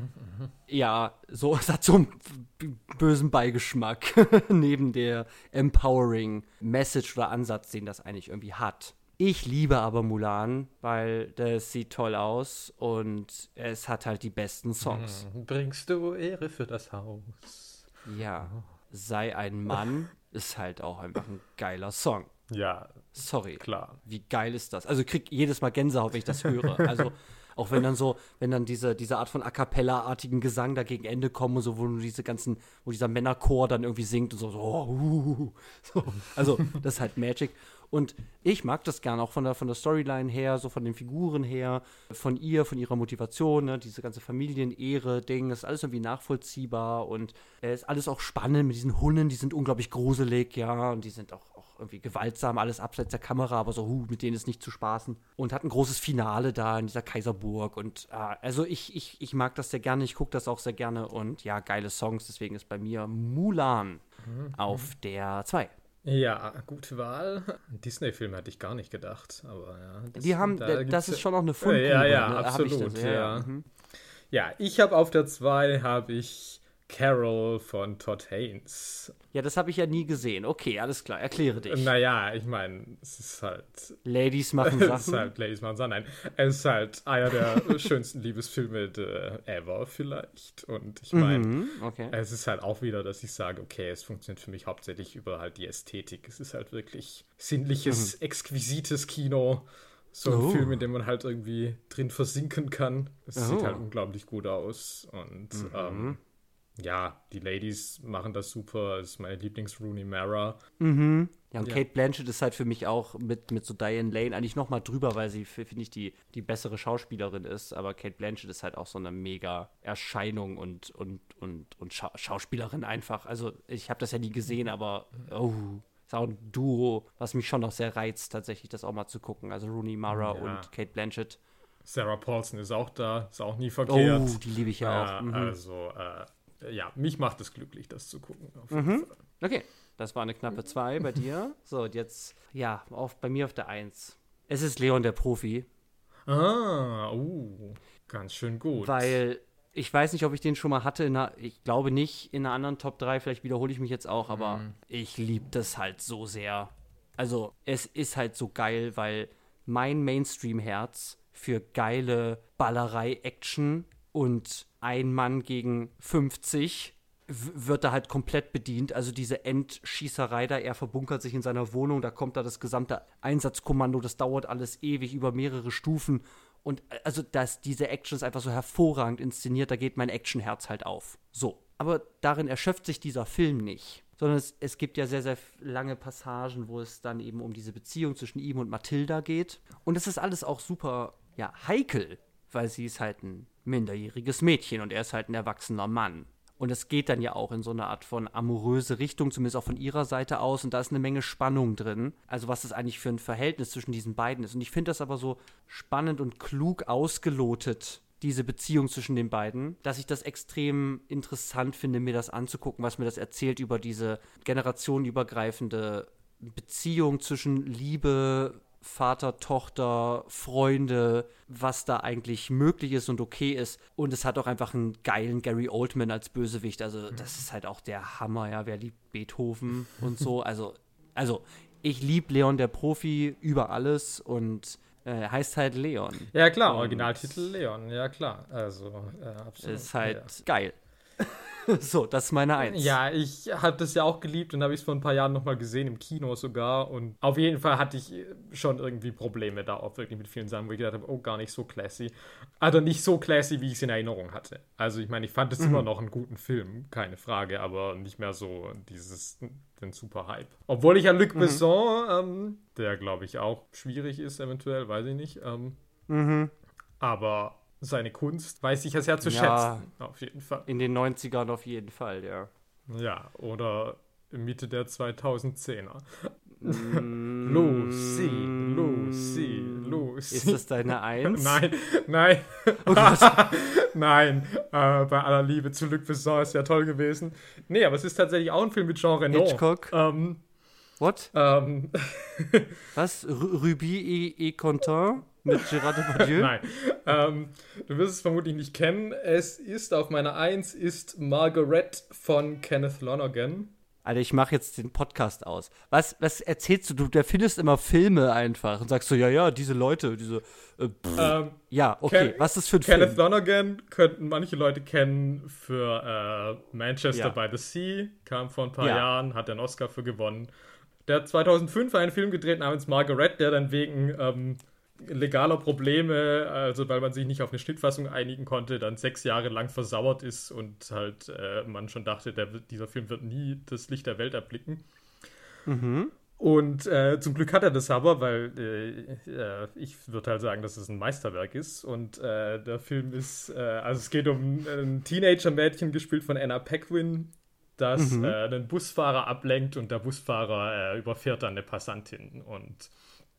Ja, so, es hat so einen bösen Beigeschmack neben der empowering Message oder Ansatz, den das eigentlich irgendwie hat. Ich liebe aber Mulan, weil das sieht toll aus und es hat halt die besten Songs. Bringst du Ehre für das Haus? Ja, sei ein Mann ist halt auch einfach ein geiler Song. Ja, sorry. Klar. Wie geil ist das? Also ich krieg jedes Mal Gänsehaut, wenn ich das höre. Also auch wenn dann so, wenn dann diese, diese Art von A Cappella-artigen Gesang da gegen Ende kommen und so, wo diese ganzen, wo dieser Männerchor dann irgendwie singt und so, so, oh, uh, so. Also, das ist halt Magic. Und ich mag das gerne auch von der, von der Storyline her, so von den Figuren her, von ihr, von ihrer Motivation, ne? Diese ganze Familienehre-Ding, das ist alles irgendwie nachvollziehbar und es äh, ist alles auch spannend mit diesen Hunden, die sind unglaublich gruselig, ja, und die sind auch, auch irgendwie gewaltsam, alles abseits der Kamera, aber so, huh, mit denen ist nicht zu spaßen. Und hat ein großes Finale da in dieser Kaiserburg und äh, also ich, ich, ich mag das sehr gerne, ich gucke das auch sehr gerne und ja, geile Songs, deswegen ist bei mir Mulan mhm. auf der zwei. Ja, gute Wahl. Disney-Film hätte ich gar nicht gedacht, aber ja. Das, Die haben, da das ist schon noch eine Fundgrube. Ja, ja, ne? absolut, das, ja. Ja, mhm. ja ich habe auf der zwei habe ich Carol von Todd Haynes. Ja, das habe ich ja nie gesehen. Okay, alles klar, erkläre dich. Naja, ich meine, es ist halt... Ladies machen Sachen. Es ist halt Ladies machen Sachen, nein. Es ist halt einer der schönsten Liebesfilme ever vielleicht. Und ich meine, mhm, okay. es ist halt auch wieder, dass ich sage, okay, es funktioniert für mich hauptsächlich über halt die Ästhetik. Es ist halt wirklich sinnliches, mhm. exquisites Kino. So ein oh. Film, in dem man halt irgendwie drin versinken kann. Es oh. sieht halt unglaublich gut aus. Und mhm. ähm, ja, die Ladies machen das super. Das ist meine Lieblings-Rooney Mara. Mhm. Ja, und ja. Kate Blanchett ist halt für mich auch mit, mit so Diane Lane eigentlich noch mal drüber, weil sie, finde ich, die, die bessere Schauspielerin ist. Aber Kate Blanchett ist halt auch so eine mega Erscheinung und, und, und, und Scha- Schauspielerin einfach. Also ich habe das ja nie gesehen, aber oh, ist auch ein Duo, was mich schon noch sehr reizt, tatsächlich das auch mal zu gucken. Also Rooney Mara ja. und Kate Blanchett. Sarah Paulson ist auch da, ist auch nie verkehrt. Oh, die liebe ich ja äh, auch. Mhm. Also, äh, ja, mich macht es glücklich, das zu gucken. Auf jeden mhm. Fall. Okay, das war eine knappe zwei bei dir. So, und jetzt, ja, auf, bei mir auf der eins. Es ist Leon der Profi. Ah, uh, ganz schön gut. Weil, ich weiß nicht, ob ich den schon mal hatte, in einer, ich glaube nicht in einer anderen Top drei, vielleicht wiederhole ich mich jetzt auch, aber mm. ich liebe das halt so sehr. Also, es ist halt so geil, weil mein Mainstream-Herz für geile Ballerei-Action und ein Mann gegen fünfzig w- wird da halt komplett bedient. Also diese Endschießerei da, er verbunkert sich in seiner Wohnung, da kommt da das gesamte Einsatzkommando, das dauert alles ewig über mehrere Stufen. Und äh, also dass diese Action ist einfach so hervorragend inszeniert, da geht mein Actionherz halt auf. So. Aber darin erschöpft sich dieser Film nicht. Sondern es, es gibt ja sehr, sehr lange Passagen, wo es dann eben um diese Beziehung zwischen ihm und Mathilda geht. Und es ist alles auch super, ja, heikel, weil sie ist halt ein minderjähriges Mädchen und er ist halt ein erwachsener Mann. Und es geht dann ja auch in so eine Art von amoröse Richtung, zumindest auch von ihrer Seite aus. Und da ist eine Menge Spannung drin. Also was das eigentlich für ein Verhältnis zwischen diesen beiden ist. Und ich finde das aber so spannend und klug ausgelotet, diese Beziehung zwischen den beiden, dass ich das extrem interessant finde, mir das anzugucken, was mir das erzählt über diese generationenübergreifende Beziehung zwischen Liebe, Vater, Tochter, Freunde, was da eigentlich möglich ist und okay ist. Und es hat auch einfach einen geilen Gary Oldman als Bösewicht. Also das ist halt auch der Hammer, ja. Wer liebt Beethoven und so. Also, also ich liebe Leon der Profi über alles und äh, heißt halt Leon. Ja, klar, und Originaltitel Leon, ja klar. Also, äh, absolut. Ist halt ja. geil. So, das ist meine Eins. Ja, ich habe das ja auch geliebt und habe ich es vor ein paar Jahren nochmal gesehen, im Kino sogar. Und auf jeden Fall hatte ich schon irgendwie Probleme da auch wirklich mit vielen Sachen, wo ich gedacht habe, oh, gar nicht so classy. Also nicht so classy, wie ich es in Erinnerung hatte. Also ich meine, ich fand es mhm. immer noch einen guten Film, keine Frage, aber nicht mehr so dieses, den super Hype. Obwohl ich ja Luc mhm. Besson, ähm, der glaube ich auch schwierig ist eventuell, weiß ich nicht. Ähm, mhm. Aber seine Kunst weiß ich ja sehr zu ja, schätzen, auf jeden Fall. In den neunzigern auf jeden Fall, ja. Ja, oder Mitte der zweitausendzehner. Mm, Lucy, Lucy, Lucy. Ist das deine Eins? Nein, nein. Oh Gott. Nein, äh, bei aller Liebe zu Luc Besson ist ja toll gewesen. Nee, aber es ist tatsächlich auch ein Film mit Jean Reno. Hitchcock. Ähm, What? Ähm, Was? R- Ruby et, et Content? Mit Gérard Depardieu? Nein. Ähm, du wirst es vermutlich nicht kennen. Es ist auf meiner Eins ist Margaret von Kenneth Lonergan. Alter, ich mache jetzt den Podcast aus. Was, was erzählst du? Du der findest immer Filme einfach und sagst so, ja, ja, diese Leute, diese äh, ähm, ja, okay, Ken- was ist das für ein Kenneth Film? Lonergan könnten manche Leute kennen für äh, Manchester Ja. by the Sea. Kam vor ein paar Ja. Jahren, hat einen Oscar für gewonnen. Der hat zweitausendfünf einen Film gedreht namens Margaret, der dann wegen ähm, legaler Probleme, also weil man sich nicht auf eine Schnittfassung einigen konnte, dann sechs Jahre lang versauert ist und halt äh, man schon dachte, der, dieser Film wird nie das Licht der Welt erblicken. Mhm. Und äh, zum Glück hat er das aber, weil äh, äh, ich würde halt sagen, dass es ein Meisterwerk ist. Und äh, der Film ist, äh, also es geht um ein Teenager-Mädchen, gespielt von Anna Paquin, das Mhm. äh, einen Busfahrer ablenkt und der Busfahrer äh, überfährt dann eine Passantin. Und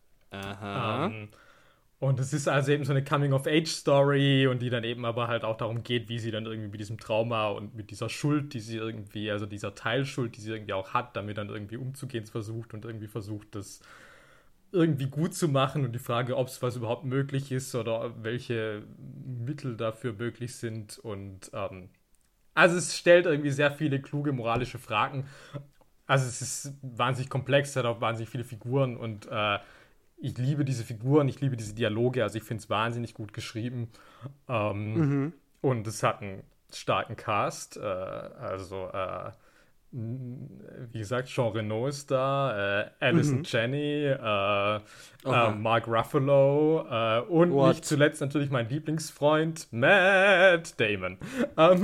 Aha. ähm, Und es ist also eben so eine Coming-of-Age-Story und die dann eben aber halt auch darum geht, wie sie dann irgendwie mit diesem Trauma und mit dieser Schuld, die sie irgendwie, also dieser Teilschuld, die sie irgendwie auch hat, damit dann irgendwie umzugehen versucht und irgendwie versucht, das irgendwie gut zu machen und die Frage, ob es was überhaupt möglich ist oder welche Mittel dafür möglich sind und ähm, also es stellt irgendwie sehr viele kluge moralische Fragen. Also es ist wahnsinnig komplex, es hat auch wahnsinnig viele Figuren und äh, ich liebe diese Figuren, ich liebe diese Dialoge, also ich finde es wahnsinnig gut geschrieben. Ähm, Mhm. Und es hat einen starken Cast, äh, also äh, wie gesagt, Jean Reno ist da, äh, Allison Mhm. Janney, äh, äh, Oha. Mark Ruffalo äh, und What? nicht zuletzt natürlich mein Lieblingsfreund Matt Damon. Ähm,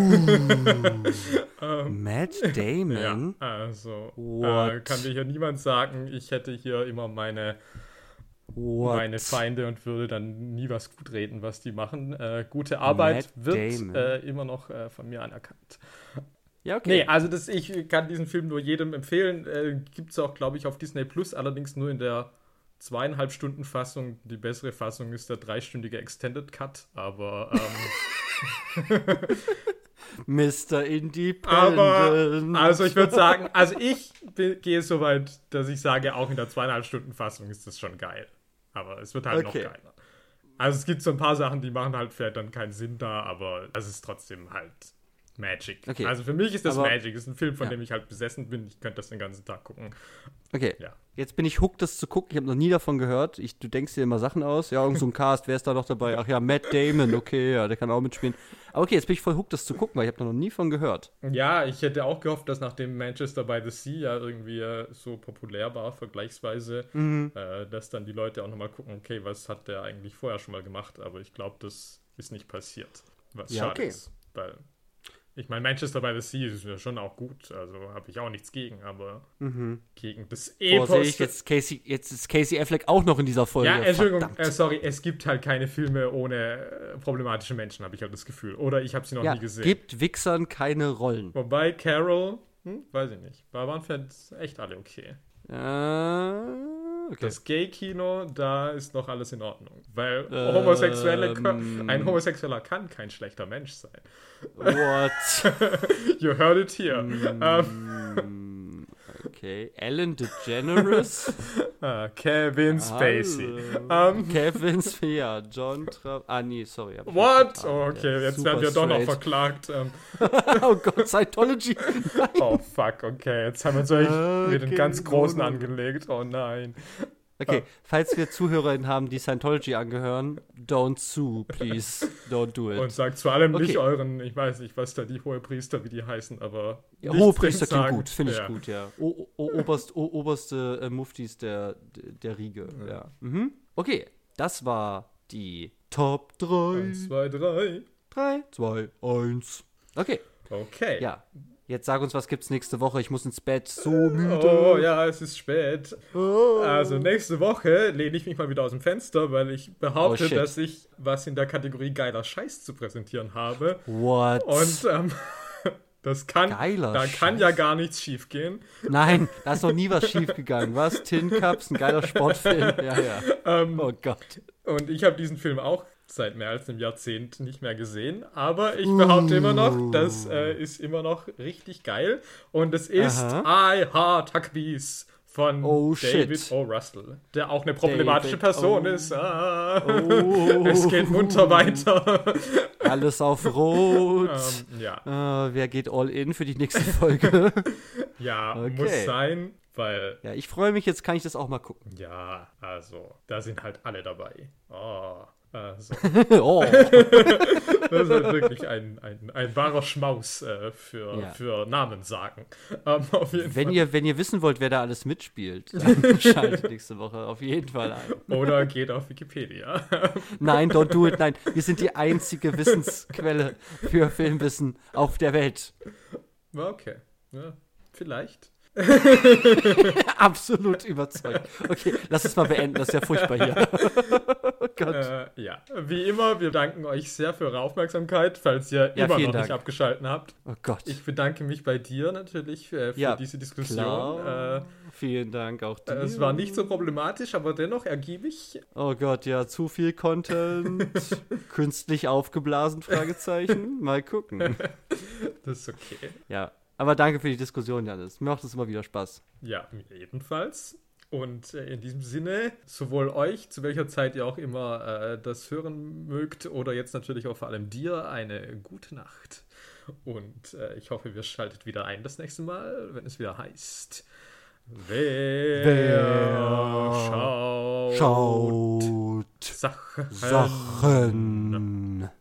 ähm, Matt Damon? ja, also äh, What? kann mir hier niemand sagen, ich hätte hier immer meine, What? meine Feinde und würde dann nie was gut reden, was die machen. Äh, gute Arbeit Matt wird Damon. äh, immer noch äh, von mir anerkannt. Ja, okay. Nee, also das, ich kann diesen Film nur jedem empfehlen. Äh, Gibt es auch, glaube ich, auf Disney Plus, allerdings nur in der zweieinhalb Stunden Fassung. Die bessere Fassung ist der dreistündige Extended Cut, aber ähm, Mister Independent. aber also ich würde sagen, also ich be- gehe so weit, dass ich sage, auch in der zweieinhalb Stunden Fassung ist das schon geil. Aber es wird halt Okay. noch geiler. Also es gibt so ein paar Sachen, die machen halt vielleicht dann keinen Sinn da, aber es ist trotzdem halt Magic. Okay. Also für mich ist das Aber, Magic. Das ist ein Film, von ja. dem ich halt besessen bin. Ich könnte das den ganzen Tag gucken. Okay, Ja. jetzt bin ich hooked, das zu gucken. Ich habe noch nie davon gehört. Ich, du denkst dir immer Sachen aus. Ja, irgend so ein Cast, wer ist da noch dabei? Ach ja, Matt Damon, okay, ja, der kann auch mitspielen. Aber okay, jetzt bin ich voll hooked, das zu gucken, weil ich habe da noch nie von gehört. Ja, ich hätte auch gehofft, dass nachdem Manchester by the Sea ja irgendwie äh, so populär war, vergleichsweise, Mhm. äh, dass dann die Leute auch nochmal gucken, okay, was hat der eigentlich vorher schon mal gemacht? Aber ich glaube, das ist nicht passiert. Was Ja, schade okay. ist. Weil, ich meine, Manchester by the Sea ist ja schon auch gut, also habe ich auch nichts gegen, aber Mhm. gegen das Boah, Epos. sehe ich jetzt Casey, jetzt ist Casey Affleck auch noch in dieser Folge. Ja, Entschuldigung, Verdammt. äh, sorry, es gibt halt keine Filme ohne äh, problematische Menschen, habe ich halt das Gefühl. Oder ich habe sie noch ja, nie gesehen. gibt Wichsern keine Rollen. Wobei Carol, hm, weiß ich nicht, da waren Fans echt alle okay. Äh, okay. Das Gay-Kino, da ist noch alles in Ordnung. Weil Ähm, Homosexuelle, ein Homosexueller kann kein schlechter Mensch sein. What? You heard it here. Ähm, Mm, okay. Ellen DeGeneres? ah, Kevin Spacey. Hallo. Ähm, Kevin Spacey, ja. John Travolta. Ah, nee, sorry. hab ich What? vertan. Oh, okay, Ja, jetzt super werden wir doch noch straight. verklagt. Ähm, Oh Gott, Scientology. oh, fuck, okay. Jetzt haben wir uns euch mit den Okay, ganz Großen no, no. angelegt. Oh nein. Okay, falls wir ZuhörerInnen haben, die Scientology angehören, don't sue, please. Don't do it. Und sagt vor allem nicht Okay. euren, ich weiß nicht, was da die Hohepriester, wie die heißen, aber. Ja, nichts Hohepriester dem klingt sagen. gut, finde ich Ja. gut, ja. O o oberst o oberste äh, Muftis der, der, der Riege, ja. Ja. Mhm. Okay, das war die Top drei. Eins, zwei, drei. drei, zwei, eins. Okay, Okay. ja. Jetzt sag uns, was gibt's nächste Woche? Ich muss ins Bett, so müde. Oh ja, es ist spät. Oh. Also nächste Woche lehne ich mich mal wieder aus dem Fenster, weil ich behaupte, Oh, shit. dass ich was in der Kategorie geiler Scheiß zu präsentieren habe. What? Und ähm, das kann, Geiler da kann Scheiß? ja gar nichts schief gehen. Nein, da ist noch nie was schief gegangen. Was? Tin Cups, ein geiler Sportfilm. Ja, ja. Ähm, Oh Gott. Und ich habe diesen Film auch seit mehr als einem Jahrzehnt nicht mehr gesehen, aber ich behaupte immer noch, das äh, ist immer noch richtig geil. Und es ist Aha. I Heart Huckabees von Oh, David shit. O. Russell, der auch eine problematische David Person O. ist. Ah. Oh. Es geht munter weiter. Alles auf Rot. ähm, ja, Äh, wer geht all in für die nächste Folge? ja Okay. muss sein, weil, Ja, ich freue mich, jetzt kann ich das auch mal gucken. ja, also, da sind halt alle dabei. Oh, also. Oh. Das ist halt wirklich ein, ein, ein wahrer Schmaus äh, für, Ja. für Namensagen. Ähm, auf jeden Wenn Fall. ihr, wenn ihr wissen wollt, wer da alles mitspielt, dann schaltet nächste Woche auf jeden Fall ein. Oder geht auf Wikipedia. Nein, don't do it, nein. Wir sind die einzige Wissensquelle für Filmwissen auf der Welt. Okay, ja, vielleicht. Absolut überzeugt. Okay, lass es mal beenden, das ist ja furchtbar hier. Oh Gott. Äh, ja, wie immer, wir danken euch sehr für eure Aufmerksamkeit, falls ihr Ja, immer noch vielen nicht Dank. abgeschalten habt. Oh Gott. Ich bedanke mich bei dir natürlich für, für Ja, diese Diskussion. Klar. Äh, Vielen Dank auch dir. es war nicht so problematisch, aber dennoch ergiebig. Oh Gott, ja, zu viel Content. Künstlich aufgeblasen, Fragezeichen. Mal gucken. Das ist okay. Ja, aber danke für die Diskussion, Janis. Mir macht es immer wieder Spaß. Ja, mir ebenfalls. Und äh, in diesem Sinne, sowohl euch, zu welcher Zeit ihr auch immer äh, das hören mögt, oder jetzt natürlich auch vor allem dir, eine gute Nacht. Und äh, ich hoffe, ihr schaltet wieder ein das nächste Mal, wenn es wieder heißt: Wer, Wer schaut, Schaut Sachen. Sachen.